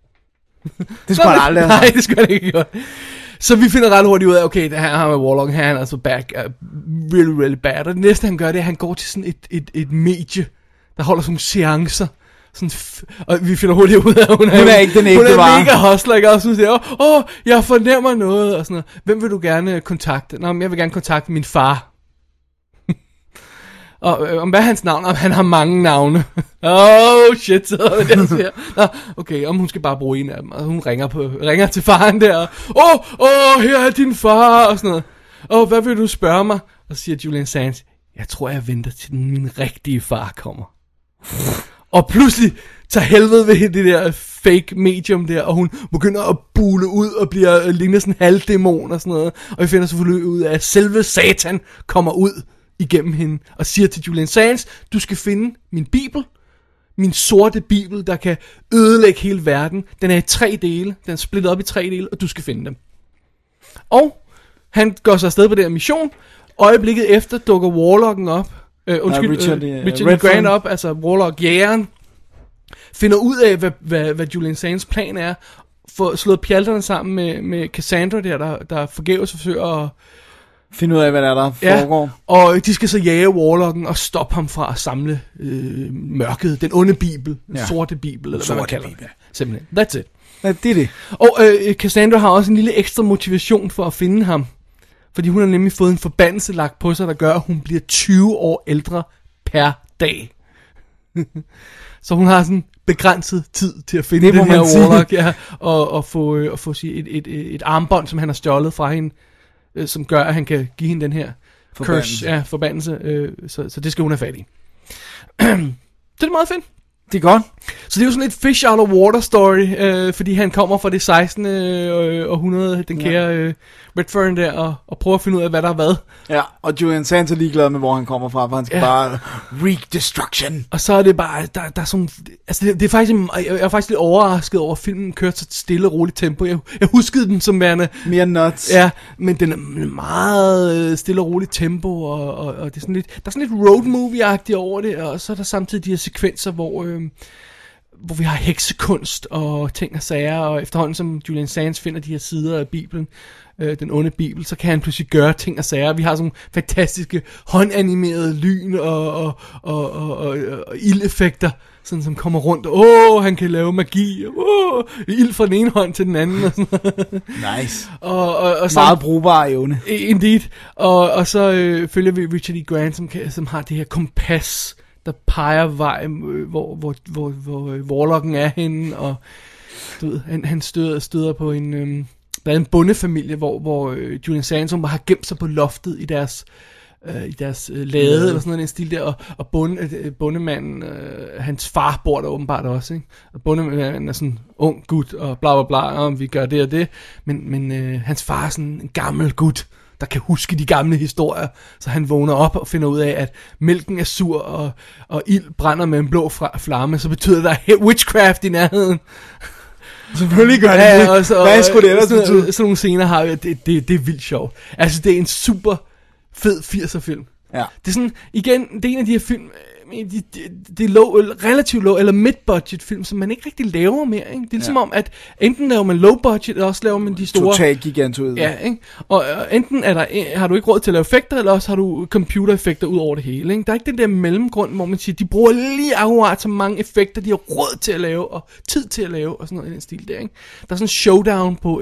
Det skulle han aldrig have. Nej, det skulle han ikke gøre. Så vi finder ret hurtigt ud af, okay, det her med Warlock, han er altså really, really bad. Og det næste, han gør, det er, at han går til sådan et medie, der holder sådan seancer. Og vi finder hurtigt ud af, at hun er ikke den ægte vare. Hun var. er mega hustler, ikke? Og sådan siger, jeg fornemmer noget, og sådan noget. Hvem vil du gerne kontakte? Jeg vil gerne kontakte min far. Og hvad er hans navn? Han har mange navne. Shit, så der siger. Okay, om hun skal bare bruge en af dem. Og hun ringer til faren der. Her er din far, og sådan noget. Hvad vil du spørge mig? Og så siger Julian Sands, jeg tror, jeg venter til min rigtige far kommer. Og pludselig tager helvede ved det der fake medium der, og hun begynder at bule ud og ligner sådan en halvdæmon og sådan noget. Og vi finder selvfølgelig ud af, at selve Satan kommer ud igennem hende og siger til Julian Sands, du skal finde min bibel, min sorte bibel, der kan ødelægge hele verden. Den er i 3 dele, den er splittet op i 3 dele, og du skal finde dem. Og han går så afsted på den her mission. Øjeblikket efter dukker Warlocken op. Richard Grant op, altså Warlock-jægeren, finder ud af, hvad Julian Sands plan er, får slået pjalterne sammen med Cassandra der forgæves forsøger at finde ud af, hvad der foregår. Og de skal så jage Warlocken og stoppe ham fra at samle mørket, den onde bibel, den sorte bibel, eller hvad man kalder det. Simpelthen, that's it. Ja, det er det. Og Cassandra har også en lille ekstra motivation for at finde ham. Fordi hun har nemlig fået en forbandelse lagt på sig, der gør, at hun bliver 20 år ældre per dag. Så hun har sådan begrænset tid til at finde den her Warlock, ja, og få et armbånd, som han har stjålet fra hende, som gør, at han kan give hende den her forbandelse, så det skal hun have fat i. Det er meget fedt. Det er godt. Så det er jo sådan et fish out of water story, fordi han kommer fra det 16. århundrede, den kære Redfern der, og prøver at finde ud af, hvad der er hvad. Ja, og Julian Sands er ligeglad med, hvor han kommer fra, for han skal bare wreak destruction. Og så er det bare, der er sådan, altså det er faktisk, jeg er faktisk lidt overrasket over, at filmen kører så stille og roligt tempo. Jeg huskede den som værende mere nuts. Ja, men den er meget stille og roligt tempo, og det er sådan lidt, der er sådan lidt road movie-agtigt over det, og så er der samtidig de her sekvenser, hvor vi har heksekunst og ting og sager, og efterhånden som Julian Sands finder de her sider af Bibelen, den onde Bibel, så kan han pludselig gøre ting og sager. Vi har sådan fantastiske håndanimerede lyn og ildeffekter, sådan som kommer rundt. Han kan lave magi. Ild fra den ene hånd til den anden. Og sådan. Nice. Og meget brugbar evne. Indeed. Og så følger vi Richard E. Grant, som har det her kompas, der peger vej, hvor Warlocken er henne, og du ved, han støder på en der er en bondefamilie, hvor Julian Sands har gemt sig på loftet i deres lade eller sådan noget, en stil der, og bondemanden, hans far bor der åbenbart også, ikke? Og bondemanden er sådan ung gut og bla bla bla, og vi gør det og det, men hans far er sådan en gammel gut, der kan huske de gamle historier, så han vågner op og finder ud af, at mælken er sur, og ild brænder med en blå flamme, så betyder det, at der er witchcraft i nærheden. Selvfølgelig gør det. Ja, hvad skulle det ellers betyde? Sådan nogle scener har vi, det er vildt sjovt. Altså, det er en super fed 80'er film. Ja. Det er sådan, igen, det er en af de her film, det er low, relativt low, eller mid-budget film, som man ikke rigtig laver mere, ikke? Det er ligesom om, at enten laver man low budget, eller også laver man de store... Total gigantoid. Ja, ikke? Og enten har du ikke råd til at lave effekter, eller også har du computereffekter ud over det hele, ikke? Der er ikke den der mellemgrund, hvor man siger, de bruger lige akkurat så mange effekter, de har råd til at lave, og tid til at lave, og sådan noget i den stil der, ikke? Der er sådan en showdown på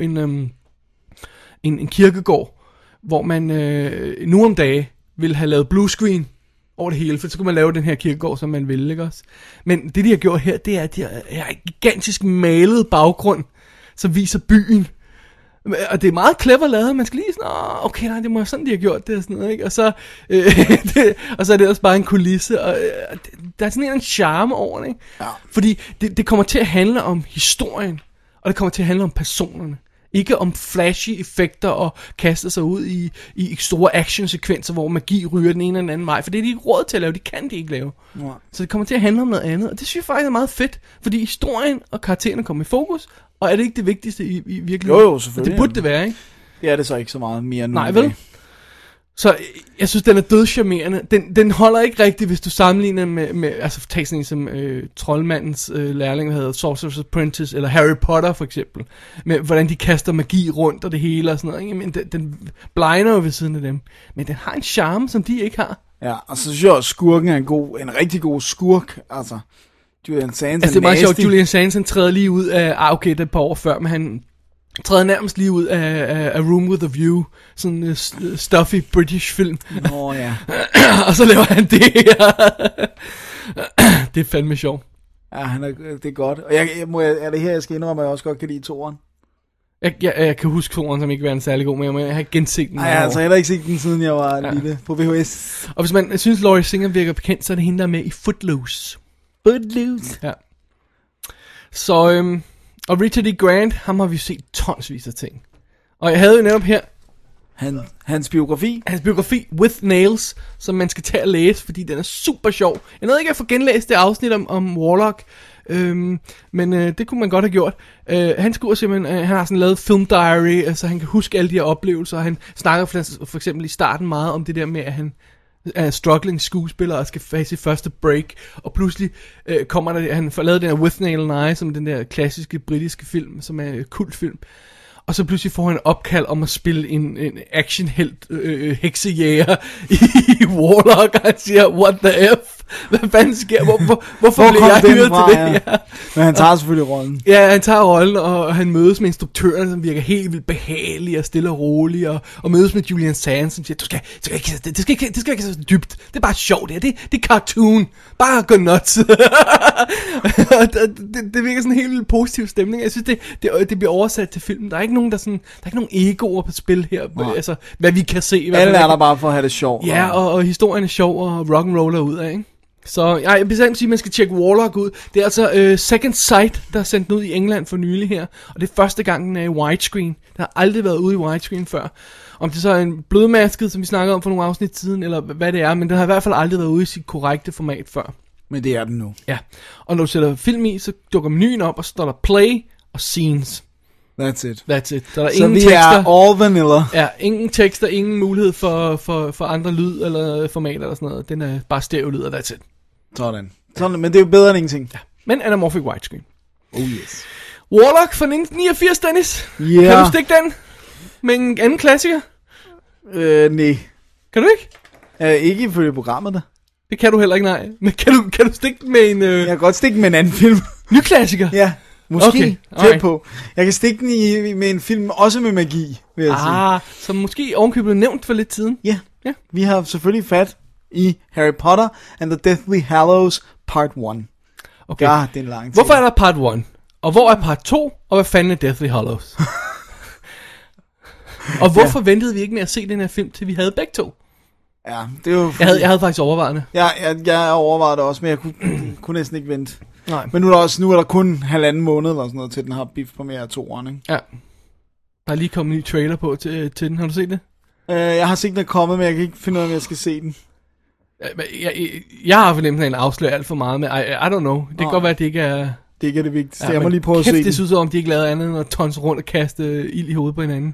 en kirkegård, hvor man nu om dage vil have lavet blue screen over det hele, for så kunne man lave den her kirkegård, som man ville, ikke også? Men det, de har gjort her, det er, at de har en gigantisk malet baggrund, som viser byen. Og det er meget clever lavet, man skal lige sådan, okay, nej, det må være sådan, de har gjort det, og sådan noget, ikke? Og så, og så er det også bare en kulisse, og der er sådan en charme over det, ikke? Ja. Fordi det kommer til at handle om historien, og det kommer til at handle om personerne. Ikke om flashy effekter og kaster sig ud i store actionsekvenser, hvor magi ryger den ene eller den anden vej. For det er de ikke råd til at lave, det kan de ikke lave. Ja. Så det kommer til at handle om noget andet, og det synes jeg faktisk er meget fedt. Fordi historien og karaktererne kommer i fokus, og er det ikke det vigtigste i virkeligheden? Jo, selvfølgelig. Og det burde det være, ikke? Det er det så ikke så meget mere nu. Nej, vel? Så jeg synes, den er dødcharmerende. Den holder ikke rigtigt, hvis du sammenligner med altså tag sådan en som Troldmandens lærling, der hedder Sorcerer's Apprentice, eller Harry Potter for eksempel, med hvordan de kaster magi rundt og det hele og sådan noget, ikke? Men den blinder jo ved siden af dem. Men den har en charme, som de ikke har. Ja, og så synes jeg også, skurken er en rigtig god skurk, altså. Julian Sands det er meget sjovt, Julian Sands han træder lige ud af, okay, det er et par år før, men han træder nærmest lige ud af A Room with a View, sådan en stuffy British film. Ja. Og så laver han det her. Det er fandme sjovt. Ja, det er godt. Og er det her, jeg skal indrømme, at jeg også godt kan lide toeren? Jeg kan huske toeren, som ikke var en særlig god, men jeg har genset den. Nej, jeg har altså heller ikke set den, siden jeg var lille på VHS. Og hvis man synes, Laurie Singer virker bekendt, så er det hende, der er med i Footloose. Ja. Så, og Richard E. Grant, ham har vi set tonsvis af ting. Og jeg havde jo netop her Hans biografi, With Nails, som man skal tage og læse, fordi den er super sjov. Jeg nåede ikke at få genlæst det afsnit om Warlock, men det kunne man godt have gjort. Han skriver simpelthen, han har sådan lavet film diary, så han kan huske alle de her oplevelser, og han snakker for eksempel i starten meget om det der med, at han er struggling skuespiller og skal have sit første break, og pludselig kommer der, han får lavet den her With Nail and Eye, som den der klassiske britiske film, som er en kultfilm, og så pludselig får han en opkald om at spille en actionhelt heksejæger i Warlock, og han siger, what the F? Hvad fanden sker? Hvorfor bliver jeg hyret til det? Ja. Men han tager selvfølgelig rollen. Ja, han tager rollen, og han mødes med instruktøren, som virker helt vildt behagelig og stille og rolig, og mødes med Julian Sands, som siger, det skal ikke så dybt. Det er bare sjovt, det er cartoon. Bare gå nuts. det virker sådan en helt vildt positiv stemning. Jeg synes, det bliver oversat til filmen. Der er ikke nogen, der er ikke nogen egoer på spil her. Altså, hvad vi kan se. Alle er der bare for at have det sjovt. Ja, og historien er sjov, og rock'n'roll er ud af, ikke? Så jeg vil sige, at man skal tjekke Warlock ud. Det er altså Second Sight, der er sendt den ud i England for nylig her. Og det er første gang, den er i widescreen. Den har aldrig været ude i widescreen før. Om det så er en blødmasket, som vi snakkede om for nogle afsnit siden, eller hvad det er. Men den har i hvert fald aldrig været ude i sit korrekte format før. Men det er den nu. Ja, og når du sætter film i, så dukker menuen op, og så står der play og scenes. That's it. Så der er så ingen vi tekster. er all vanilla. Ja, ingen tekster, ingen mulighed for andre lyd eller formater eller sådan noget. Den er bare stereo-lyd, og that's it. Sådan, men det er jo bedre end ingenting. Ja. Men anamorphic widescreen. Oh yes. Warlock fra 1989, Dennis. Yeah. Kan du stikke den med en anden klassiker? Nej. Kan du ikke? Ikke ifølge programmet da. Det kan du heller ikke, nej. Men kan du stikke den med en... Jeg kan godt stikke den med en anden film. Ny klassiker? Ja, måske. Okay. Tæt på. Jeg kan stikke den med en film, også med magi, vil jeg sige. Som måske ovenkøbet blev nævnt for lidt siden. Ja. Vi har selvfølgelig fat i Harry Potter and the Deathly Hallows Part 1. Okay. Ja, det er en lang tid. Hvorfor er der Part 1? Og hvor er Part 2? Og hvad fanden er Deathly Hallows? Og hvorfor ventede vi ikke med at se den her film, til vi havde begge to? Ja, det er jo... Jeg havde faktisk overvejet det. Jeg overvejede det også, men jeg kunne næsten ikke vente. Nej. Men nu er der kun 1,5 måned eller sådan noget, til den har biff på mere af 2'eren, ikke? Ja. Der er lige kommet en ny trailer på til den. Har du set det? Jeg har set den er kommet, men jeg kan ikke finde ud af, om jeg skal se den. Jeg har fornemmelsen af, at den afslører alt for meget, men I don't know. Det kan godt være, at det ikke er... Det ikke er det vigtigste. Ja, jeg må lige prøve at se den. Det synes jeg, om de ikke lavede andet end at tonse rundt og kaste ild i hovedet på hinanden.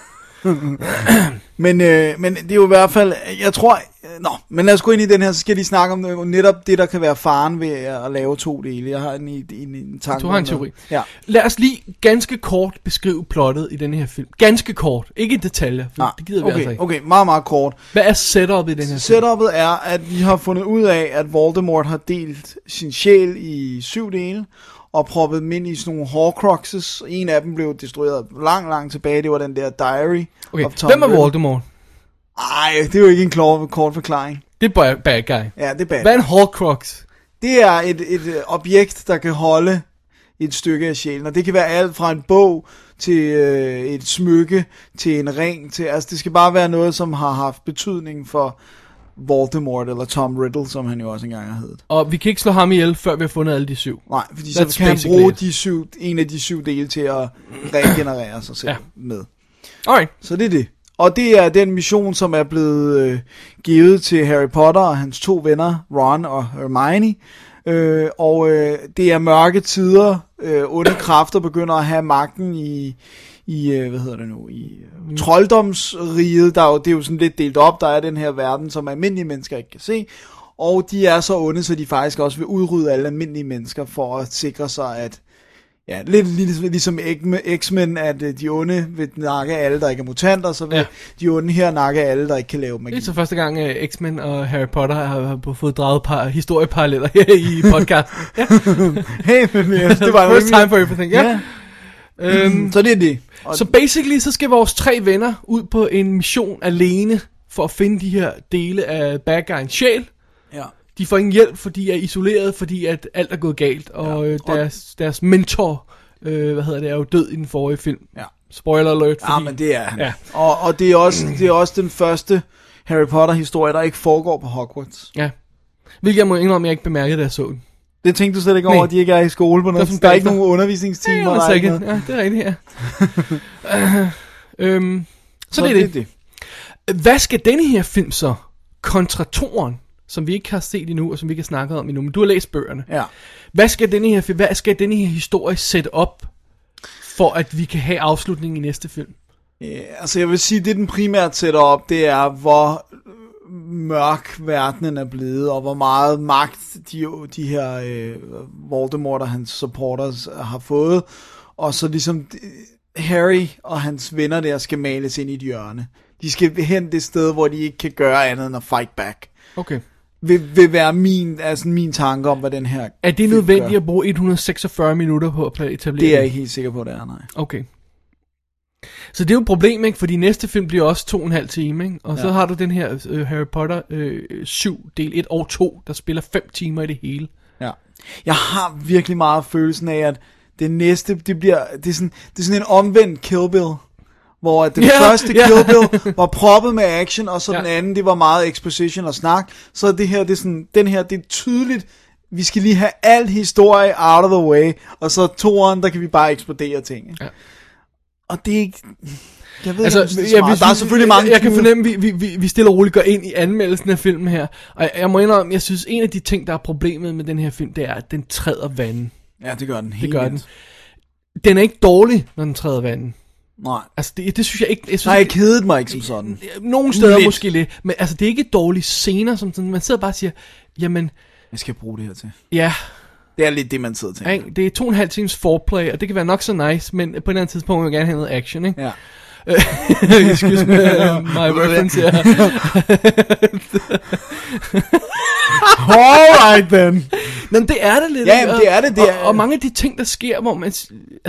men det er jo i hvert fald, jeg tror, men lad os gå ind i den her, så skal jeg lige snakke om netop det, der kan være faren ved at lave 2 dele. Jeg har en tanke. Du har en teori. Ja. Lad os lige ganske kort beskrive plottet i den her film. Ganske kort, ikke i detaljer, det gider vi altså ikke. Okay, meget, meget kort. Hvad er setupet i den her film? Setupet er, at vi har fundet ud af, at Voldemort har delt sin sjæl i 7 dele, og proppet dem ind i sådan nogle Horcruxes. En af dem blev destrueret langt tilbage. Det var den der Diary of Tom Riddle. Hvem er Voldemort? Ej, det er jo ikke en kort forklaring. Det er bad guy. Ja, det er bad. Hvad er en Horcrux? Det er et objekt, der kan holde et stykke af sjælen. Og det kan være alt fra en bog til et smykke til en ring. Altså, det skal bare være noget, som har haft betydning for Voldemort, eller Tom Riddle, som han jo også engang har heddet. Og vi kan ikke slå ham ihjel, før vi har fundet alle de 7. Nej, fordi så kan han bruge en af de 7 dele til at regenerere sig selv med. Alright. Så det er det. Og det er den mission, som er blevet givet til Harry Potter og hans 2 venner, Ron og Hermione. Det er mørke tider. Onde kræfter begynder at have magten i trolddomsriget. Det er jo sådan lidt delt op. Der er den her verden, som almindelige mennesker ikke kan se. Og de er så onde, så de faktisk også vil udrydde alle almindelige mennesker for at sikre sig, at lidt ligesom X-Men, at de onde vil nakke alle, der ikke er mutanter, så vil de onde her nakke alle, der ikke kan lave magi. Det er så første gang, X-Men og Harry Potter har fået draget historieparalleller her i podcasten. Ja. Hey, men det var first time for everything, ja. Så det er det. Så basically, så skal vores 3 venner ud på en mission alene, for at finde de her dele af bad guyens sjæl. Ja. De får ingen hjælp, for de er isoleret, fordi at alt er gået galt, og deres mentor, er jo død i den forrige film. Ja. Spoiler alert. Fordi, men det er han. Ja. Og det er også den første Harry Potter historie, der ikke foregår på Hogwarts. Ja. Hvilket jeg må indrømme, jeg ikke bemærkede, da jeg så den. Det tænkte du slet ikke over, at de ikke er i skole på noget. Der er ikke nogen undervisningstimer. Ja, det er rigtigt, så det er det. Hvad skal denne her film så? Kontra toren, som vi ikke har set endnu, og som vi ikke har snakket om endnu, men du har læst bøgerne. Ja. Hvad skal denne her historie sætte op, for at vi kan have afslutningen i næste film? Ja, altså jeg vil sige, det den primært sætter op, det er, hvor mørk verdenen er blevet, og hvor meget magt de her Voldemort og hans supporters har fået, og så ligesom Harry og hans venner der skal males ind i et hjørne. De skal hen det sted, hvor de ikke kan gøre andet end at fight back. Okay. vil være min tanke om, hvad den her er det nødvendigt at bruge 146 minutter på at etablere? Det er jeg ikke helt sikker på, det er, nej. Okay. Så det er jo et problem, ikke? Fordi næste film bliver også 2,5 timer, ikke? Og så har du den her Harry Potter 7, del 1 og 2, der spiller 5 timer i det hele. Ja. Jeg har virkelig meget følelsen af, at det næste, det er sådan en omvendt Kill Bill. Hvor den første Kill Bill var proppet med action, og så den anden, det var meget exposition og snak. Så det her, det er sådan, den her, det er tydeligt, vi skal lige have al historie out of the way, og så toeren, der kan vi bare eksplodere ting. Ja. Og det er ikke... Jeg ved ikke, der er selvfølgelig mange... Jeg kan fornemme, vi stille og roligt går ind i anmeldelsen af filmen her. Og jeg må indrømme, jeg synes, en af de ting, der er problemet med den her film, det er, at den træder vandet. Ja, det gør den. Det gør den. Den er ikke dårlig, når den træder vandet. Nej. Altså, det synes jeg ikke... Jeg kedet mig ikke som sådan. Nogle steder måske lidt. Men altså, det er ikke dårlige scener, som sådan. Man sidder bare og siger, jamen... Jeg skal bruge det her til. Ja. Det er lidt det, man sidder til. Ja, det er 2,5 times foreplay, og det kan være nok så nice, men på et eller andet tidspunkt vil jeg gerne have noget action, ikke? Ja. Excuse me, my reference her. Alright then. Men det er det lidt. Ja, det er det. Og mange af de ting, der sker, hvor man...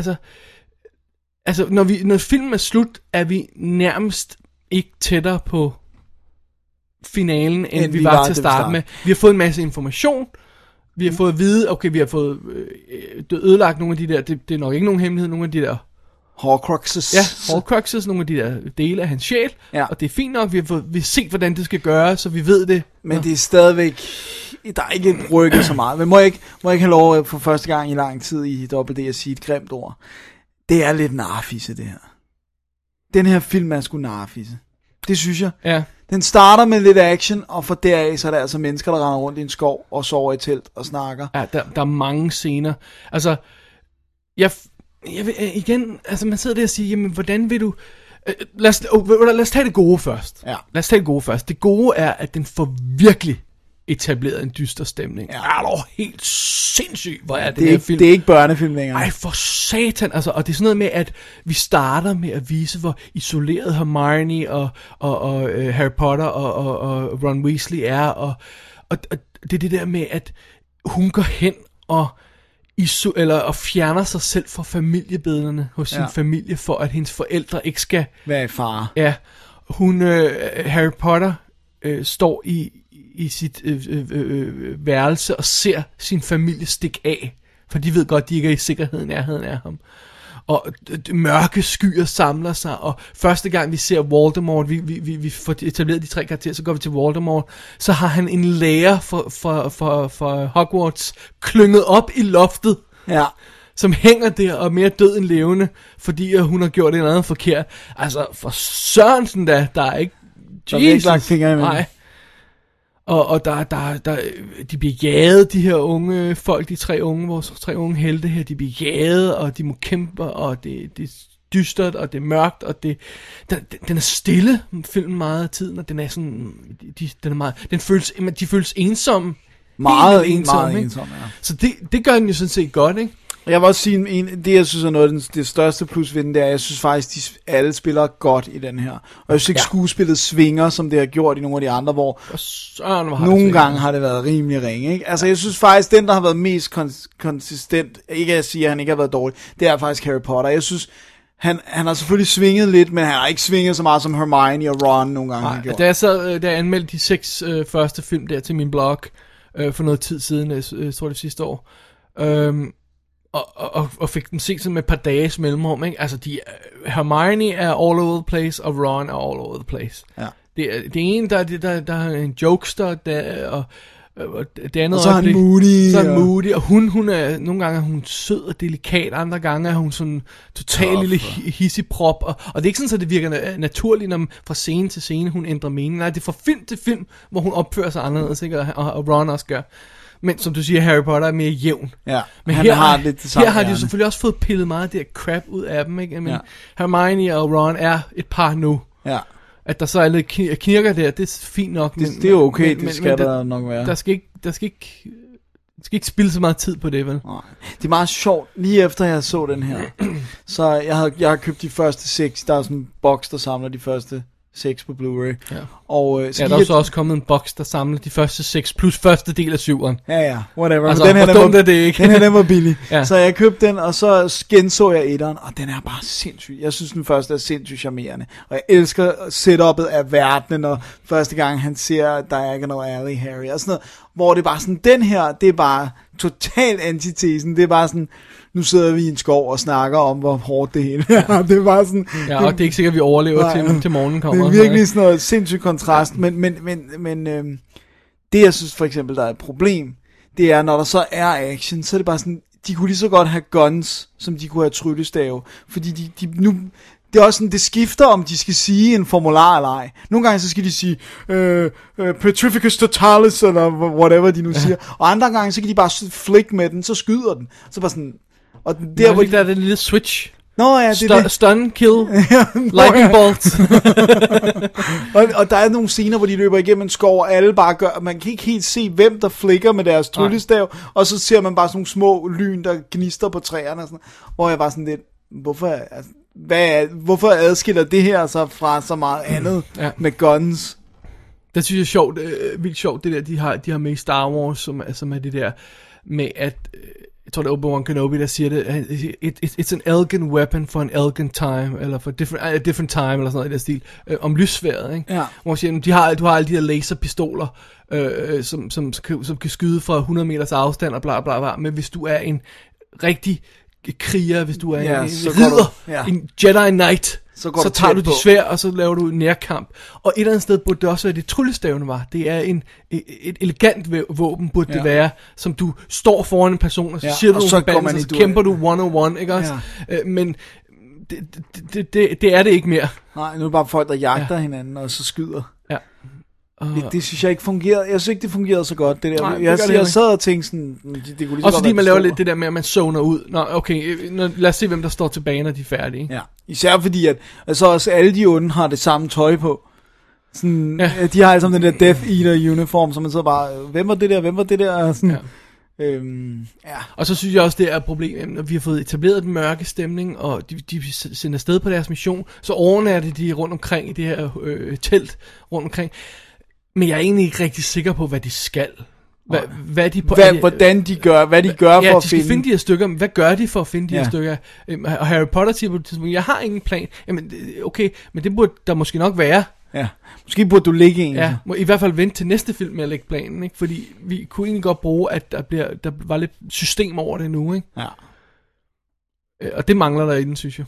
Altså når filmen er slut, er vi nærmest ikke tættere på finalen, end vi var til at starte med. Vi har fået en masse information. Vi har fået at vide, okay, vi har fået ødelagt nogle af de der, det er nok ikke nogen hemmelighed, nogle af de der Horcruxes. Ja, Horcruxes, nogle af de der dele af hans sjæl, og det er fint nok, vi har set, hvordan det skal gøres, så vi ved det. Men det er stadigvæk, der er ikke rykket så meget. Men må jeg ikke have lov for første gang i lang tid i WD at sige et grimt ord. Det er lidt narfisse, det her. Den her film er sgu narfisse. Det synes jeg. Ja. Den starter med lidt action, og for deraf så er der altså mennesker, der render rundt i en skov og sover i telt og snakker. Ja, der er mange scener. Altså, jeg vil, igen, altså man sidder der og siger, jamen hvordan vil du... Lad os tage det gode først. Ja. Lad os tage det gode først. Det gode er, at den får virkelig etableret en dyster stemning. Ja. Er dog helt sindssygt, hvor er det her film. Det er ikke børnefilm længere. Ej, for satan. Altså, og det er sådan noget med, at vi starter med at vise, hvor isoleret Hermione og Harry Potter og Ron Weasley er. Og det er det der med, at hun går hen og fjerner sig selv fra familiebederne hos sin familie, for at hendes forældre ikke skal... være i fare. Ja. Harry Potter står i sit værelse og ser sin familie stikke af, for de ved godt, de ikke er i sikkerhed i nærheden af ham. Og mørke skyer samler sig, og første gang vi ser Voldemort, vi får etableret de 3 karakterer, så går vi til Voldemort, så har han en lærer for Hogwarts klynget op i loftet, som hænger der og er mere død end levende, fordi hun har gjort en eller anden forkert. Altså, for Sørensen da, der er ikke... Der er ikke lagt fingre imellem. Nej. Og de bliver jaget, de her unge folk, vores 3 unge helte her, de bliver jaget, og de må kæmpe, og det er dystert, og det er mørkt, og den er stille, filmen meget af tiden, og den er sådan, de føles ensomme. Meget ensomme, ja. Så det gør den jo sådan set godt, ikke? Jeg vil også sige, det jeg synes er noget af det største plus ved den, det er, jeg synes faktisk, de alle spiller godt i den her. Og jeg synes ikke, skuespillet svinger, som det har gjort i nogle af de andre, hvor nogle gange har det været rimelig ringe, ikke? Altså, jeg synes faktisk, den, der har været mest konsistent, ikke at sige, at han ikke har været dårlig, det er faktisk Harry Potter. Jeg synes, han har selvfølgelig svinget lidt, men han har ikke svinget så meget, som Hermione og Ron nogle gange har gjort. Da jeg anmeldte de 6 første film der til min blog, for noget tid siden, jeg tror det sidste år, og fik dem set sådan med et par dages mellemrum, ikke? Altså, Hermione er all over the place, og Ron er all over the place. Ja. Det ene, der er en jokester, og det andet... Og så er han moody. Så er han moody, og hun er... Nogle gange er hun sød og delikat, andre gange er hun sådan total lille hissigprop, og det er ikke sådan, at det virker naturligt, når fra scene til scene hun ændrer mening. Nej, det er fra film til film, hvor hun opfører sig anderledes, ikke? Og Ron også gør. Men som du siger, Harry Potter er mere jævn. Ja, men her har de jo selvfølgelig også fået pillet meget af det her crap ud af dem, ikke? Men Hermione og Ron er et par nu. Ja. At der så er lidt knirker der, det er fint nok. Det er okay, det skal der nok være. Der skal ikke spille så meget tid på det, vel? Nej. Det er meget sjovt. Lige efter jeg så den her, så jeg har købt de første 6. Der er sådan en boks, der samler de første 6 på Blu-ray. Ja. Og, der er så også kommet en boks, der samler de første 6 plus første del af 7'eren. Ja, whatever. Altså, den her, den den var billig. Ja. Så jeg købte den, og så genså jeg 1'eren, og den er bare sindssyg. Jeg synes, den første er sindssygt charmerende. Og jeg elsker setup'et af verdenen, og første gang han ser Diagonal Alley Harry, og sådan noget, hvor det er bare sådan, den her, det er bare total antitesen. Det er bare sådan, nu sidder vi i en skov og snakker om, hvor hårdt det hele er. Det er bare sådan... Ja, og det er ikke sikkert, at vi overlever til morgenen kommer. Det er virkelig sådan noget sindssygt kontrast. Ja. Men det, jeg synes for eksempel, der er et problem, det er, når der så er action, så er det bare sådan, de kunne lige så godt have guns, som de kunne have tryllestave. Fordi de nu... Det er også sådan, det skifter, om de skal sige en formular eller ej. Nogle gange så skal de sige Petrificus Totalis, eller whatever de nu siger. Og andre gange så kan de bare flick med den, så skyder den. Så bare sådan... Og der, hvor der er den lille switch. Nå ja, det er det. Stun, kill, lightning bolt. og der er nogle scener, hvor de løber igennem en skov, og alle bare gør... Man kan ikke helt se, hvem der flikker med deres tryllestav. Og så ser man bare sådan nogle små lyn, der gnister på træerne. Og sådan, hvor jeg bare sådan lidt... Hvorfor adskiller det her så fra så meget andet med guns? Det synes jeg er sjovt, vildt sjovt, det der, de har med i Star Wars, som er det der med, at jeg tror det er Obi-Wan Kenobi, der siger det, it's an elegant weapon for an elegant time, eller for a different time, eller sådan noget i den stil, om lysværet, ikke? Ja. Hvor siger, du har alle de her laserpistoler, som kan skyde fra 100 meters afstand, og bla bla bla, men hvis du er en rigtig kriger, hvis du er en ridder, en Jedi Knight, så tager du de svær, og så laver du en nærkamp. Og et eller andet sted burde det også være det tryllestavene var. Det er et elegant våben, burde det være, som du står foran en person, og så siger du nogle bands, så kæmper du one-on-one, ikke også? Men det er det ikke mere. Nej, nu er det bare folk, der jagter hinanden, og så skyder. Ja. Det synes jeg ikke fungerede. Jeg synes ikke, det fungerede så godt, det der. Nej, jeg sad og tænkte sådan... Det kunne også fordi man laver lidt det der med, at man zoner ud. Nå, okay, lad os se, hvem der står tilbage, når de er færdige. Ja, især fordi, at altså også alle de onde har det samme tøj på. Sådan, de har altså den der Death Eater uniform, så man så bare... Hvem var det der? Sådan, Og så synes jeg også, det er et problem, når vi har fået etableret den mørke stemning, og de sender afsted på deres mission, så overnatter de rundt omkring i det her telt rundt omkring. Men jeg er egentlig ikke rigtig sikker på, hvad de skal. Hvordan de gør, hvad de gør for at finde. Finde de her stykker. Hvad gør de for at finde de her stykker? Og Harry Potter siger på det tidspunkt, jeg har ingen plan. Jamen, okay, men det burde der måske nok være. Ja, måske burde du lægge en. Ja, i hvert fald vente til næste film med at lægge planen, ikke? Fordi vi kunne egentlig godt bruge, at der var lidt system over det nu, ikke? Ja. Og det mangler der i den, synes jeg.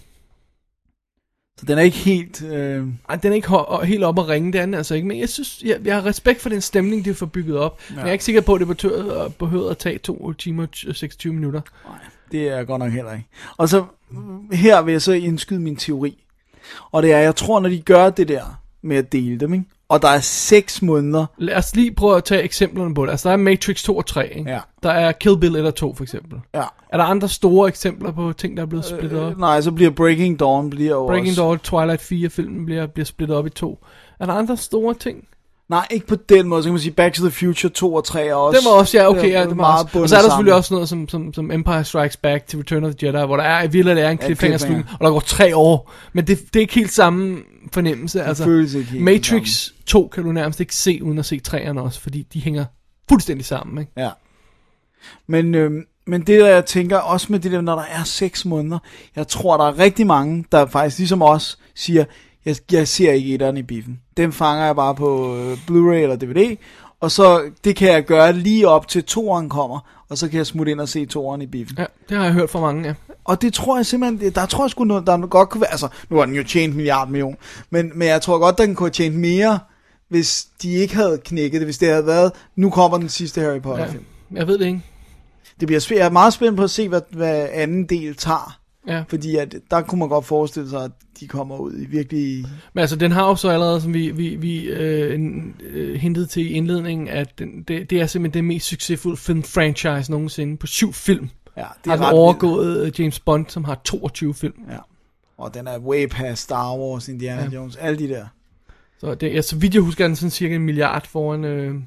Så den er ikke helt... den er ikke helt op at ringe, det andet altså ikke. Men jeg synes, jeg har respekt for den stemning, de har fået bygget op. Ja. Men jeg er ikke sikker på, at det behøver at tage 2 timer og 26 minutter. Nej, det er godt nok heller ikke. Og så her vil jeg så indskyde min teori. Og det er, jeg tror, når de gør det der med at dele dem, ikke? Og der er 6 måneder. Lad os lige prøve at tage eksemplerne på det. Altså der er Matrix 2 og 3, ikke? Ja. Der er Kill Bill 1 og 2 for eksempel. Ja. Er der andre store eksempler på ting, der er blevet splittet op? Nej, så bliver Breaking Dawn Dawn, Twilight 4-filmen bliver splittet op i 2. Er der andre store ting? Nej, ikke på den måde. Så kan man sige Back to the Future 2 og 3 er også... Det var også, ja, okay. Det var også. Og så er der selvfølgelig også noget som Empire Strikes Back til Return of the Jedi, hvor der er virkelig en cliffhanger, og der går 3 år. Men det er ikke helt samme fornemmelse. Altså, Matrix 2 kan du nærmest ikke se, uden at se 3'erne også, fordi de hænger fuldstændig sammen, ikke? Ja. Men det der, jeg tænker, også med det der, når der er 6 måneder, jeg tror, der er rigtig mange, der faktisk ligesom os siger, jeg ser ikke etteren i biffen. Den fanger jeg bare på Blu-ray eller DVD, og så det kan jeg gøre lige op til 2'eren kommer, og så kan jeg smutte ind og se 2'eren i biffen. Ja, det har jeg hørt fra mange, ja. Og det tror jeg simpelthen, der tror jeg sgu noget, der godt kunne være, altså nu har den jo tjent million, men jeg tror godt, den kunne have tjent mere, hvis de ikke havde knækket det, hvis det havde været, nu kommer den sidste Harry Potter film. Jeg ved det ikke. Det bliver svært. Jeg er meget spændt på at se, hvad anden del tager. Ja. Fordi at, der kunne man godt forestille sig, at de kommer ud i virkelig... Men altså, den har jo så allerede, som vi hintede til i indledningen, at det er simpelthen det mest succesfulde film-franchise nogensinde på 7 film. Ja, det har overgået James Bond, som har 22 film. Ja. Og den er way past Star Wars, Indiana Jones, alle de der. Så det er, så vidt jeg husker, den sådan cirka 1 milliard foran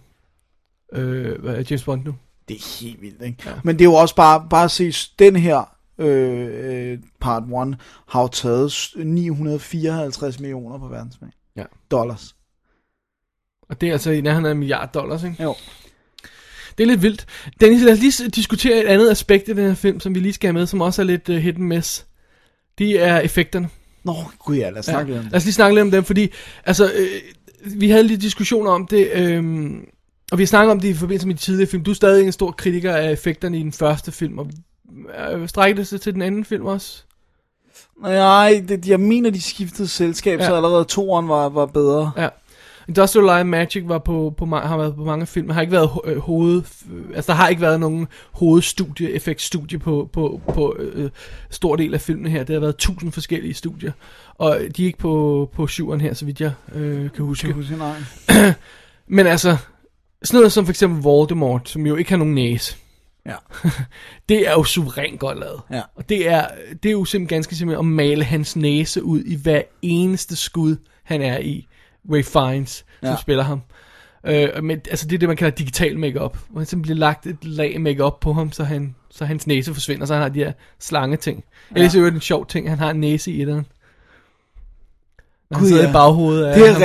James Bond nu. Det er helt vildt, ikke? Ja. Men det er jo også bare at se, den her part 1 har jo taget 954 millioner på verdensplan. dollars. Og det er altså i nærheden af $1 milliard, ikke? Jo. Det er lidt vildt. Dennis, lad os lige diskutere et andet aspekt af den her film, som vi lige skal have med, som også er lidt hit and miss. De er effekterne. Nå, gud ja, lad os snakke lidt om det. Lad os lige snakke lidt om dem, fordi altså, vi havde lidt diskussioner om det, og vi har snakket om det i forbindelse med de tidligere film. Du er stadig en stor kritiker af effekterne i den første film, og strækker det sig til den anden film også? Nej, jeg mener, de skiftede selskab, så allerede 2'eren var bedre. Ja. Industrial Light and Magic var har været på mange film. Der har ikke været der har ikke været nogen effektstudie på stor del af filmene her. Det har været 1000 forskellige studier, og de er ikke på 7'eren her, så vidt jeg kan huske. Men altså, sådan noget som for eksempel Voldemort, som jo ikke har nogen næse. Ja. Det er jo suverænt godt lavet. Ja. Og det er jo simpelthen ganske simpelthen at male hans næse ud i hver eneste skud, han er i. Ray Fiennes, som spiller ham. Men altså det er det, man kalder digital make-up. Hvor han simpelthen bliver lagt et lag make-up på ham, så hans næse forsvinder, så han har de her slange ting. Ellers er det jo en sjov ting, han har en næse i den. Når han sidder i baghovedet af det er ham.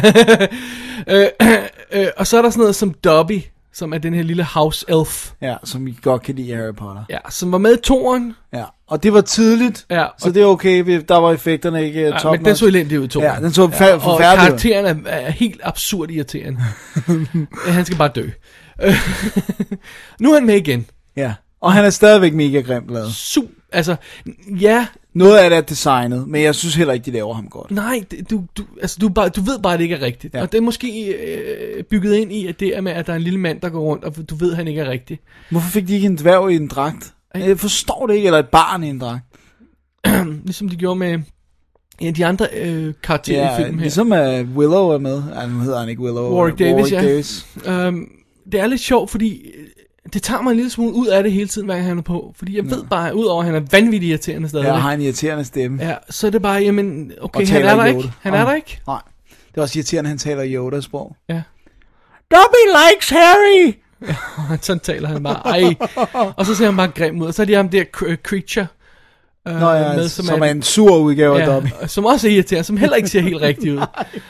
rigtigt. Og så er der sådan noget som Dobby, som er den her lille house elf. Ja, som vi godt kan lide i Harry Potter. Ja, som var med i 2'eren. Ja, og det var tidligt, så det er okay, der var effekterne ikke top. Men den så elendig ud i 2'eren. Ja, den så forfærdelig. Og karakteren er helt absurd irriterende. Han skal bare dø. Nu er han med igen. Ja, og han er stadigvæk mega grimt lavet. Altså, ja. Noget af det er designet, men jeg synes heller ikke, de laver ham godt. Nej, du ved bare, at det ikke er rigtigt. Ja. Og det er måske bygget ind i, at det er med, at der er en lille mand, der går rundt, og du ved, at han ikke er rigtig. Hvorfor fik de ikke en dværg i en dragt? Jeg forstår det ikke, eller et barn i en dragt. Ligesom de gjorde med de andre karakterer i filmen her. Ligesom Willow er med. Nu hedder han ikke Willow. Warwick Davis. Det er lidt sjovt, fordi det tager mig en lille smule ud af det hele tiden, hver gang han er på. Fordi jeg ved bare, udover at han er vanvittigt irriterende stadig. Ja, har en irriterende stemme. Ja, så er det bare, jamen, okay, han er der ikke. Han er der ikke. Nej, det er også irriterende, han taler Yoda-sprog. Ja. Dobby likes Harry! Ja, sådan taler han bare. Ej. Og så ser han bare grim ud. Og så er de ham der Creature. Med, som er en sur udgave af Dobby. Som også er irriterende, som heller ikke ser helt rigtig ud.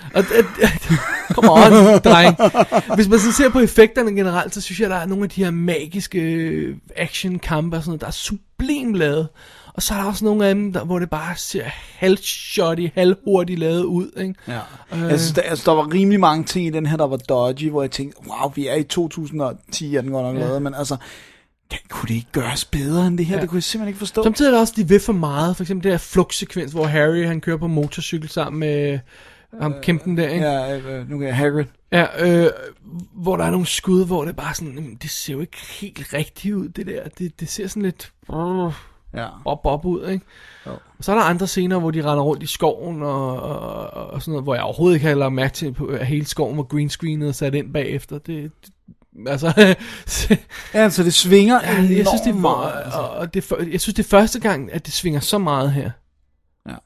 Come on, dreng. Hvis man så ser på effekterne generelt, så synes jeg, der er nogle af de her magiske action-kampe og sådan noget, der er sublimt lavet. Og så er der også nogle af dem, hvor det bare ser halvhurtigt lavet ud, ikke? Ja. Jeg synes, der var rimelig mange ting i den her, der var dodgy, hvor jeg tænkte, wow, vi er i 2010, er den godt nok lavet, men altså, kunne det ikke gøres bedre end det her? Det kunne jeg simpelthen ikke forstå. Samtidig er der også, de ved for meget. For eksempel det her flugtsekvens, hvor Harry, han kører på motorcykel sammen med ham kæmpen der, ikke? Ja, nu kan jeg Hagrid. Ja, hvor der er nogle skud, hvor det bare sådan, det ser jo ikke helt rigtigt ud, det der. Det ser sådan lidt op ud, ikke? Jo. Og så er der andre scener, hvor de render rundt i skoven og sådan noget, hvor jeg overhovedet ikke har lagt mærke til, at hele skoven var greenscreenet og sat ind bagefter. Altså, ja, så det svinger enormt meget. Jeg synes, det er første gang, at det svinger så meget her. Ja.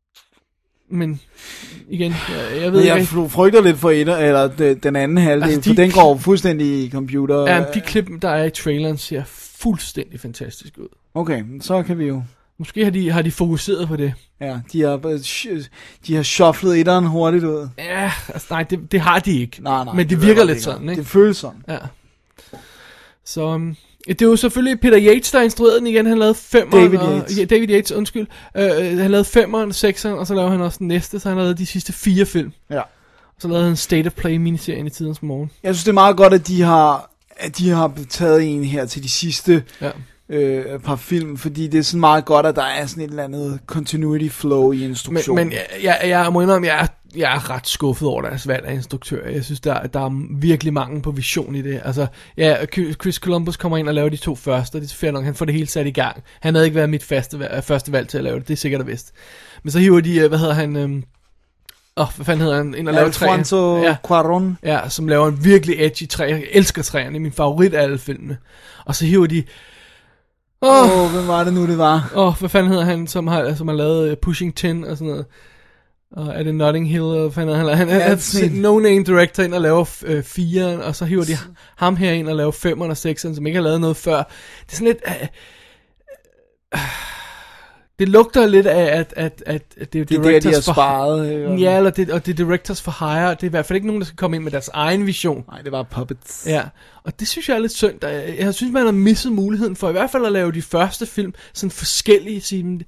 Men igen, jeg ved ikke. Jeg frygter lidt for den anden halvdel, altså, for den går fuldstændig i computer. Ja, de klip, der er i traileren, ser fuldstændig fantastisk ud. Okay, så kan vi jo. Måske har de fokuseret på det. Ja, de har shufflet etteren hurtigt ud. Ja, altså nej, det har de ikke. Nej, men det virker lidt sådan, ikke? Det føles sådan. Ja. Så det er jo selvfølgelig Peter Yates, der instruerede den igen. Han lavede 5'eren. David Yates, undskyld. Han lavede 5'eren, 6'eren, og så lavede han også den næste, så han lavede de sidste 4 film. Ja. Og så lavede han State of Play miniserien i tidens morgen. Jeg synes, det er meget godt, at de har taget en her til de sidste par film, fordi det er sådan meget godt, at der er sådan et eller andet continuity flow i instruktionen. Men jeg må indrømme, jeg er ret skuffet over deres valg af instruktør. Jeg synes, der er virkelig mange på vision i det. Altså, ja, Chris Columbus kommer ind og laver de 2 første, og det er fair nok, han får det hele sat i gang. Han havde ikke været mit første valg til at lave det, det er sikkert og vist. Men så hiver de, hvad hedder han... hvad fanden hedder han? En, Alfonso Cuarón. Ja, som laver en virkelig edgy træ. Jeg elsker træerne, det er min favorit af alle filmene. Og så hiver de... hvem var det nu, det var? Hvad fanden hedder han, som har lavet Pushing 10 og sådan noget? Og er det Notting Hill, eller hvad fanden hedder han? Han er no-name director ind og laver 4'eren, og så hiver de ham her ind og laver 5'eren og 6'eren, som ikke har lavet noget før. Det er sådan lidt... Det lugter lidt af, at det er der, de har sparet. Ja, eller det er directors for hire. Det er i hvert fald ikke nogen, der skal komme ind med deres egen vision. Nej, det var puppets. Ja, og det synes jeg er lidt synd. Jeg synes, man har misset muligheden for i hvert fald at lave de første film sådan forskellige.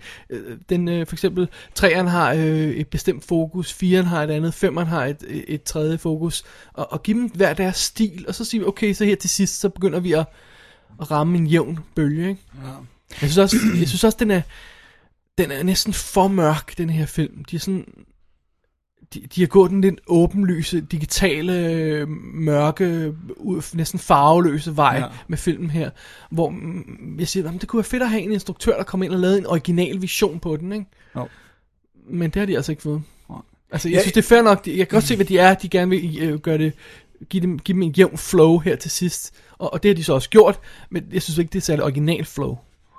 For eksempel 3'eren har et bestemt fokus, 4'eren har et andet, 5'eren har et tredje fokus. Og give dem hver deres stil, og så sige, okay, så her til sidst, så begynder vi at ramme en jævn bølge, ikke? Ja. Jeg synes også den er næsten for mørk, den her film. De er sådan, de har gået den lidt åbenlyse, digitale, mørke, næsten farveløse vej med filmen her, hvor jeg siger, det kunne være fedt at have en instruktør, der kom ind og lavede en original vision på den, ikke? Oh. Men det har de altså ikke fået. Altså, jeg synes, det er fair nok. Jeg kan godt se, hvad de er. De gerne vil gøre det, give dem en jævn flow her til sidst. Og det har de så også gjort, men jeg synes ikke, det er særlig original flow.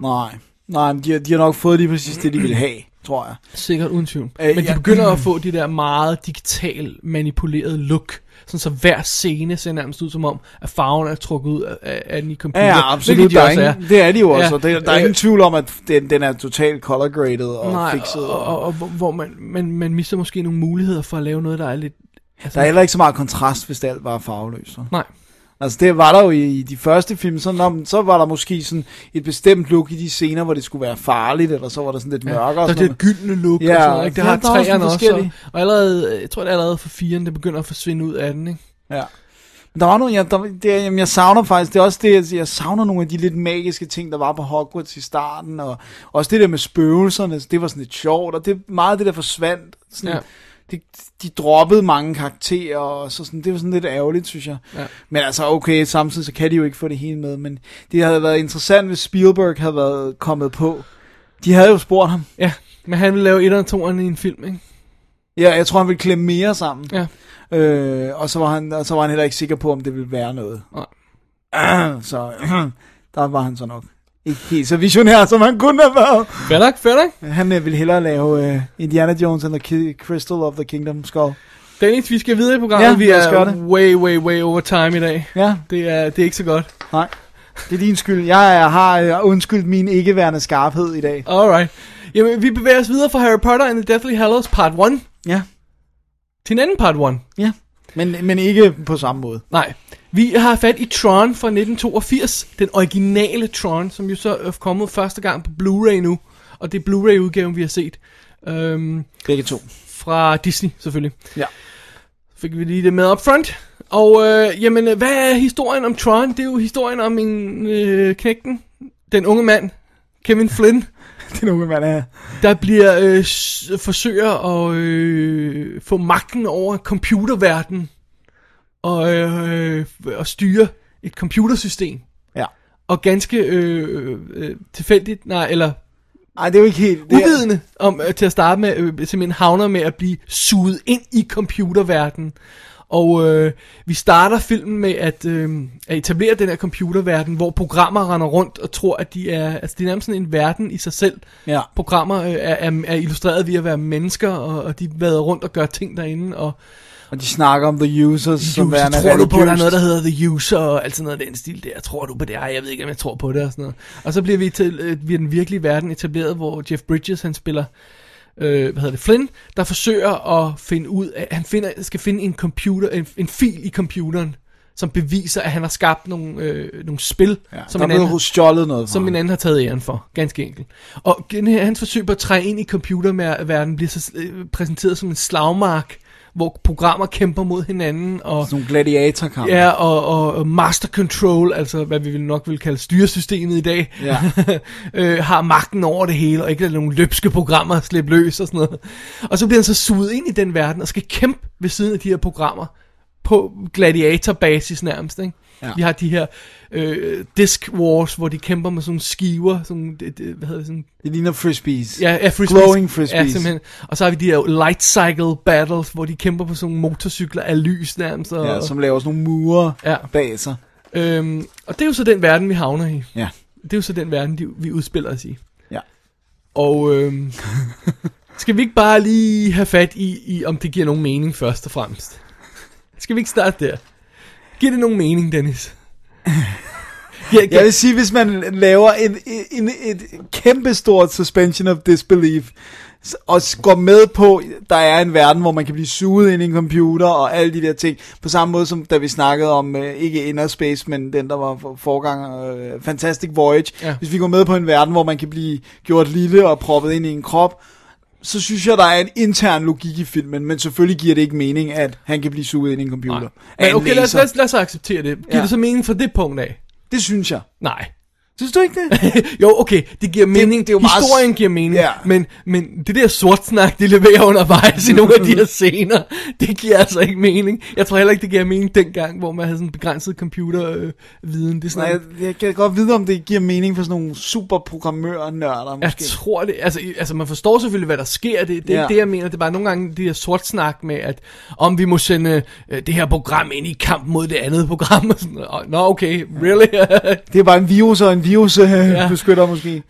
Nej, de har nok fået lige præcis det, de ville have, tror jeg. Sikkert uden tvivl. Men de begynder at få de der meget digital manipulerede look, sådan så hver scene ser nærmest ud som om, at farven er trukket ud af den i computer. Ja, absolut. Det er de jo også. Der er ingen tvivl om, at den er totalt color graded og fixet. Og hvor man mister måske nogle muligheder for at lave noget, der er lidt... Altså, der er heller ikke så meget kontrast, hvis det alt var farveløst. Nej. Altså det var der jo i de første film, så var der måske sådan et bestemt look i de scener, hvor det skulle være farligt, eller så var der sådan lidt mørkere. Der er det gyldne look, og sådan noget, ikke? Det har 3'erne også, og allerede, jeg tror det er allerede for 4'eren, det begynder at forsvinde ud af den, ikke? Ja. Men der var nogle, jeg savner faktisk, det er også det, jeg savner nogle af de lidt magiske ting, der var på Hogwarts i starten, og også det der med spøgelserne, det var sådan lidt sjovt, og det meget det der forsvandt, sådan... Ja. De droppede mange karakterer, og så sådan, det var sådan lidt ærgerligt, synes jeg. Ja. Men altså, okay, samtidig så kan de jo ikke få det hele med, men det havde været interessant, hvis Spielberg havde været kommet på. De havde jo spurgt ham. Ja, men han ville lave 1'eren og 2'eren i en film, ikke? Ja, jeg tror, han ville klemme mere sammen. Ja. Og så var han heller ikke sikker på, om det ville være noget. Nej. Så der var han så nok ikke helt så visionær, som han kunne have været. Fair nok. Han ville hellere lave Indiana Jones and the Crystal of the Kingdom Skull. Dennis, vi skal videre i programmet. Ja, vi er way over time i dag. Ja. Det er ikke så godt. Nej, det er din skyld. Jeg har undskyldt min ikke-værende skarphed i dag. Alright. Jamen, vi bevæger os videre fra Harry Potter and the Deathly Hallows part 1. Ja. Til en anden part 1. Ja. Men ikke på samme måde. Nej. Vi har fat i Tron fra 1982, den originale Tron, som jo så er kommet første gang på Blu-ray nu, og det er Blu-ray-udgaven, vi har set. Begge to. Fra Disney, selvfølgelig. Ja. Fik vi lige det med up front. Og jamen, hvad er historien om Tron? Det er jo historien om en knægten, den unge mand, Kevin Flynn. Den unge mand er... Der bliver forsøger at få magten over computerverdenen. Og styre et computersystem. Ja. Og ganske tilfældigt, det er jo ikke helt... Uvidende om, til at starte med, simpelthen havner med at blive suget ind i computerverdenen. Og vi starter filmen med at etablere den her computerverden, hvor programmer render rundt og tror, at de er... Altså, det er nærmest sådan en verden i sig selv. Ja. Programmer er illustreret ved at være mennesker, og de vader rundt og gør ting derinde, og de snakker om the users, som værende tror du på, at der er noget, der hedder the user, og alt sådan noget af den stil der. Tror du på det? Jeg ved ikke, om jeg tror på det, og sådan noget. Og så bliver vi til den virkelige verden etableret, hvor Jeff Bridges, han spiller, Flynn, der forsøger at finde ud af, han skal finde en computer, en fil i computeren, som beviser, at han har skabt nogle spil, som en anden har taget æren for, ganske enkelt. Og hans forsøg på at træde ind i computerverdenen bliver så præsenteret som en slagmark, hvor programmer kæmper mod hinanden, og sådan nogle gladiatorkampe. Ja, og master control, altså hvad vi nok vil kalde styresystemet i dag, har magten over det hele, og ikke lade nogle løbske programmer at slippe løs og sådan noget. Og så bliver han så suget ind i den verden og skal kæmpe ved siden af de her programmer på gladiatorbasis nærmest, ikke? Ja. Vi har de her disc wars, hvor de kæmper med sådan skiver, sådan, hvad hedder det sådan? Det ligner frisbees. Ja, frisbees. Glowing frisbees. Ja, simpelthen. Og så har vi de her light cycle battles, hvor de kæmper på sådan motorcykler af lys nærmest. Og, som laver sådan nogle mure bag sig. Og det er jo så den verden, vi havner i. Ja. Det er jo så den verden, vi udspiller os i. Ja. Og skal vi ikke bare lige have fat i, om det giver nogen mening først og fremmest? Skal vi ikke starte der? Giver det nogen mening, Dennis? Jeg vil sige, hvis man laver et kæmpestort suspension of disbelief, og går med på, der er en verden, hvor man kan blive suget ind i en computer, og alle de der ting, på samme måde som da vi snakkede om, ikke Inner Space, men den, der var forganger, Fantastic Voyage. Ja. Hvis vi går med på en verden, hvor man kan blive gjort lille og proppet ind i en krop, så synes jeg, der er en intern logik i filmen, men selvfølgelig giver det ikke mening, at han kan blive suget ind i en computer. Men okay, lad os acceptere det. Giver det så mening fra det punkt af? Det synes jeg. Nej. Synes du ikke det? Jo, okay, det giver mening. Det er jo historien meget... giver mening. Ja. Men det der sortsnak, de leverer undervejs i nogle af de her scener, det giver altså ikke mening. Jeg tror heller ikke, det giver mening dengang, hvor man havde sådan en begrænset computerviden. Nej, jeg kan godt vide, om det giver mening for sådan nogle superprogrammør-nørder, måske. Jeg tror det. Altså man forstår selvfølgelig, hvad der sker. Det er ikke det, jeg mener. Det er bare nogle gange det der sortsnak med, at om vi må sende det her program ind i kamp mod det andet program. Nå, okay, really? Det er bare en virus og en virus beskytter måske.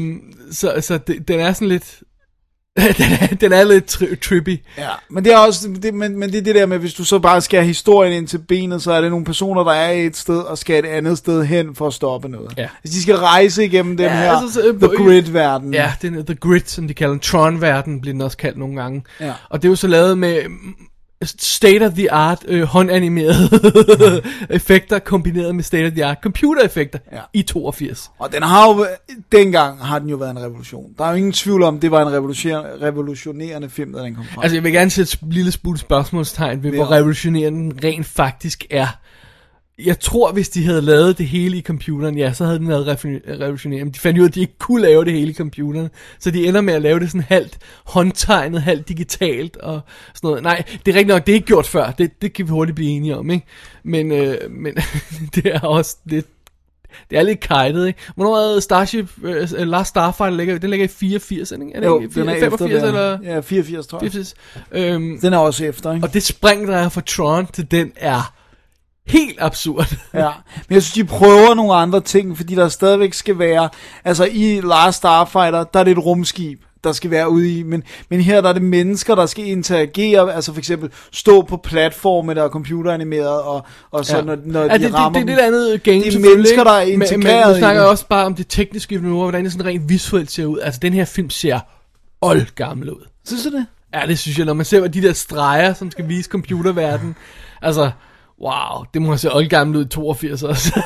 Så den er sådan lidt... den er lidt trippy. Ja, men det er også men det er det der med, hvis du så bare skærer historien ind til benet, så er det nogle personer, der er et sted og skal et andet sted hen for at stoppe noget. Ja. Hvis de skal rejse igennem den her The Grid-verden. Ja, den The Grid, som de kalder den. Tron-verden bliver den også kaldt nogle gange. Ja. Og det er jo så lavet med state-of-the-art håndanimerede effekter kombineret med state-of-the-art computereffekter i 82. Og den har jo, dengang har den jo været en revolution. Der er jo ingen tvivl om, det var en revolutionerende film, da den kom frem. Altså jeg vil gerne sætte et lille smule spørgsmålstegn ved, hvor revolutionerende den rent faktisk er. Jeg tror, hvis de havde lavet det hele i computeren, ja, så havde den været revolutionerende. Men de fandt jo, at de ikke kunne lave det hele i computeren. Så de ender med at lave det sådan halvt håndtegnet, halvt digitalt og sådan noget. Nej, det er rigtigt nok, det er ikke gjort før. Det kan vi hurtigt blive enige om, ikke? Men det er også lidt... Det er lidt kajtet, ikke? Hvornår er Starship, Last Starfighter, den ligger i 84, ikke? Er det jo, ikke? Den er 85, efter eller? Ja, 84, tror jeg. 84. Den er også efter, ikke? Og det spring, der er fra Tron til den er... helt absurd. Ja, men jeg synes, de prøver nogle andre ting, fordi der stadigvæk skal være, altså i Last Starfighter, der er det et rumskib, der skal være ude i, men her der er det mennesker, der skal interagere, altså for eksempel stå på platforme, der er computeranimeret, og så når de rammer det er lidt andet game, de mennesker, der er integreret. Men vi snakker også bare om det tekniske niveau, hvordan det sådan rent visuelt ser ud. Altså den her film ser oldgammel ud. Synes du det? Ja, det synes jeg, når man ser de der streger, som skal vise computerverden, altså... Wow, det må have set oldgammelt ud i 82 også.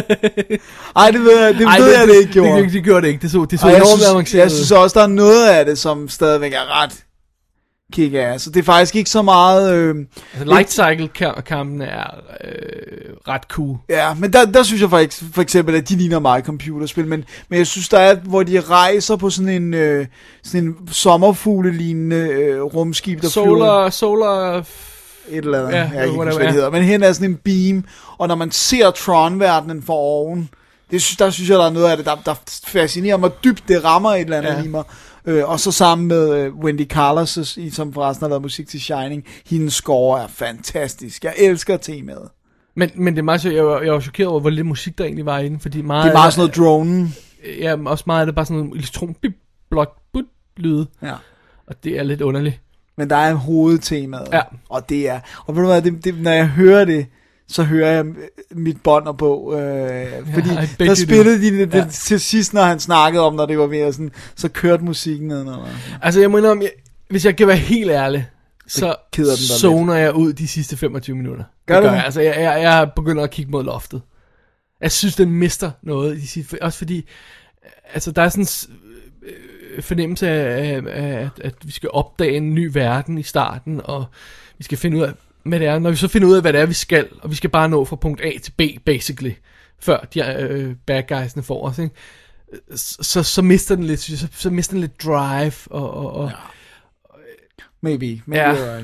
Ej, det ved jeg det ikke gjorde. Det gjorde det ikke, det så enormt avanceret. Jeg synes også, der er noget af det, som stadigvæk er ret kick-ass. Så det er faktisk ikke så meget... Light Cycle-kampen er ret cool. Ja, men der synes jeg faktisk, for eksempel, at de ligner meget computerspil, men jeg synes, der er, hvor de rejser på sådan en sommerfugle-lignende rumskib, der Solar et eller andet, jeg kan ikke huske, hvad det hedder. Men hen er sådan en beam, og når man ser Tron-verdenen for oven, der synes jeg, der er noget af det, der fascinerer mig dybt, det rammer et eller andet i mig. Og så sammen med Wendy Carlos, som forresten har lavet musik til Shining, hendes score er fantastisk. Jeg elsker temaet. Men det er meget så, jeg var chokeret over, hvor lidt musik der egentlig var i den, fordi meget... Det er meget sådan noget drone. Ja, også meget af det bare sådan noget elektron-lyde. Ja. Og det er lidt underligt. Men der er hovedtemaet, og det er, og ved du hvad, når jeg hører det, så hører jeg mit bånd på, fordi der spillede de det til sidst, når han snakkede om, når det var mere sådan, så kørte musikken ned. Altså jeg må indrømme, hvis jeg kan være helt ærlig, så zoner jeg ud de sidste 25 minutter. Gør jeg. Altså jeg begynder at kigge mod loftet. Jeg synes, den mister noget, også fordi, altså der er sådan fornemmelse af, at vi skal opdage en ny verden i starten, og vi skal finde ud af, hvad det er. Når vi så finder ud af, hvad det er, vi skal, og vi skal bare nå fra punkt A til B, basically, før de bad guysene får os, ikke? Så mister den lidt, så mister den lidt drive, og maybe right.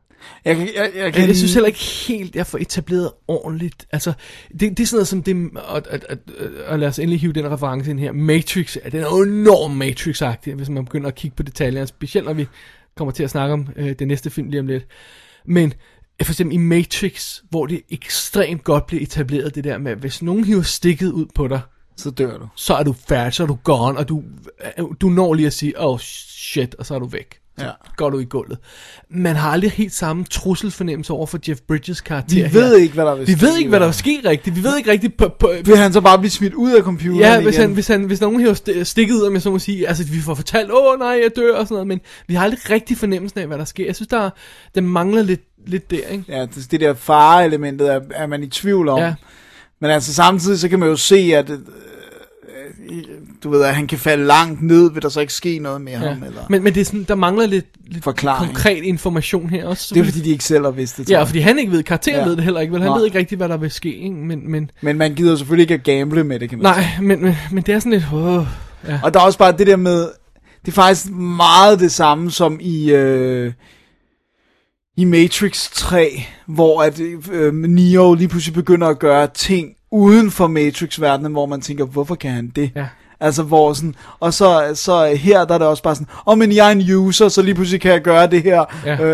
Jeg synes heller ikke helt, jeg får etableret ordentligt. Altså, det er sådan noget som det, og lad os endelig hive den reference ind her. Matrix, den er jo enormt Matrix-agtig, hvis man begynder at kigge på detaljerne, specielt når vi kommer til at snakke om det næste film lige om lidt. Men for eksempel i Matrix, hvor det ekstremt godt bliver etableret, det der med, hvis nogen hiver stikket ud på dig, så dør du. Så er du færdig, så er du gone, og du når lige at sige, oh shit, og så er du væk. Så går du i gulvet. Man har aldrig helt samme trusselsfornemmelse over for Jeff Bridges karakter her. Vi ved ikke, hvad der vil ske. Vi ved ikke, hvad der vil ske rigtigt. Vi ved ikke rigtigt vil han så bare blive smidt ud af computeren igen? Hvis nogen hiver stikket ud, om jeg så må sige, altså vi får fortalt, nej, jeg dør og sådan noget, men vi har aldrig rigtig fornemmelsen af, hvad der sker. Jeg synes, der mangler lidt der, ikke? Ja, det der fare-elementet er man i tvivl om. Ja. Men altså samtidig, så kan man jo se, at du ved, at han kan falde langt ned, vil der så ikke ske noget med ham. Eller? Men det er sådan, der mangler lidt konkret information her også. Det er fordi, de ikke selv har vidst det. Ja, fordi han ikke ved, karakteren ved det heller ikke, vel? Han ved ikke rigtig, hvad der vil ske, ikke? Men man gider selvfølgelig ikke at gamble med det, kan man sige. Men det er sådan lidt... ja. Og der er også bare det der med, det er faktisk meget det samme som i Matrix 3, hvor at Neo lige pludselig begynder at gøre ting uden for Matrix-verdenen, hvor man tænker, hvorfor kan han det? Ja. Altså hvor sådan, og så her der er det også bare sådan, men jeg er en user, så lige pludselig kan jeg gøre det her.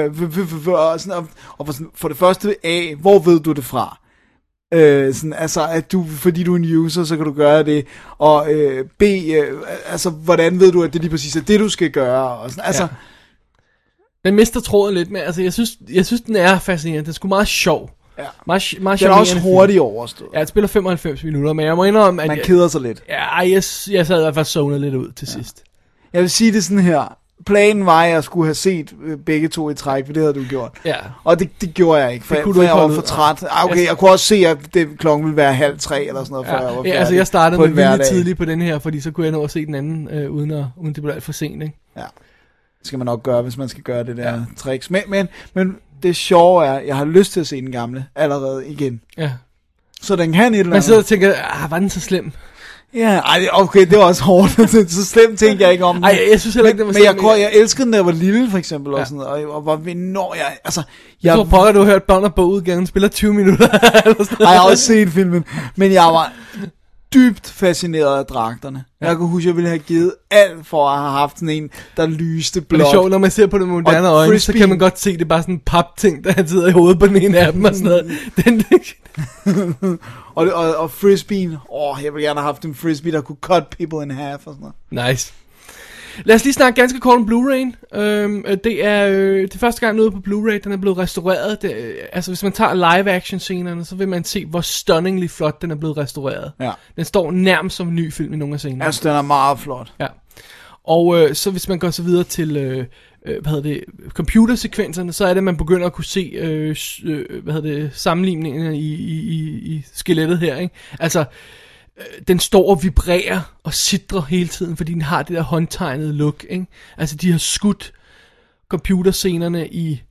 Ja. Og for det første A, hvor ved du det fra? Sådan, altså at fordi du er en user, så kan du gøre det. Og B, altså hvordan ved du, at det lige præcis er det, du skal gøre? Og sådan, altså... Den mister tråden lidt, men altså, jeg synes den er fascinerende. Den er sgu meget sjov. Ja. Meget det er også hurtigt overstået. Ja, det spiller 95 minutter, men jeg må indrømme, at... Man keder sig lidt. Ja, jeg sad i hvert fald zonet lidt ud til sidst. Jeg vil sige det sådan her. Planen var, at jeg skulle have set begge to i træk, for det havde du gjort. Ja. Og det gjorde jeg ikke, for jeg var for træt. Okay, jeg kunne også se, at klokken ville være 2:30 eller sådan noget, før jeg var færdig. Ja, altså jeg startede med vildt tidligt på den her, fordi så kunne jeg nå at se den anden, uden det blev alt for sent, ikke? Ja. Det skal man nok gøre, hvis man skal gøre det der tricks. Men det sjove er, jeg har lyst til at se den gamle allerede igen. Ja. Så den kan et eller andet. Man sidder og tænker, var den så slem? Ja, okay, det var også hårdt. Så slemt tænker jeg ikke om. Nej, jeg synes heller ikke, det var slem. Men jeg elskede den, da jeg var lille, for eksempel. Og sådan noget, og hvornår jeg... Altså, jeg tror pokker, du har hørt Bonner på udgangen, spiller 20 minutter. Jeg har også set filmen, men jeg var dybt fascineret af dragterne. Ja. Jeg kunne huske, jeg ville have givet alt for at have haft sådan en, der lyste blåt. Det er sjovt, når man ser på det moderne øjne, så kan man godt se, det er bare sådan en papting, der sidder i hovedet på den ene af dem og sådan noget. og frisbeen, jeg ville gerne have haft en frisbee, der kunne cut people in half og sådan noget. Nice. Lad os lige snakke ganske kort om Blu-ray'en. Det er det første gang ude på Blu-ray, den er blevet restaureret. Altså hvis man tager live-action scenerne, så vil man se, hvor stunningly flot den er blevet restaureret. Ja. Den står nærmest som en ny film i nogle af scenerne. Altså den er meget flot. Ja. Og så hvis man går så videre til computersekvenserne, så er det, at man begynder at kunne se sammenligningen i skelettet her, ikke? Altså den står og vibrerer og sidrer hele tiden, fordi den har det der håndtegnede look, ikke? Altså de har skudt computerscenerne i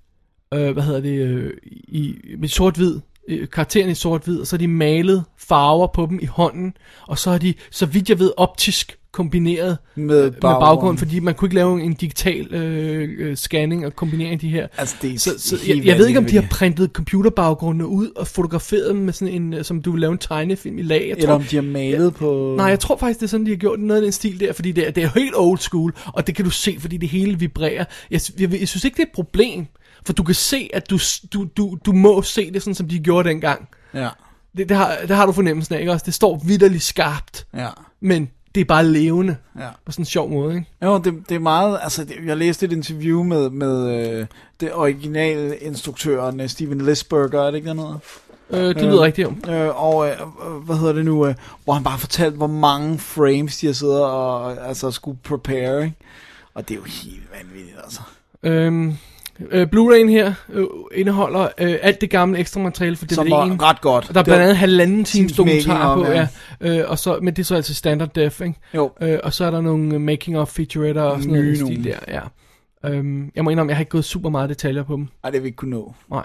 med sort-hvid, karakteren i sort-hvid, og så har de malet farver på dem i hånden, og så har de, så vidt jeg ved, optisk kombineret med baggrunden, fordi man kunne ikke lave en digital scanning og kombinering de her. Altså jeg ved ikke, om de har printet computerbaggrundene ud og fotograferet dem med sådan en, som du vil lave en tegnefilm i lag. Eller om de har malet på... Nej, jeg tror faktisk, det er sådan, de har gjort noget af den stil der, fordi det er helt old school, og det kan du se, fordi det hele vibrerer. Jeg synes ikke, det er et problem, for du kan se, at du må se det sådan, som de gjorde dengang. Ja. Det har du fornemmelsen af, ikke også? Det står vitterligt skarpt, men det er bare levende, på sådan en sjov måde, ikke? Jo, det er meget, altså, jeg læste et interview med det originale instruktøren, Steven Lisberger, er det ikke dernede? Det lyder rigtigt, jo. Hvad hedder det nu, hvor han bare fortalte, hvor mange frames de har siddet og altså skulle prepare, ikke? Og det er jo helt vanvittigt, altså. Blu-ray'en her indeholder alt det gamle ekstra materiale for DVD'en. Som var ret godt. Og der er blandt andet 1,5 times dokumentar på, og så, men det er så altså standard def, ikke? Jo. Og så er der nogle making of featuretter og sådan noget stil der, ja. Jeg må indrømme, jeg har ikke gået super meget detaljer på dem. Ej, det vil ikke kunne nå. Nej.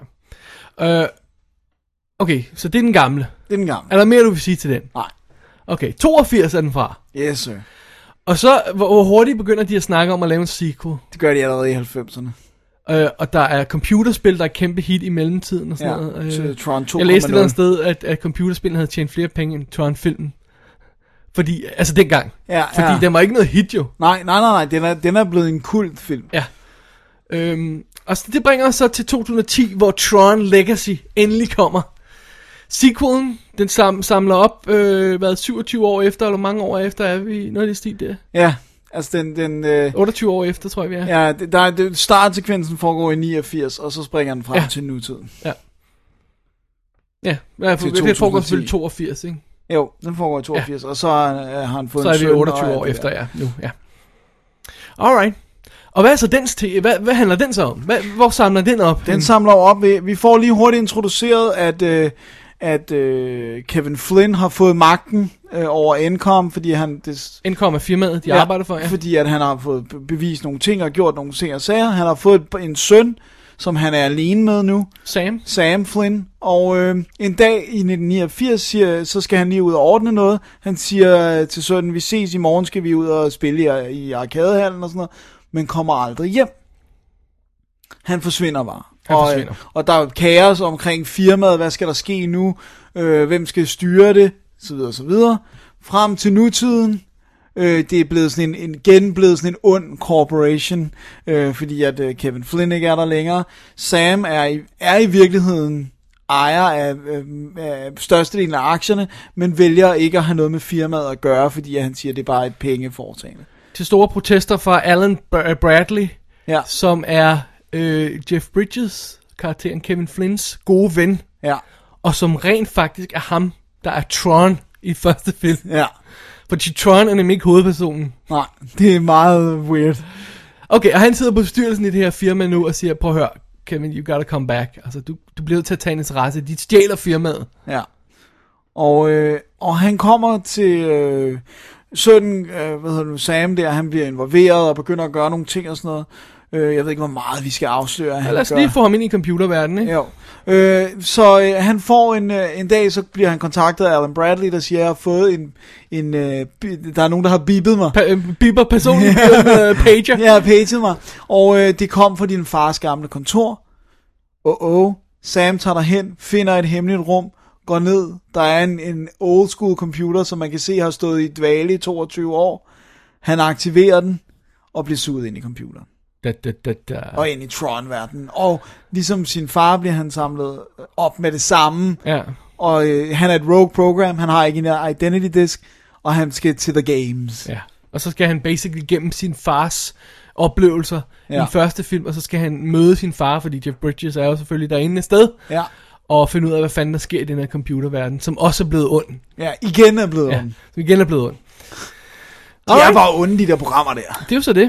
Okay, så det er den gamle. Det er den gamle. Er der mere, du vil sige til den? Nej. Okay, 82 er den fra. Yes, sir. Og så, hvor hurtigt begynder de at snakke om at lave en sequel? Det gør de allerede i 90'erne. Og der er computerspil, der er kæmpe hit i mellemtiden og sådan noget. Tron 2. Jeg læste et andet sted, at computerspillene havde tjent flere penge end Tron-filmen. Fordi, altså dengang. Fordi den var ikke noget hit jo. Nej, den er blevet en kultfilm. Ja. Og det bringer os så til 2010, hvor Tron Legacy endelig kommer. Sequelen, den samler op, 27 år efter, eller mange år efter, er vi noget af det stil der? Ja, Altså den 28 år efter, tror jeg, vi er. Ja, startsekvensen foregår i 89, og så springer den frem til nutiden. Ja. Ja, det foregår selvfølgelig 82, ikke? Jo, den foregår i 82, og så har han fået en søn. Så er vi 28 år efter, nu, ja. Alright. Og hvad er så dens til? Hvad handler den så om? Hvor samler den op? Den samler op ved, vi får lige hurtigt introduceret, at Kevin Flynn har fået magten over Encom, fordi Encom er firmaet, de arbejder for, ja. Fordi at han har fået bevist nogle ting og gjort nogle ting og sager. Han har fået en søn, som han er alene med nu. Sam Flynn. Og en dag i 1989, så skal han lige ud og ordne noget. Han siger til sønnen, vi ses i morgen, skal vi ud og spille i arkadehallen og sådan noget. Men kommer aldrig hjem. Han forsvinder bare. Og der er kaos omkring firmaet. Hvad skal der ske nu? Hvem skal styre det? Så videre, så videre. Frem til nutiden. Det er blevet sådan en ond corporation. Fordi at Kevin Flynn ikke er der længere. Sam er i virkeligheden ejer af størstedelen af aktierne. Men vælger ikke at have noget med firmaet at gøre. Fordi han siger, at det er bare et pengeforetagende. Til store protester fra Alan Bradley. Ja. Som er Jeff Bridges, karakteren Kevin Flynns gode ven. Ja. Og som rent faktisk er ham, der er Tron i første film. Ja. Fordi Tron er nemlig ikke hovedpersonen. Nej, det er meget weird. Okay, og han sidder på bestyrelsen i det her firma nu og siger, prøv at høre, Kevin, you gotta come back. Altså, du bliver nødt til at tage en interesse. De stjæler firmaet. Ja. Og han kommer til sønnen, Sam der, han bliver involveret og begynder at gøre nogle ting og sådan noget. Jeg ved ikke, hvor meget vi skal afsløre. Lad os lige få ham ind i computerverdenen, ikke? Jo. Så han får en dag, så bliver han kontaktet af Alan Bradley, der siger, jeg har fået der er nogen, der har beepet mig. Beeper personligt pager. Ja, paget mig. Og det kom fra din fars gamle kontor. Sam tager derhen, finder et hemmeligt rum, går ned. Der er en old school computer, som man kan se har stået i dvale i 22 år. Han aktiverer den og bliver suget ind i computeren. Og ind i Tron-verdenen. Og ligesom sin far bliver han samlet op med det samme. Ja. Og han er et rogue program. Han har ikke en identity disk. Og han skal til the games. Ja. Og så skal han basically gennem sin fars oplevelser i den første film. Og så skal han møde sin far, fordi Jeff Bridges er jo selvfølgelig derinde et sted. Ja. Og finde ud af, hvad fanden der sker i den her computerverden, som også er blevet ond. Ja, igen er blevet ond. Som igen er blevet ond. De er bare onde, de der programmer der. Det er jo så det.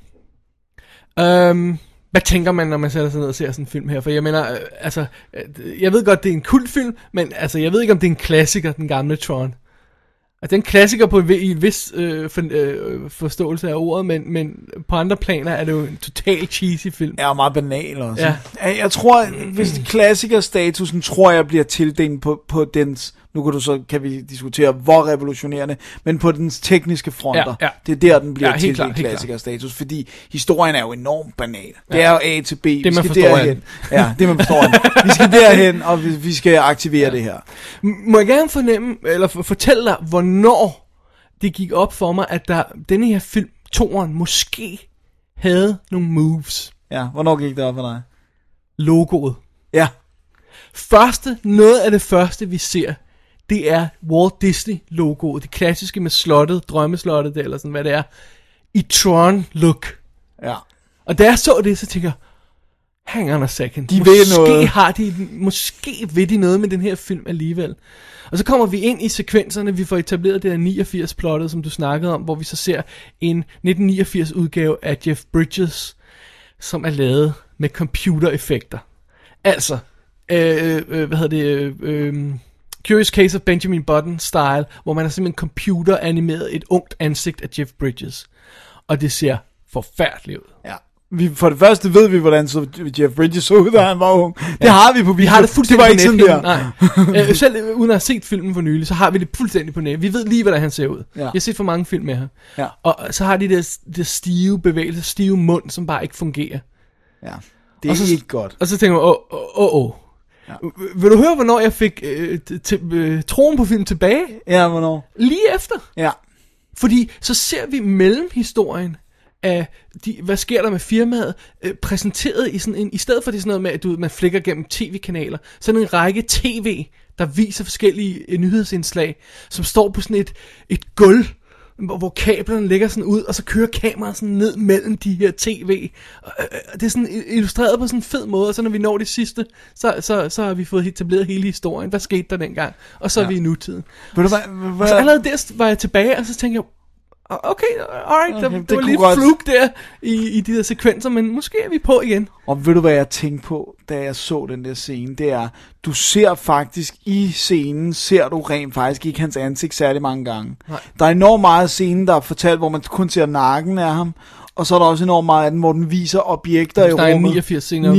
Hvad tænker man, når man sætter sig ned og ser sådan en film her? For jeg mener, jeg ved godt, det er en kultfilm, men altså, jeg ved ikke, om det er en klassiker, den gamle Tron. Altså, det er en klassiker på en vis forståelse af ordet, men på andre planer er det jo en total cheesy film. Ja, og meget banal også. Ja. Jeg tror, hvis klassikerstatusen, tror jeg, bliver tildelt på dens... Nu kan vi diskutere, hvor revolutionerende, men på dens tekniske fronter. Ja. Det er der, den bliver tildelt klassikerstatus, fordi historien er jo enormt banal. Det er jo A til B. Det man forstår derhen. Ja, det man forstår. Vi skal derhen, og vi skal aktivere det her. Må jeg gerne fornemme, eller fortælle dig, hvornår det gik op for mig, at denne her film, toeren, måske havde nogle moves. Ja, hvornår gik det op for dig? Logoet. Ja. Noget af det første, vi ser, det er Walt Disney-logoet. Det klassiske med slottet, drømmeslottet, eller sådan, hvad det er. I Tron-look. Ja. Og da jeg så det, så tænker jeg, hang on a second. Måske ved de noget med den her film alligevel. Og så kommer vi ind i sekvenserne, vi får etableret det der 89-plottet, som du snakkede om, hvor vi så ser en 1989-udgave af Jeff Bridges, som er lavet med computereffekter. Altså, Curious Case of Benjamin Button style, hvor man har simpelthen computeranimeret et ungt ansigt af Jeff Bridges. Og det ser forfærdeligt ud. Ja. For det første ved vi, hvordan så Jeff Bridges så ud, da han var ung. Det har vi på video. Vi har det fuldstændig på Netflix. Nej. Selv uden at have set filmen for nylig, så har vi det fuldstændig på net. Vi ved lige, hvordan han ser ud. Ja. Jeg har set for mange film med ham. Ja. Og så har de der stive bevægelser, stive mund, som bare ikke fungerer. Ja, det er ikke godt. Og så tænker jeg, Ja. Vil du høre, hvornår jeg fik troen på film tilbage? Ja, hvornår? Lige efter. Ja. Fordi så ser vi mellemhistorien af, hvad sker der med firmaet, præsenteret i sådan en, i stedet for det sådan noget med, at man flikker gennem tv-kanaler, sådan en række tv, der viser forskellige nyhedsindslag, som står på sådan et gulv, hvor kablerne ligger sådan ud, og så kører kameraet sådan ned mellem de her tv. Det er sådan illustreret på sådan en fed måde, og så når vi når det sidste, så har vi fået etableret hele historien. Hvad skete der dengang? Og så er vi i nutiden. Så allerede der var jeg tilbage, og så tænkte jeg, okay, alright, der var lige fluk der i de der sekvenser, men måske er vi på igen. Og ved du hvad jeg tænkte på, da jeg så den der scene, det er, du ser faktisk i scenen, ser du rent faktisk ikke hans ansigt særlig mange gange. Nej. Der er enormt meget af scenen, der er fortalt, hvor man kun ser nakken af ham, og så er der også enormt meget af den, hvor den viser objekter i rummet. Der er 89 scener,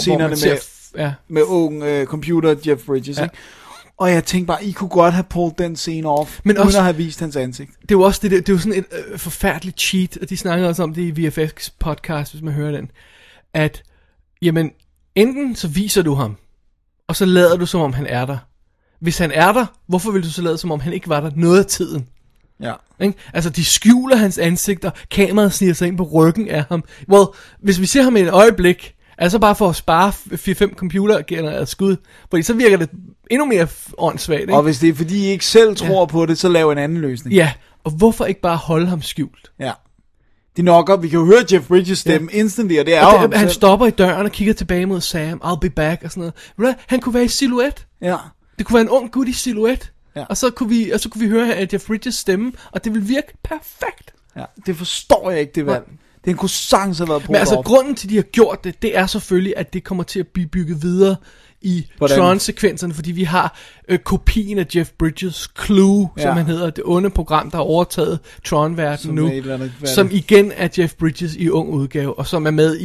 hvor med ung computer Jeff Bridges, ikke? Og jeg tænkte bare, I kunne godt have pullet den scene off, men uden at have vist hans ansigt. Det er jo også det er jo sådan et forfærdeligt cheat, og de snakkede også om det i VFX podcast, hvis man hører den, at, jamen, enten så viser du ham, og så lader du som om han er der. Hvis han er der, hvorfor vil du så lade som om han ikke var der noget af tiden? Ja. Ikke? Altså, de skjuler hans ansigt, og kameraet sniger sig ind på ryggen af ham. Well, hvis vi ser ham i et øjeblik, altså bare for at spare 4-5 computergenererede skud, fordi så virker det endnu mere åndssvagt, ikke? Og hvis det er fordi I ikke selv tror på det, så lav en anden løsning. Ja, og hvorfor ikke bare holde ham skjult? Ja. Det nok op, vi kan jo høre Jeff Bridges stemme instantly, og det er jo ham han stopper i døren og kigger tilbage mod Sam, I'll be back og sådan noget. Han kunne være i silhuet. Ja. Det kunne være en ung gut i silhuet. Ja. Og så kunne vi høre Jeff Bridges stemme, og det ville virke perfekt. Ja, det forstår jeg ikke, det valg. Det kunne sagtens have været på. Men altså, grunden til, de har gjort det er selvfølgelig, at det kommer til at blive bygget videre i Tron-sekvenserne, fordi vi har kopien af Jeff Bridges Clue, som han hedder, det onde program, der har overtaget Tron-verdenen nu, som igen er Jeff Bridges i ung udgave, og som er med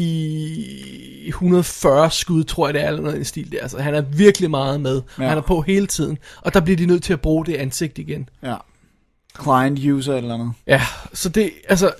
i 140 skud, tror jeg det er, eller noget i den stil der. Altså, han er virkelig meget med, han er på hele tiden, og der bliver de nødt til at bruge det ansigt igen. Ja. Client user eller noget. Ja, så det, altså,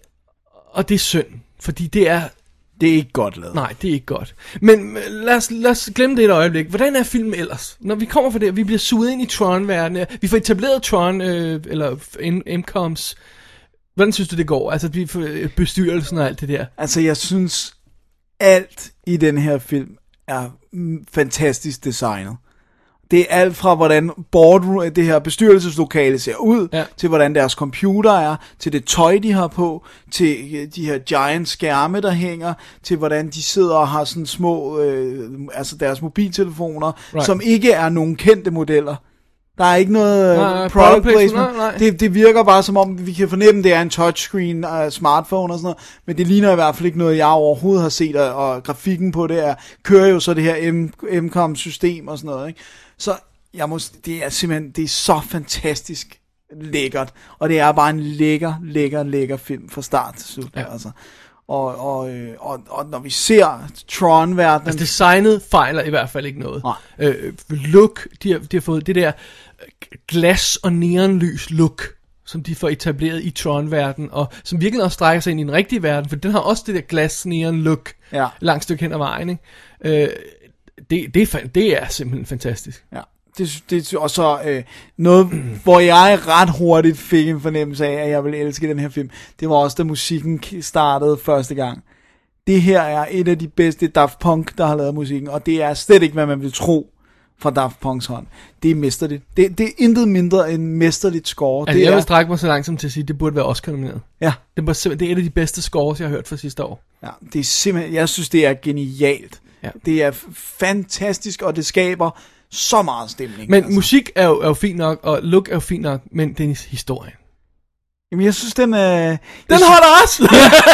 og det er synd, fordi det er ikke godt lavet. Nej, det er ikke godt. Men lad os glemme det et øjeblik. Hvordan er filmen ellers? Når vi kommer fra det, vi bliver suget ind i Tron-verdenen. Vi får etableret Tron, eller MCOMs. Hvordan synes du, det går? Altså, vi får bestyrelsen og alt det der. Altså, jeg synes, alt i den her film er fantastisk designet. Det er alt fra, hvordan det her bestyrelseslokale ser ud, til hvordan deres computer er, til det tøj, de har på, til de her giant skærme, der hænger, til hvordan de sidder og har sådan små, altså deres mobiltelefoner, som ikke er nogen kendte modeller. Der er ikke noget product placement. Nej. Det virker bare som om, vi kan fornemme, det er en touchscreen smartphone og sådan noget, men det ligner i hvert fald ikke noget, jeg overhovedet har set, og grafikken på det kører jo så det her MCOM-system og sådan noget, ikke? Så det er simpelthen, det er så fantastisk lækkert, og det er bare en lækker film fra start til slut, altså. Og når vi ser Tron-verdenen... Altså designet fejler i hvert fald ikke noget. Look, de har fået det der glas- og neonlys look, som de får etableret i Tron-verdenen, og som virkelig også strækker sig ind i den rigtige verden, for den har også det der glas-neon-look langt stykke hen ad vejen, ikke? Det er simpelthen fantastisk. Ja. Det og så noget, hvor jeg ret hurtigt fik en fornemmelse af, at jeg ville elske den her film. Det var også, da musikken startede første gang. Det her er et af de bedste Daft Punk, der har lavet musikken, og det er slet ikke, hvad man vil tro fra Daft Punks hånd. Det er mesterligt. Det er intet mindre end mesterligt score. Altså, jeg vil strække mig så langsomt til at sige, at det burde være Oscar-nomineret. Ja. Det er et af de bedste scores, jeg har hørt fra sidste år. Ja, det er simpelthen, jeg synes, det er genialt. Ja. Det er fantastisk, og det skaber så meget stemning. Men altså, musik er jo fint nok, og look er jo fint nok, men den historie. Jamen, jeg synes, den holder også!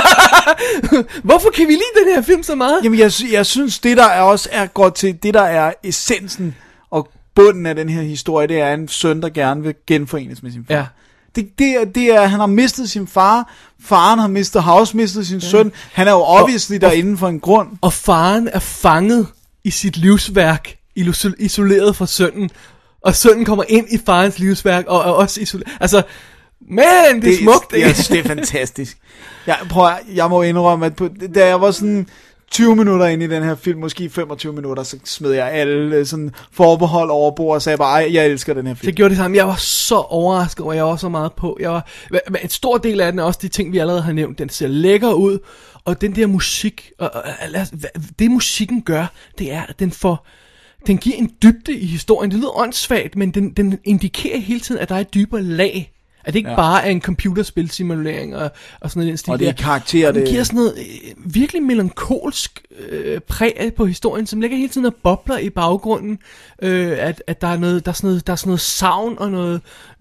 Hvorfor kan vi lide den her film så meget? Jamen, jeg synes, det der også er godt til, det der er essensen og bunden af den her historie, det er en søn, der gerne vil genforenes med sin far. Ja. Det er, han har mistet sin far, faren har også mistet sin søn, han er jo obviously derinde for en grund. Og faren er fanget i sit livsværk, isoleret fra sønnen, og sønnen kommer ind i farens livsværk, og er også isoleret. Altså, man, det er smukt. Jeg synes, det er fantastisk. Jeg må indrømme, at da jeg var sådan 20 minutter ind i den her film, måske 25 minutter, så smed jeg alle sådan forbehold over bord og sagde bare, jeg elsker den her film. Jeg gjorde det samme. Jeg var så overrasket, og jeg var så meget på. En stor del af den er også de ting, vi allerede har nævnt. Den ser lækker ud, og den der musik, og det musikken gør, det er, at den giver en dybde i historien. Det lyder åndssvagt, men den indikerer hele tiden, at der er et dybere lag. At det ikke bare er en computerspilsimulering og sådan noget. Og det er karakterer. Det giver sådan noget virkelig melankolsk præg på historien, som ligger hele tiden og bobler i baggrunden. At der er sådan noget savn og noget,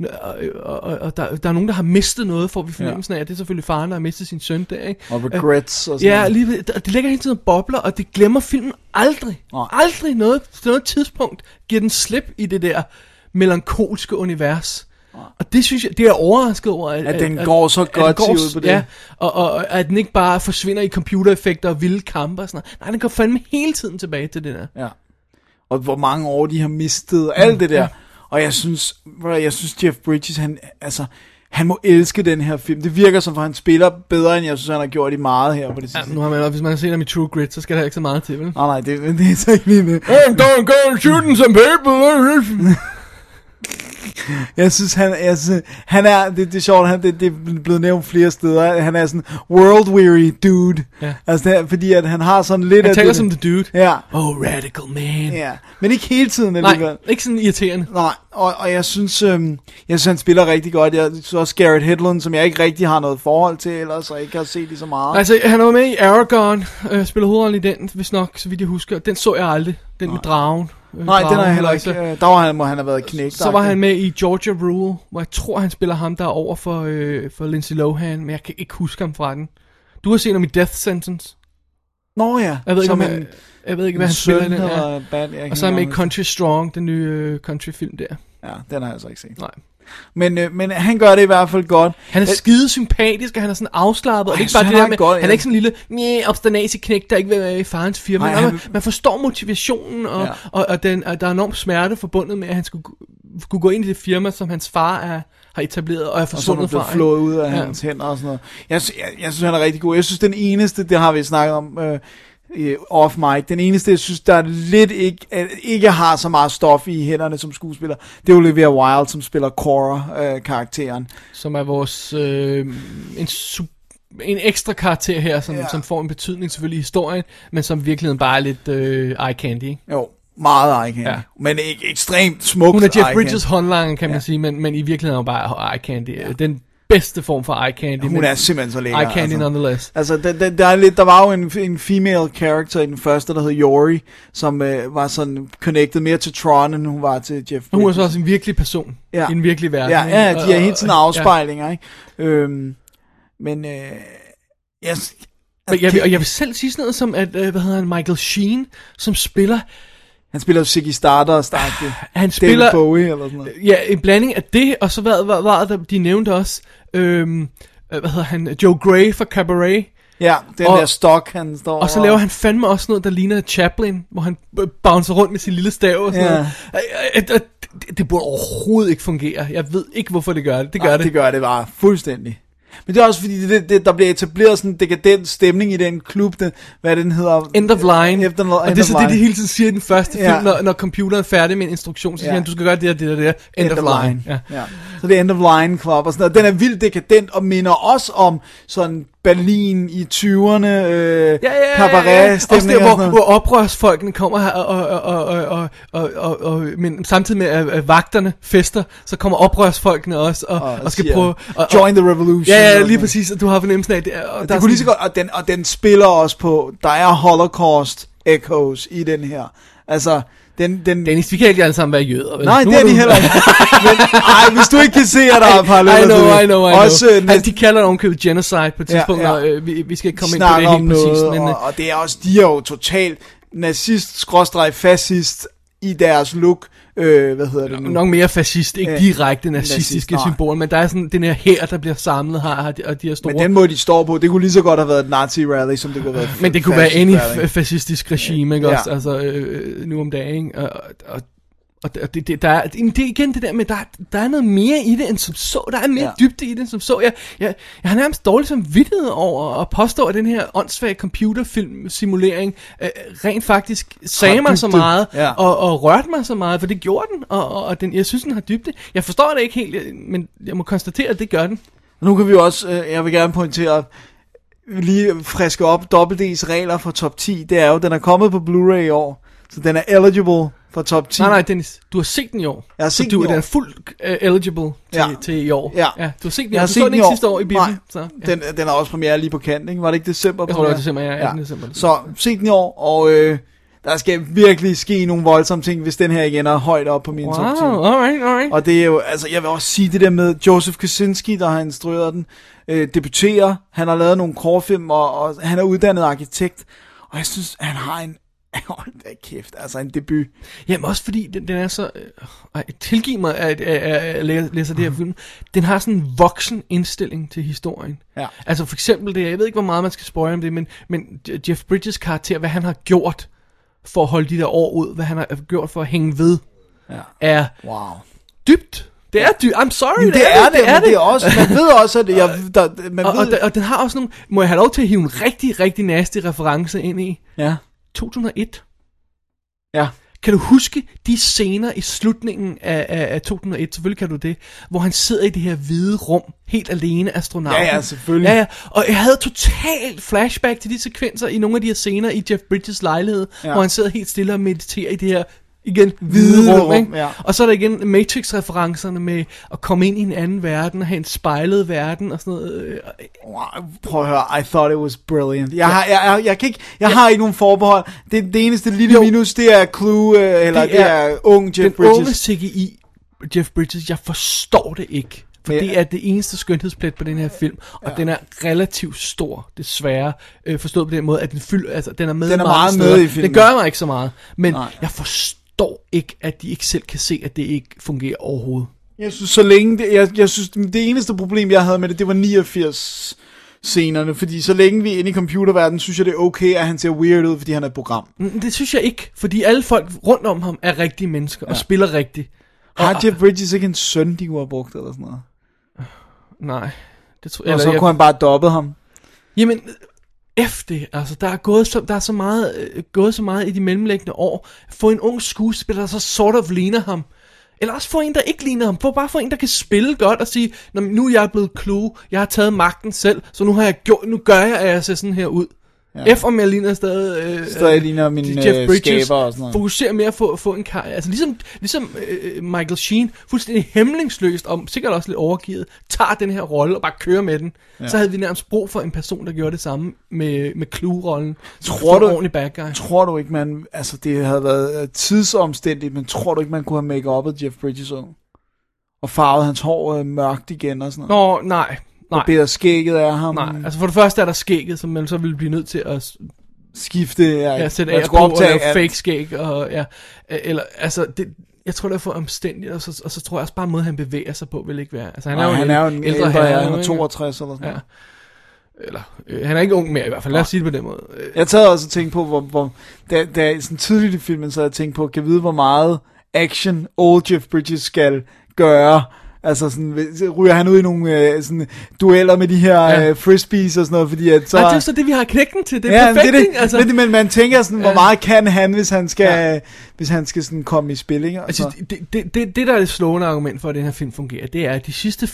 og der er nogen, der har mistet noget, får vi fornemmelsen af. Det er selvfølgelig faren, der har mistet sin søn der, ikke? Og regrets og sådan noget. Det ligger hele tiden og bobler, og det glemmer filmen aldrig. Aldrig noget tidspunkt giver den slip i det der melankolske univers. Og det synes jeg, det er overrasket over, at den går så godt ud på det. Ja, og at den ikke bare forsvinder i computereffekter og vilde kampe og sådan noget. Nej, den går fandme hele tiden tilbage til det der. Ja. Og hvor mange år de har mistet alt det der. Ja. Og jeg synes Jeff Bridges, han må elske den her film. Det virker som, for han spiller bedre, end jeg synes, han har gjort i meget her på det sidste. Ja, nu har man, hvis man har set ham i True Grit, så skal der ikke så meget til, vel? Nej, det er så ikke lige det. I'm gonna go shooting some people. Jeg synes, han er, det er sjovt, det er blevet nævnt flere steder, han er sådan world weary dude. Ja. Altså, det er, fordi at han har sådan lidt... Han taler som the dude. Ja. Oh, radical man. Ja, men ikke hele tiden alligevel. Nej, ikke sådan irriterende. Nej, og jeg synes, han spiller rigtig godt. Jeg synes også Garrett Hedlund, som jeg ikke rigtig har noget forhold til ellers, og ikke har set lige så meget. Altså, han var med i Aragorn, spiller hovedrollen i den, hvis nok, så vidt jeg husker. Den så jeg aldrig, den med dragen. Nej, den er heller ikke. Der må han have været knægt. Så var han med i Georgia Rule, hvor jeg tror, han spiller ham der over for Lindsay Lohan, men jeg kan ikke huske ham fra den. Du har set ham i Death Sentence. Nå ja. Jeg ved ikke, hvad han spiller i den her. Og så er han med i Country Strong, den nye countryfilm der. Ja, den har jeg altså ikke set. Nej. Men han gør det i hvert fald godt. Han er skide sympatisk, og han er sådan afslappet. Og det er ikke bare det der med, godt, han er ikke sådan en lille obsternasi-knægt, der ikke vil være i farens firma. Nej, man forstår motivationen, og der er enormt smerte forbundet med, at han skulle gå ind i det firma, som hans far har etableret, og er forsvundet fra. Og så er flået ud af hans hænder og sådan noget. Jeg synes, han er rigtig god. Jeg synes, den eneste, det har vi snakket om... off mic. Den eneste, jeg synes, der lidt ikke har så meget stof i hænderne som skuespiller, det er Olivia Wilde, som spiller Cora-karakteren. Som er vores en ekstra karakter her, som får en betydning selvfølgelig i historien, men som virkeligheden bare er lidt eye candy, ikke? Jo, meget eye candy. Ja. Men ikke ekstremt smukt. Hun er Jeff Bridges håndlanger, kan man sige, men i virkeligheden er hun bare eye candy. Ja. Den bedste form for eye candy. Hun er simpelthen så lækker. Eye candy nonetheless. Altså, der var jo en female character i den første, der hed Yori, som var sådan connected mere til Tron, end hun var til Jeff Bridges. Hun er så også en virkelig person. I en virkelig verden. Ja, de er hele tiden afspejlinger, ikke? Men jeg vil selv sige sådan noget som, at, hvad hedder han, Michael Sheen, som spiller... Han spiller Ziggy Stardust, han spiller David Bowie eller sådan noget. Ja, en blanding af det, og så hvad de nævnte også, hvad hedder han, Joe Gray fra Cabaret. Ja, den der stok, han står. Og så laver han fandme også noget, der ligner Chaplin, hvor han bouncer rundt med sin lille stav og sådan noget. Det burde overhovedet ikke fungere. Jeg ved ikke, hvorfor det gør det. Det gør det bare fuldstændig. Men det er også fordi, der bliver etableret sådan en dekadent stemning i den klub, hvad den hedder? End of Line. Og det er så det, de hele tiden siger i den første film, når computeren er færdig med en instruktion, så siger han, du skal gøre det og det og det. End of Line. Ja. Så det er End of Line Club og sådan noget. Den er vildt dekadent og minder også om sådan Berlin i 20'erne, cabaret-stemning. Også der, hvor oprørsfolkene kommer her, men samtidig med at vagterne fester, så kommer oprørsfolkene også og skal prøve... Join the revolution. Ja, lige præcis, og du har fornemmelsen af det. Det kunne lige så godt, og den spiller også på, der er Holocaust echoes i den her. Altså... Dennis, vi kan ikke alle sammen være jøder. Nej, det er de heller ikke. Men, hvis du ikke kan se, at der er paralleller. I know. Også, de kalder det ovenkøbet genocide på et tidspunkt, og vi skal ikke komme ind på det helt præcis. Men, og det er også, de er jo totalt nazist-fascist i deres look. Hvad hedder det nu? Nok mere fascist, ikke direkte nazistiske symboler, men der er sådan den her der bliver samlet her, og de her store... Men den måde de står på, det kunne lige så godt have været et nazi-rally, som det kunne have været... Men det kunne være any fascistisk regime, ikke også? Altså, nu om dagen, og det er igen det der med, der er noget mere i det, end som så. Der er mere dybde i det, end som så. Jeg har nærmest dårligt samvittighed over at påstå, at den her åndssvage computerfilm-simulering rent faktisk sagde mig så meget, og rørte mig så meget, for det gjorde den, og jeg synes, den har dybde. Jeg forstår det ikke helt, men jeg må konstatere, at det gør den. Nu kan vi jo også, jeg vil gerne pointere, lige friske op, WD's regler for top 10, det er jo, den er kommet på Blu-ray i år. Så den er eligible for top 10. Nej, Dennis, du har set den i år. Jeg har set den i år. Den er fuldt eligible til i år. Ja. Du har set den i år. Du så den ikke sidste år i bilen. Nej, så, ja. den er også premiere lige på kant, ikke? Var det ikke december? Jeg tror, det var december, ja. December. Så set den i år, og der skal virkelig ske nogle voldsomme ting, hvis den her igen er højt op på min top 10. Alright. Og det er jo, altså jeg vil også sige det der med Joseph Kosinski, der har instrueret den, debuterer. Han har lavet nogle kortfilm, og han er uddannet arkitekt, og jeg synes, han har en hold da kæft, altså en debut. Jamen også fordi den er så tilgiv mig at læse det her film. Den har sådan en voksen indstilling til historien. Ja. Altså for eksempel det, jeg ved ikke hvor meget man skal spoile om det, men Jeff Bridges karakter, hvad han har gjort for at holde de der år ud, hvad han har gjort for at hænge ved, er dybt. Det er dybt. I'm sorry. Men det er det. Det er også. Man ved også at og den har også nogle. Må jeg have lov til at hive en rigtig, rigtig nasty reference ind i? Ja. 2001. Ja. Kan du huske de scener i slutningen af 2001, selvfølgelig kan du det, hvor han sidder i det her hvide rum, helt alene, astronauten. Ja, selvfølgelig. Ja, og jeg havde totalt flashback til de sekvenser i nogle af de her scener i Jeff Bridges lejlighed, hvor han sidder helt stille og mediterer i det her, igen, hvide rum, ikke? Ja. Og så er der igen Matrix-referencerne med at komme ind i en anden verden, og have en spejlet verden, og sådan noget. Prøv at høre, I thought it was brilliant. Jeg har ikke nogen forbehold. Det eneste lille minus, det er Clue, det er ung Jeff Bridges. Den unge CGI Jeff Bridges, jeg forstår det ikke. For det er det eneste skønhedsplet på den her film, og den er relativt stor, desværre. Forstået på den måde, at den er med den er meget med i filmen. Det gør mig ikke så meget, men jeg forstår ikke, at de ikke selv kan se, at det ikke fungerer overhovedet. Jeg synes, så længe jeg synes, det eneste problem, jeg havde med det var 89 scenerne, fordi så længe vi er inde i computerverdenen, synes jeg, det er okay, at han ser weird ud, fordi han er et program. Det synes jeg ikke, fordi alle folk rundt om ham er rigtige mennesker, og spiller rigtigt. Har Jeff Bridges ikke en søn, de kunne have brugt, eller sådan noget? Nej. Det tror, og så kunne han bare dobbet ham. Jamen, det, altså, der er så meget, gået så meget i de mellemliggende år. Få en ung skuespiller, der så sort of ligner ham. Eller også få en, der ikke ligner ham. Bare få en, der kan spille godt og sige, nu er jeg blevet Clue, jeg har taget magten selv, så nu gør jeg, at jeg ser sådan her ud. Ja. Om jeg ligner stadig ligner min Jeff Bridges, skaber og sådan noget. Fokuserer mere på at få en altså ligesom Michael Sheen fuldstændig hæmningsløst og sikkert også lidt overgivet tager den her rolle og bare kører med den. Så havde vi nærmest brug for en person, der gjorde det samme med Clue-rollen. Tror du ikke man, altså det havde været tidsomstændigt, men tror du ikke man kunne have make-up'et Jeff Bridges og farvet hans hår mørkt igen og sådan noget? Nej. Og bedre skægget af ham. Nej, altså for det første er der skægget, som man så ville blive nødt til at skifte, sætte af på og lave fake skæg, og eller, altså, jeg tror det er for omstændigt, og så tror jeg også bare måde, han bevæger sig på, vil ikke være. Altså, han er jo en ældre herre, han er 62 eller sådan noget. Eller, han er ikke ung mere i hvert fald, lad os sige det på den måde. Jeg tager også tænkt på, hvor da sådan tidligt i filmen, så jeg tænkt på, kan vide, hvor meget action old Jeff Bridges skal gøre. Altså sådan, ryger han ud i nogle sådan dueller med de her frisbees og sådan noget, fordi at så... det er så det, vi har knækken til, det er perfekt, det. Altså. Men man tænker sådan, hvor meget kan han, hvis han skal, hvis han skal sådan komme i spil, ikke? Altså, det der er det slående argument for, at den her film fungerer, det er, at de sidste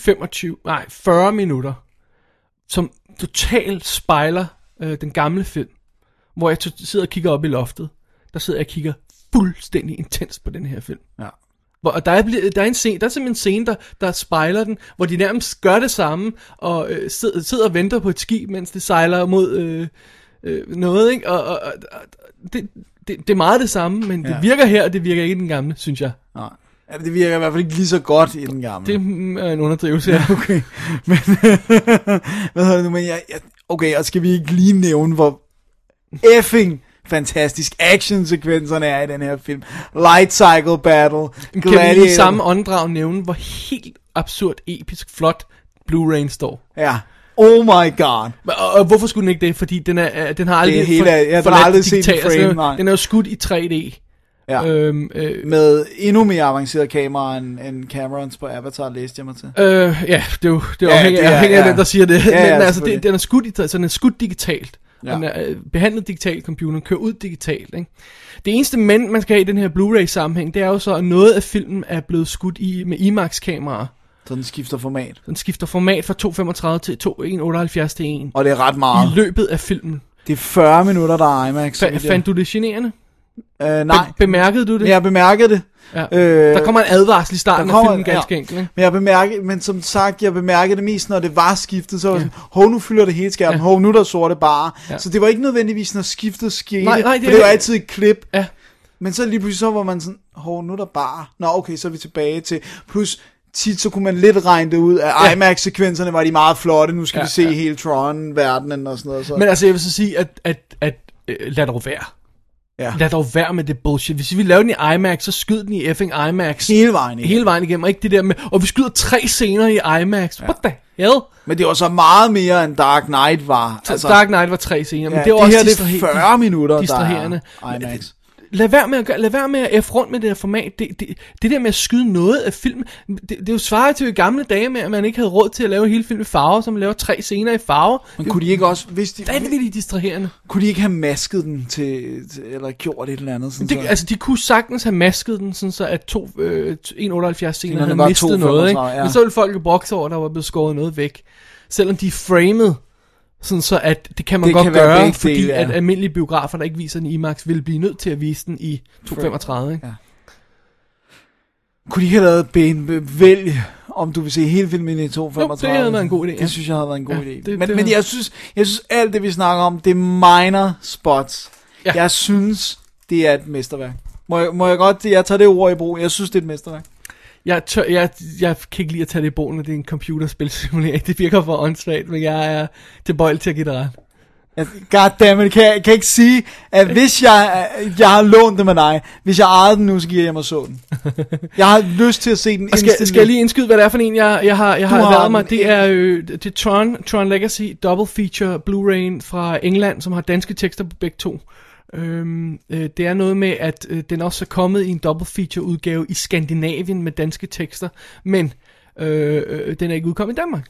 40 minutter, som totalt spejler den gamle film, hvor jeg sidder og kigger op i loftet, der sidder jeg og kigger fuldstændig intens på den her film. Ja. Og der er simpelthen en scene, der spejler den, hvor de nærmest gør det samme, og sidder og venter på et skib, mens det sejler mod noget, ikke? Og det er meget det samme, men det virker her, og det virker ikke i den gamle, synes jeg. Nej. Ja, det virker i hvert fald ikke lige så godt i den gamle. Det er en underdrivelse, ja. Okay. Men, hvad hedder det nu? Men okay, og skal vi ikke lige nævne, hvor effing fantastisk actionsekvenserne er i den her film. Light Cycle Battle, Gladiator. Kan vi i samme åndedrag nævne, hvor helt absurd, episk, flot Blue Rain står? Ja. Oh my god. Og hvorfor skulle den ikke det? Fordi den har aldrig den har aldrig set en frame. Altså, den er jo skudt i 3D. Ja. Med endnu mere avanceret kamera end Camerons på Avatar, læste jeg mig til. Ja, det er jo afhængig af den, der siger det. Men altså, den er skudt så den er skudt digitalt. Ja. Den er behandlet digitalt, computeren kører ud digitalt, ikke? Det eneste man skal have i den her Blu-ray sammenhæng, det er jo så, at noget af filmen er blevet skudt med IMAX-kameraer. Så den skifter format. Den skifter format fra 2.35 til 1.78 til 1. Og det er ret meget. I løbet af filmen. Det er 40 minutter, der er IMAX. Fandt du det generende? Nej. Bemærkede du det? Jeg bemærkede det. Ja. Der kommer en advarsel i starten af filmen, ganske enkelt. Ikke? Men som sagt, jeg bemærkede det mest, når det var skiftet. Så var det sådan, nu fylder det hele skærmen. Nu er der sorte bare. Ja. Så det var ikke nødvendigvis, når skiftet skete. Nej, for det var altid et klip. Ja. Men så lige pludselig så var man sådan, nu er der bare. Nå, okay, så er vi tilbage til. Plus, tit så kunne man lidt regne det ud, at IMAX-sekvenserne var de meget flotte. Nu skal vi se hele Tron-verdenen og sådan noget. Så. Men altså, jeg vil så sige, at lad dog være. Ja. Lad dog være med det bullshit. Hvis vi lavede den i IMAX, så skyd den i effing IMAX. Hele vejen igennem. Og ikke det der med, og vi skyder 3 scener i IMAX. What the hell? Men det var så meget mere end Dark Knight var. Altså, Dark Knight var 3 scener, men det var også det 40 minutter, distraherende. Der er IMAX. Lad være med at F rundt med det her format. Det der med at skyde noget af filmen, det er jo svaret til i gamle dage med, at man ikke havde råd til at lave hele filmen i farver, så man laver 3 scener i farver. Men kunne de ikke også, hvis de... Vanvittigt distraherende. Kunne de ikke have masket den til eller gjort et eller andet? Sådan altså, de kunne sagtens have masket den, sådan så at 1,78 scener havde mistet noget, ikke? Ja. Men så ville folk jo brokse over, der var blevet skåret noget væk. Selvom de er framed, sådan så at det kan man godt gøre, fordi at almindelige biografer, der ikke viser den i IMAX, vil blive nødt til at vise den i 2,35, ikke? Ja. Kunne de ikke have lavet vælg, om du vil se hele filmen i 2,35? Jo, det havde været en god idé. Det synes jeg havde været en god idé. Men jeg synes alt det vi snakker om, det er minor spots. Ja. Jeg synes det er et mesterværk. Må jeg godt, jeg tager det ord i brug. Jeg synes det er et mesterværk. Jeg kan ikke lide at tage det i brug, når det er en computerspilsimulering. Det virker for åndssvagt, men jeg er tilbøjelig til at give det ret. Goddammit, kan ikke sige, at hvis jeg har lånt det med dig, hvis jeg ejede den nu, så giver jeg hjem og så den. Jeg har lyst til at se den. Skal jeg lige indskyde, hvad det er for en, jeg har været mig? Det er Tron Legacy Double Feature Blu-ray fra England, som har danske tekster på begge to. Det er noget med, at den også er kommet i en double feature udgave i Skandinavien med danske tekster, men den er ikke udkommet i Danmark.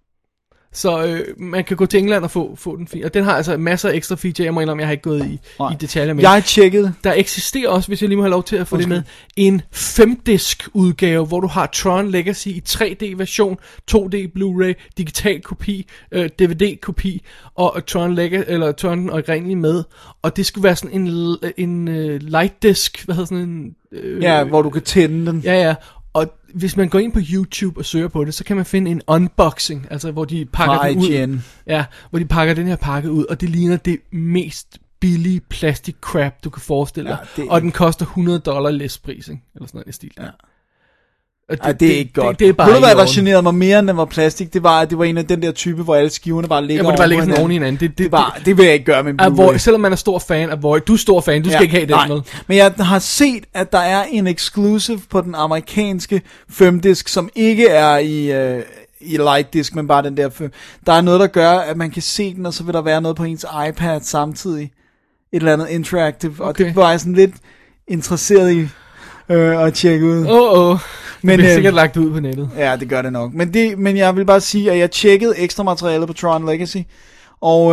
Så man kan gå til England og få den. Og den har altså masser af ekstra feature. Jeg må indrømme, jeg har ikke gået i detaljer med. Jeg tjekkede. Der eksisterer også, hvis jeg lige må have lov til at få det med, en 5-disk udgave, hvor du har Tron Legacy i 3D version, 2D Blu-ray, digital kopi, DVD kopi og Tron Legacy eller Tron oprindelig med. Og det skulle være sådan en light disk, hvad hedder sådan en hvor du kan tænde den. Ja. Og hvis man går ind på YouTube og søger på det, så kan man finde en unboxing, altså hvor de pakker den ud. Ja, hvor de pakker den her pakke ud, og det ligner det mest billige plastic crap, du kan forestille dig. Og den koster $100 listpris, ikke? Eller sådan noget i stil. Ja. Det er ikke godt. Det er bare ved du hvad, der generede mig mere, end den var plastik? Det var, at det var en af den der type, hvor alle skiverne bare ligger hvor det bare ligger sådan oven i hinanden. Det vil jeg ikke gøre med en Blu-ray. Selvom man er stor fan af Void. Du er stor fan, du skal ikke have det med. Men jeg har set, at der er en exclusive på den amerikanske 5-disk, som ikke er i light disk, men bare den der 5. Der er noget, der gør, at man kan se den, og så vil der være noget på ens iPad samtidig. Et eller andet interactive. Okay. Og det var jeg sådan lidt interesseret i at tjekke ud. Men det bliver sikkert lagt ud på nettet. Ja, det gør det nok. Men jeg vil bare sige, at jeg tjekkede ekstra materiale på Tron Legacy. Og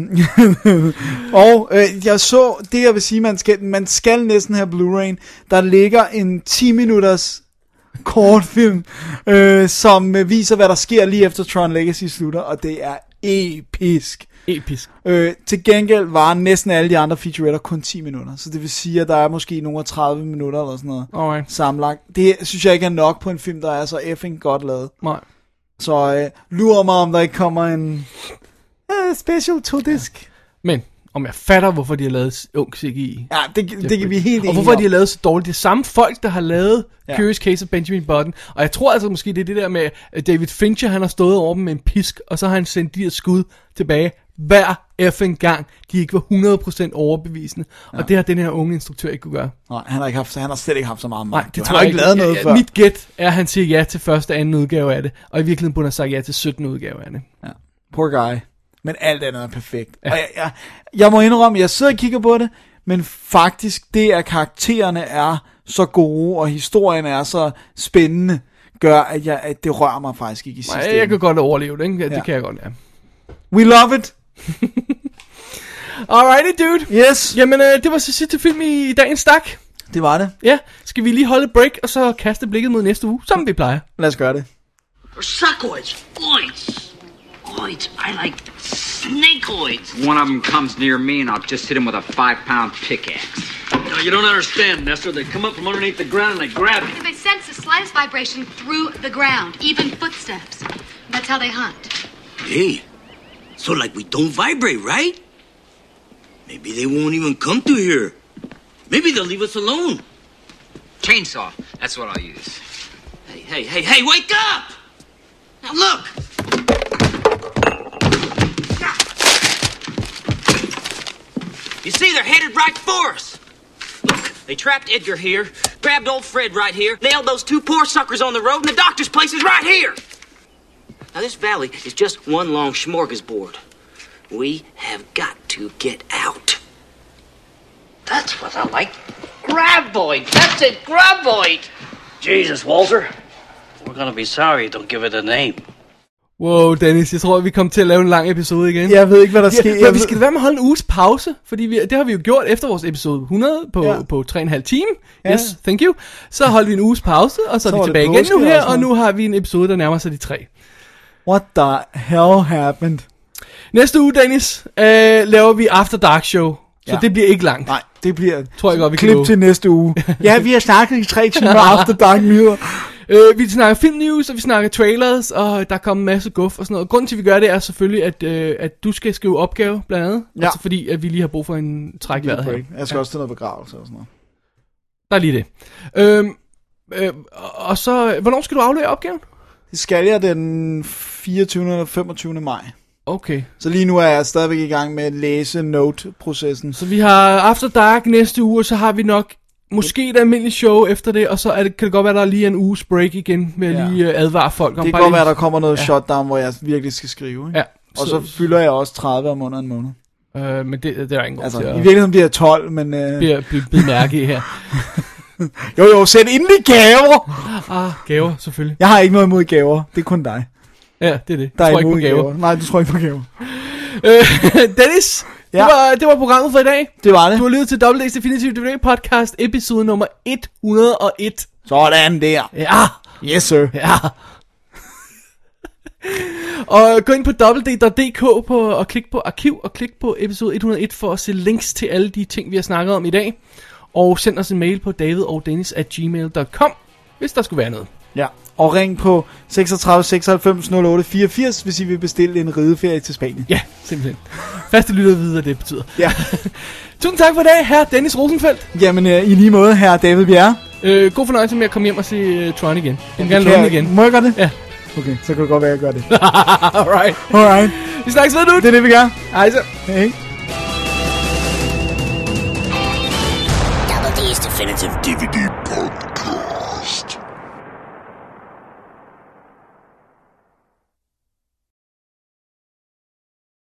jeg så, det jeg vil sige, man skal næsten have Blu-ray. Der ligger en 10 minutters kortfilm, som viser, hvad der sker lige efter Tron Legacy slutter. Og det er episk. Til gengæld var næsten alle de andre featuretter kun 10 minutter. Så det vil sige, at der er måske nogle 30 minutter eller sådan noget sammenlagt. Det synes jeg ikke er nok på en film, der er så effing godt lavet. Nej. Så lurer mig, om der ikke kommer en special 2-disk. Ja. Men om jeg fatter, hvorfor de har lavet ung CGI. Ja, det kan vi helt enige. Og hvorfor de har lavet så dårligt. Det er samme folk, der har lavet Curious Case of Benjamin Button. Og jeg tror altså måske, det er det der med, at David Fincher, han har stået over dem med en pisk, og så har han sendt de her skud tilbage hver effing gang, de ikke var 100% overbevisende. Og det har den her unge instruktør ikke kunne gøre. Nej, han har slet ikke haft så meget magt. Det tror jeg ikke lavet noget før. Mit gæt er, at han siger ja til første og anden udgave af det, og i virkeligheden burde han sagt ja til 17 udgave af det. Ja. Poor guy. Men alt andet er perfekt. Ja. Og jeg må indrømme, jeg sidder og kigger på det, men faktisk det, at karaktererne er så gode, og historien er så spændende, gør, at det rører mig faktisk ikke i sidste ende. Jeg kan godt overleve det, ikke? Det kan jeg godt, ja. We love it! Alrighty, dude. Yes. Jamen, det var så sidste film i dagens stak. Det var det. Ja, skal vi lige holde et break, og så kaste blikket mod næste uge, som vi plejer. Lad os gøre det. Suckoids. Oids. I like snakeoids. One of them comes near me and I'll just hit him with a 5-pound pickaxe. No, you don't understand, Nestor. They come up from underneath the ground and they grab you. They sense the slightest vibration through the ground, even footsteps. That's how they hunt. Hey, so like we don't vibrate, right? Maybe they won't even come through here. Maybe they'll leave us alone. Chainsaw. That's what I'll use. Hey, wake up! Now look! You see, they're headed right for us. Look, they trapped Edgar here, grabbed old Fred right here, nailed those two poor suckers on the road, and the doctor's place is right here. Now, this valley is just one long smorgasbord. We have got to get out. That's what I like. Graboid. That's it, Graboid. Jesus, Walter. We're gonna be sorry you don't give it a name. Wow, Dennis, jeg tror, vi kommer til at lave en lang episode igen. Jeg ved ikke, hvad der sker. Vi skal være med at holde en uges pause, fordi det har vi jo gjort efter vores episode 100 på 3,5 time. Yes, thank you. Så holdt vi en uges pause, og så er vi tilbage igen nu her, og nu har vi en episode, der nærmer sig de 3. What the hell happened? Næste uge, Dennis, laver vi After Dark Show, så det bliver ikke langt. Nej, det bliver tror jeg godt, vi klip til næste uge. Ja, vi har snakket i 3 timer After Dark nyheder. Vi snakker filmnews, og vi snakker trailers, og der kommer en masse guf og sådan noget. Grunden til, at vi gør det, er selvfølgelig, at du skal skrive opgave, blandt andet. Ja. Altså fordi, at vi lige har brug for en trækvejret her. Jeg skal også til noget begravelse og sådan noget. Der er lige det. Og så, hvornår skal du aflevere opgaven? Det skal jeg den 24. og 25. maj. Okay. Så lige nu er jeg stadigvæk i gang med at læse note-processen. Så vi har After Dark næste uge, og så har vi nok måske et almindeligt show efter det, og så kan det godt være, der er lige en uges break igen, med at lige advare folk om. Det kan godt være, der kommer noget shutdown, hvor jeg virkelig skal skrive. Ikke? Ja. Og så fylder jeg også 30 om under en måned. Men det er der ingen grund til. I virkeligheden bliver jeg 12, men... Bliver mærke her. Jo, sæt endelig gaver! Gaver, selvfølgelig. Jeg har ikke noget imod gaver, det er kun dig. Ja, det er det. Der er ikke på gaver. Nej, du tror ikke på gaver. Dennis, det var programmet for i dag. Det var det. Du har lyttet til WD's Definitive DVD Podcast, episode nummer 101. Sådan der. Ja. Yes, sir. Ja. Og gå ind på www.dk og klik på arkiv og klik på episode 101 for at se links til alle de ting, vi har snakket om i dag. Og send os en mail på davidogdennis@gmail.com, hvis der skulle være noget. Ja, og ring på 36 96 08 84, hvis I vil bestille en rideferie til Spanien. Ja, simpelthen. Faste lytter ved, hvad det betyder. Ja. Tusind tak for i dag, herr Dennis Rosenfeldt. Jamen, i lige måde, herr David Bjerre. God fornøjelse med at komme hjem og se Tron igen. Jeg vil gerne låne igen. Må jeg gøre det? Ja. Okay, så kan det godt være, at jeg gør det. Alright. Vi snakkes ved nu. Det er det, vi gør. Hej så. Hej. WD's Definitive DVD Podcast.